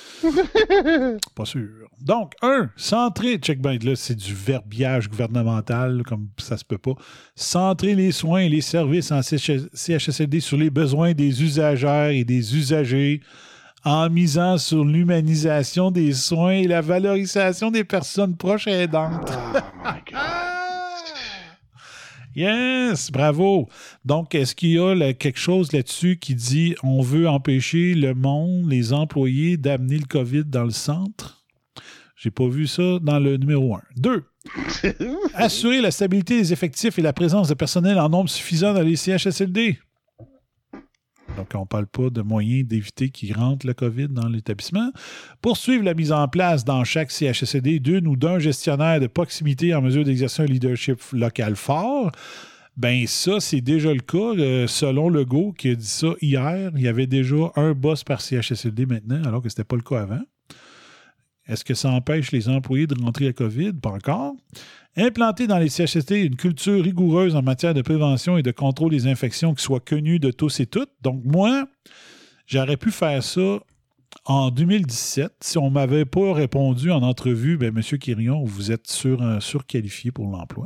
Pas sûr. Donc, un, centrer, check bien, là, c'est du verbiage gouvernemental, comme ça se peut pas. Centrer les soins et les services en C H S L D sur les besoins des usagères et des usagers en misant sur l'humanisation des soins et la valorisation des personnes proches aidantes. Oh my God. Yes, bravo. Donc, est-ce qu'il y a là, quelque chose là-dessus qui dit on veut empêcher le monde, les employés, d'amener le COVID dans le centre? J'ai pas vu ça dans le numéro un. Deux, assurer la stabilité des effectifs et la présence de personnel en nombre suffisant dans les C H S L D. Donc, on ne parle pas de moyens d'éviter qu'il rentre le COVID dans l'établissement. Poursuivre la mise en place dans chaque C H S L D d'une ou d'un gestionnaire de proximité en mesure d'exercer un leadership local fort. Bien, ça, c'est déjà le cas. Euh, selon Legault, qui a dit ça hier, il y avait déjà un boss par C H S L D maintenant, alors que ce n'était pas le cas avant. Est-ce que ça empêche les employés de rentrer à COVID? Pas encore. Implanter dans les C H S L D une culture rigoureuse en matière de prévention et de contrôle des infections qui soit connue de tous et toutes. Donc, moi, j'aurais pu faire ça en deux mille dix-sept. Si on ne m'avait pas répondu en entrevue, bien, M. Quirion, vous êtes sur, euh, surqualifié pour l'emploi.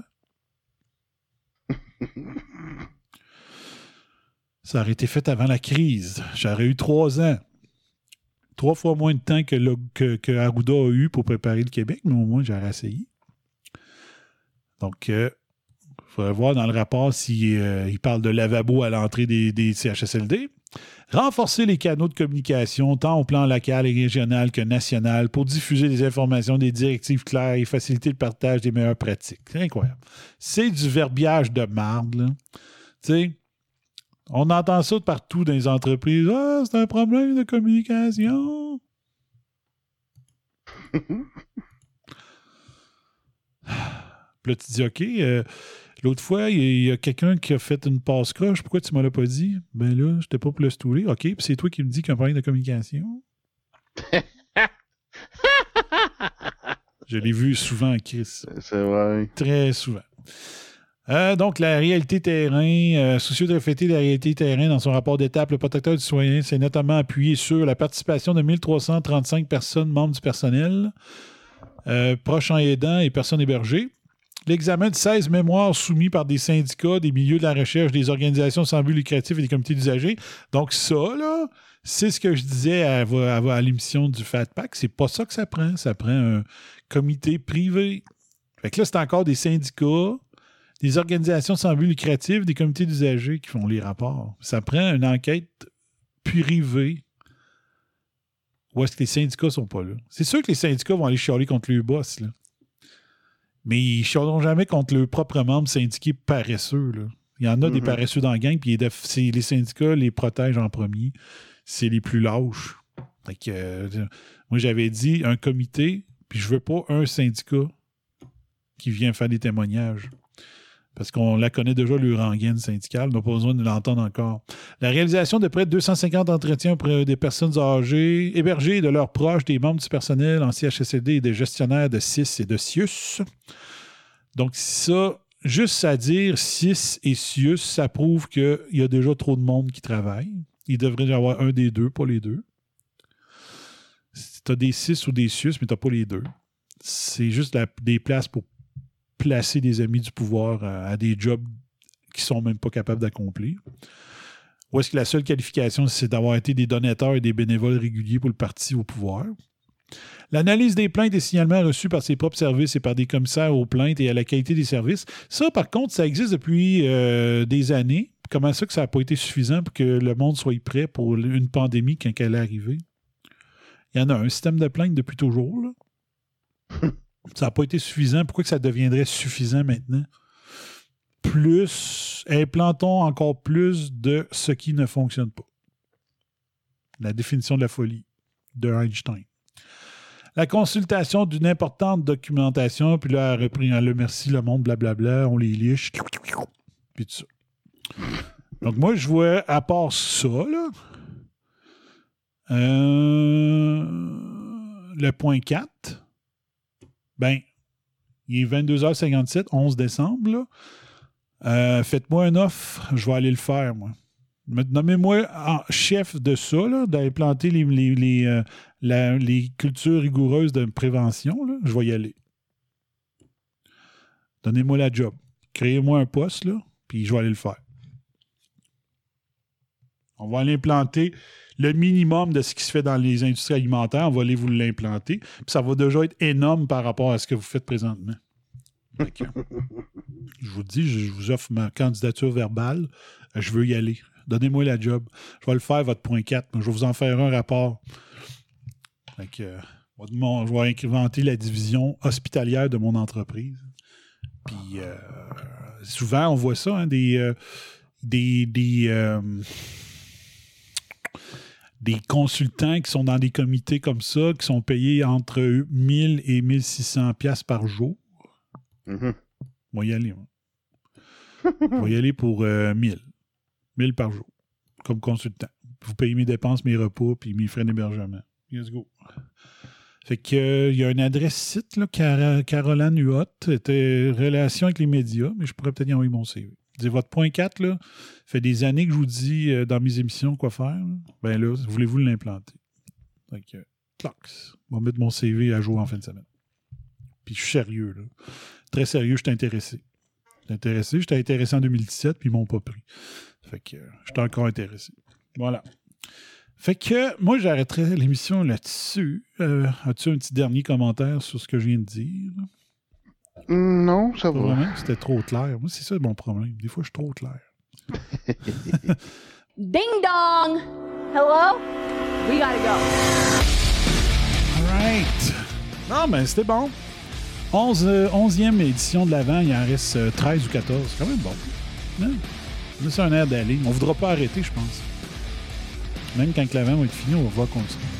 Ça aurait été fait avant la crise. J'aurais eu trois ans. Trois fois moins de temps que, le, que, que Arruda a eu pour préparer le Québec, mais au moins, j'aurais essayé. Donc, il euh, faudrait voir dans le rapport s'il euh, parle de lavabo à l'entrée des, des C H S L D. Renforcer les canaux de communication, tant au plan local et régional que national, pour diffuser des informations, des directives claires et faciliter le partage des meilleures pratiques. C'est incroyable. C'est du verbiage de marde, là. Tu sais, on entend ça de partout dans les entreprises. « Ah, c'est un problème de communication! » Puis là, tu dis, OK, euh, l'autre fois, il y, y a quelqu'un qui a fait une passe croche. Pourquoi tu ne me l'as pas dit? Ben là, je n'étais pas plus touré. OK, puis c'est toi qui me dis qu'il y a un problème de communication. Je l'ai vu souvent, Chris. C'est vrai. Très souvent. Euh, donc, la réalité terrain, euh, soucieux de refléter la réalité terrain dans son rapport d'étape, le protecteur du citoyen s'est notamment appuyé sur la participation de mille trois cent trente-cinq personnes membres du personnel, euh, proches aidants et personnes hébergées. L'examen de seize mémoires soumis par des syndicats, des milieux de la recherche, des organisations sans but lucratif et des comités d'usagers. Donc, ça, là, c'est ce que je disais à, à, à l'émission du Fat Pack. C'est pas ça que ça prend. Ça prend un comité privé. Fait que là, c'est encore des syndicats, des organisations sans but lucratif, des comités d'usagers qui font les rapports. Ça prend une enquête privée. Où est-ce que les syndicats sont pas là? C'est sûr que les syndicats vont aller chialer contre le boss, là. Mais ils ne chialeront jamais contre leurs propres membres syndiqués paresseux, là. Il y en a mm-hmm. des paresseux dans la gang, puis les syndicats les protègent en premier. C'est les plus lâches. Fait que, euh, moi, j'avais dit un comité, puis je veux pas un syndicat qui vient faire des témoignages. Parce qu'on la connaît déjà, leur rengaine syndicale. On n'a pas besoin de l'entendre encore. La réalisation de près de deux cent cinquante entretiens auprès des personnes âgées, hébergées de leurs proches, des membres du personnel en C H S L D et des gestionnaires de C I S et de C I U S. Donc, ça, juste à dire C I S et C I U S, ça prouve qu'il y a déjà trop de monde qui travaille. Il devrait y avoir un des deux, pas les deux. Tu as des C I S ou des C I U S, mais tu n'as pas les deux. C'est juste la, des places pour placer des amis du pouvoir à, à des jobs qu'ils ne sont même pas capables d'accomplir. Ou est-ce que la seule qualification, c'est d'avoir été des donateurs et des bénévoles réguliers pour le parti au pouvoir? L'analyse des plaintes et signalements reçus par ses propres services et par des commissaires aux plaintes et à la qualité des services. Ça, par contre, ça existe depuis euh, des années. Comment ça que ça n'a pas été suffisant pour que le monde soit prêt pour une pandémie quand elle est arrivée? Il y en a un système de plainte depuis toujours, là. Ça n'a pas été suffisant. Pourquoi que ça deviendrait suffisant maintenant? Plus, implantons encore plus de ce qui ne fonctionne pas. La définition de la folie de Einstein. La consultation d'une importante documentation, puis là, elle a repris, elle remercie le monde, blablabla, on les liche, puis tout ça. Donc, moi, je vois, à part ça, là, euh, le point quatre, ben, il est vingt-deux heures cinquante-sept, onze décembre, là. Euh, faites-moi une offre, je vais aller le faire, moi. Nommez-moi en chef de ça, là, d'implanter les, les, les, euh, la, les cultures rigoureuses de prévention, là, je vais y aller. Donnez-moi la job. Créez-moi un poste, là, puis je vais aller le faire. On va aller implanter le minimum de ce qui se fait dans les industries alimentaires. On va aller vous l'implanter. Puis ça va déjà être énorme par rapport à ce que vous faites présentement. Donc, je vous dis, je vous offre ma candidature verbale. Je veux y aller. Donnez-moi la job. Je vais le faire, votre point quatre. Je vais vous en faire un rapport. Donc, euh, je vais inventer la division hospitalière de mon entreprise. Puis, euh, souvent, on voit ça, hein, des... Euh, des... des euh, des consultants qui sont dans des comités comme ça, qui sont payés entre mille et mille six cents dollars par jour. Mm-hmm. On va y aller. On va y aller pour euh, mille. mille par jour, comme consultant. Vous payez mes dépenses, mes repas, puis mes frais d'hébergement. Let's go. Fait que, euh, il y a une adresse site, là, Car- Caroline Huot, était relation avec les médias, mais je pourrais peut-être y envoyer mon C V. C'est votre point quatre, là, fait des années que je vous dis euh, dans mes émissions quoi faire. Là. Ben là, voulez-vous l'implanter? Donc, euh, clocks. On va mettre mon C V à jour en fin de semaine. Puis je suis sérieux, là. Très sérieux, je suis intéressé. Je suis intéressé, j'étais intéressé en deux mille dix-sept, puis ils m'ont pas pris. Fait que euh, j'étais encore intéressé. Voilà. Fait que moi, j'arrêterai l'émission là-dessus. Euh, as-tu un petit dernier commentaire sur ce que je viens de dire? Là? Non, ça va. Vraiment, c'était trop clair. Moi, c'est ça mon problème. Des fois, je suis trop clair. Ding dong! Hello? We gotta go. All right. Non, mais c'était bon. onze, euh, onzième édition de l'Avent, il en reste euh, treize ou quatorze. C'est quand même bon. Hein? C'est un air d'aller. On ne voudra pas arrêter, je pense. Même quand l'Avent va être fini, on va voir qu'on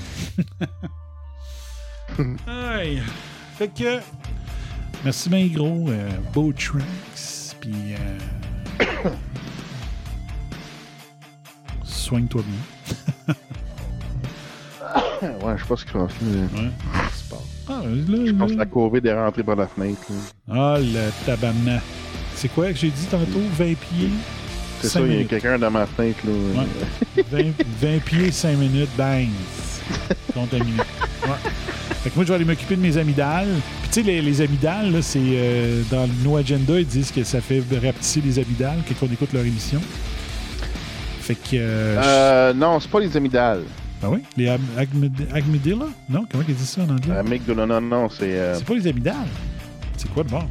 le sera. Aïe. Fait que... Merci bien gros, euh, beau tracks, puis euh, soigne-toi bien. Ouais, je pense qu'il va finir. Ouais, c'est pas. Ah, là, Je pense que là. la COVID est rentrée par la fenêtre. Là. Ah, le tabarnak. C'est quoi que j'ai dit tantôt? vingt pieds? C'est ça, il y a quelqu'un dans ma fenêtre. Là. Ouais. vingt, vingt pieds, cinq minutes, bang! Contaminé. Ouais. Fait que moi, je vais aller m'occuper de mes amygdales. Puis tu sais, les, les amygdales, là, c'est euh, dans le No Agenda, ils disent que ça fait rapetisser les amygdales quand on écoute leur émission. Fait que... Euh, Euh, non, c'est pas les amygdales. Ah oui? Les am- agmid- amygdala? Non? Comment ils disent ça en anglais? Amygdala, non, non, non, c'est... euh, C'est pas les amygdales. C'est quoi de bon?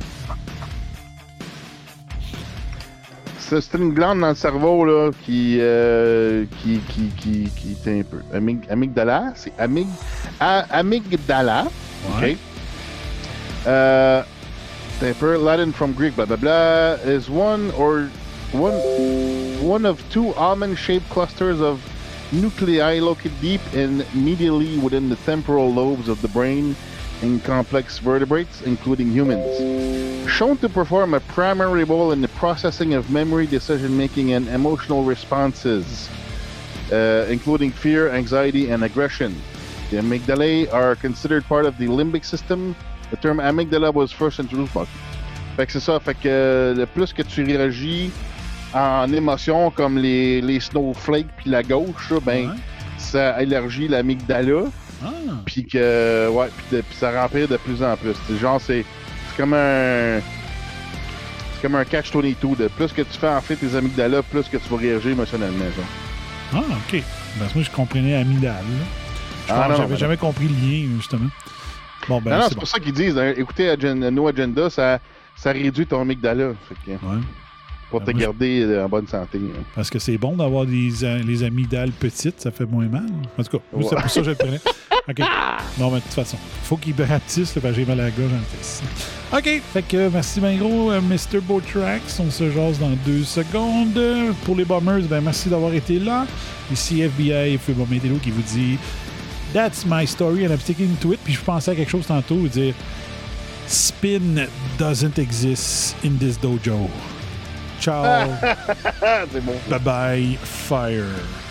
C'est c'est une glande dans le cerveau là, qui, euh, qui, qui, qui, qui est un peu. Amyg, amygdala, c'est amyg, a, amygdala. Ouais. OK. Euh, c'est un peu Latin from Greek, blah blah blah. Is one or one one of two almond-shaped clusters of nuclei located deep and medially within the temporal lobes of the brain in complex vertebrates, including humans. Shown to perform a primary role in the processing of memory, decision-making, and emotional responses, uh, including fear, anxiety, and aggression. The amygdalae are considered part of the limbic system. The term amygdala was first introduced by... Fait que c'est ça, fait que euh, le plus que tu réagis en émotions comme les, les snowflakes puis la gauche, là, ben, Ouais. ça élargit l'amygdala. Ah! Puis que, ouais, puis ça remplit de plus en plus. C'est genre, c'est c'est comme un. C'est comme un catch vingt-deux. De plus que tu fais enfler tes amygdalas, plus que tu vas réagir émotionnellement. Genre. Ah, OK. Ben, moi, je comprenais amygdale. là. Je Ah, pense que non, j'avais ben jamais compris le lien, justement. Bon, ben, non, non, c'est c'est bon. pour ça qu'ils disent, hein, écoutez, Agen- No Agenda, ça, ça réduit ton amygdala. Fait que, Ouais. pour Ben, te moi, je- garder euh, en bonne santé. Hein. Parce que c'est bon d'avoir des, a- les amygdales petites, ça fait moins mal. En tout cas, moi, c'est Ouais. pour ça que je le prenais. OK. Non, mais de toute façon, il faut qu'il rapetisse, là, parce que j'ai mal à la gorge en face. OK. Fait que merci bien gros, euh, mister Botrax. On se jase dans deux secondes. Pour les bombers, ben merci d'avoir été là. Ici F B I, F B I Météo qui vous dit That's my story and I'm sticking to it. Puis je pensais à quelque chose tantôt, dire Spin doesn't exist in this dojo. Ciao. C'est bon. Bye bye, fire.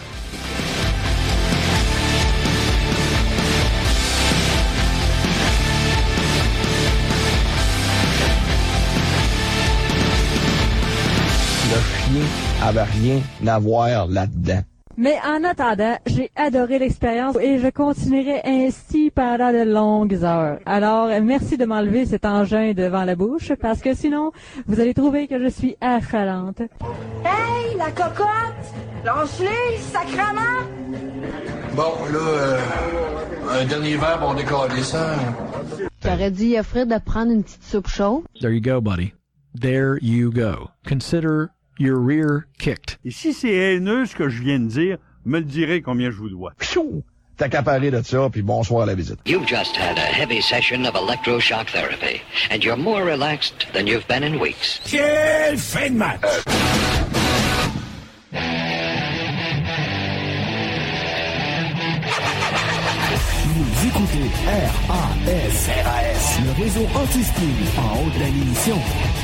Le chien avait rien à voir là-dedans. Mais en attendant, j'ai adoré l'expérience et je continuerai ainsi pendant de longues heures. Alors, merci de m'enlever cet engin devant la bouche parce que sinon, vous allez trouver que je suis affalante. Hey, la cocotte! Lance-les, sacrement! Bon, là, euh, un dernier verre, on décolle ça. T'aurais dit à Fred de prendre une petite soupe chaude? There you go, buddy. There you go. Consider your rear kicked. Et si c'est haineux ce que je viens de dire, me le direz combien je vous dois. Pfiou! T'as qu'à parler de ça, puis bonsoir à la visite. You've just had a heavy session of electroshock therapy, and you're more relaxed than you've been in weeks. Quelle fin de match! Vous écoutez R A S, R A S, le réseau anti-spin en haute de l'émission.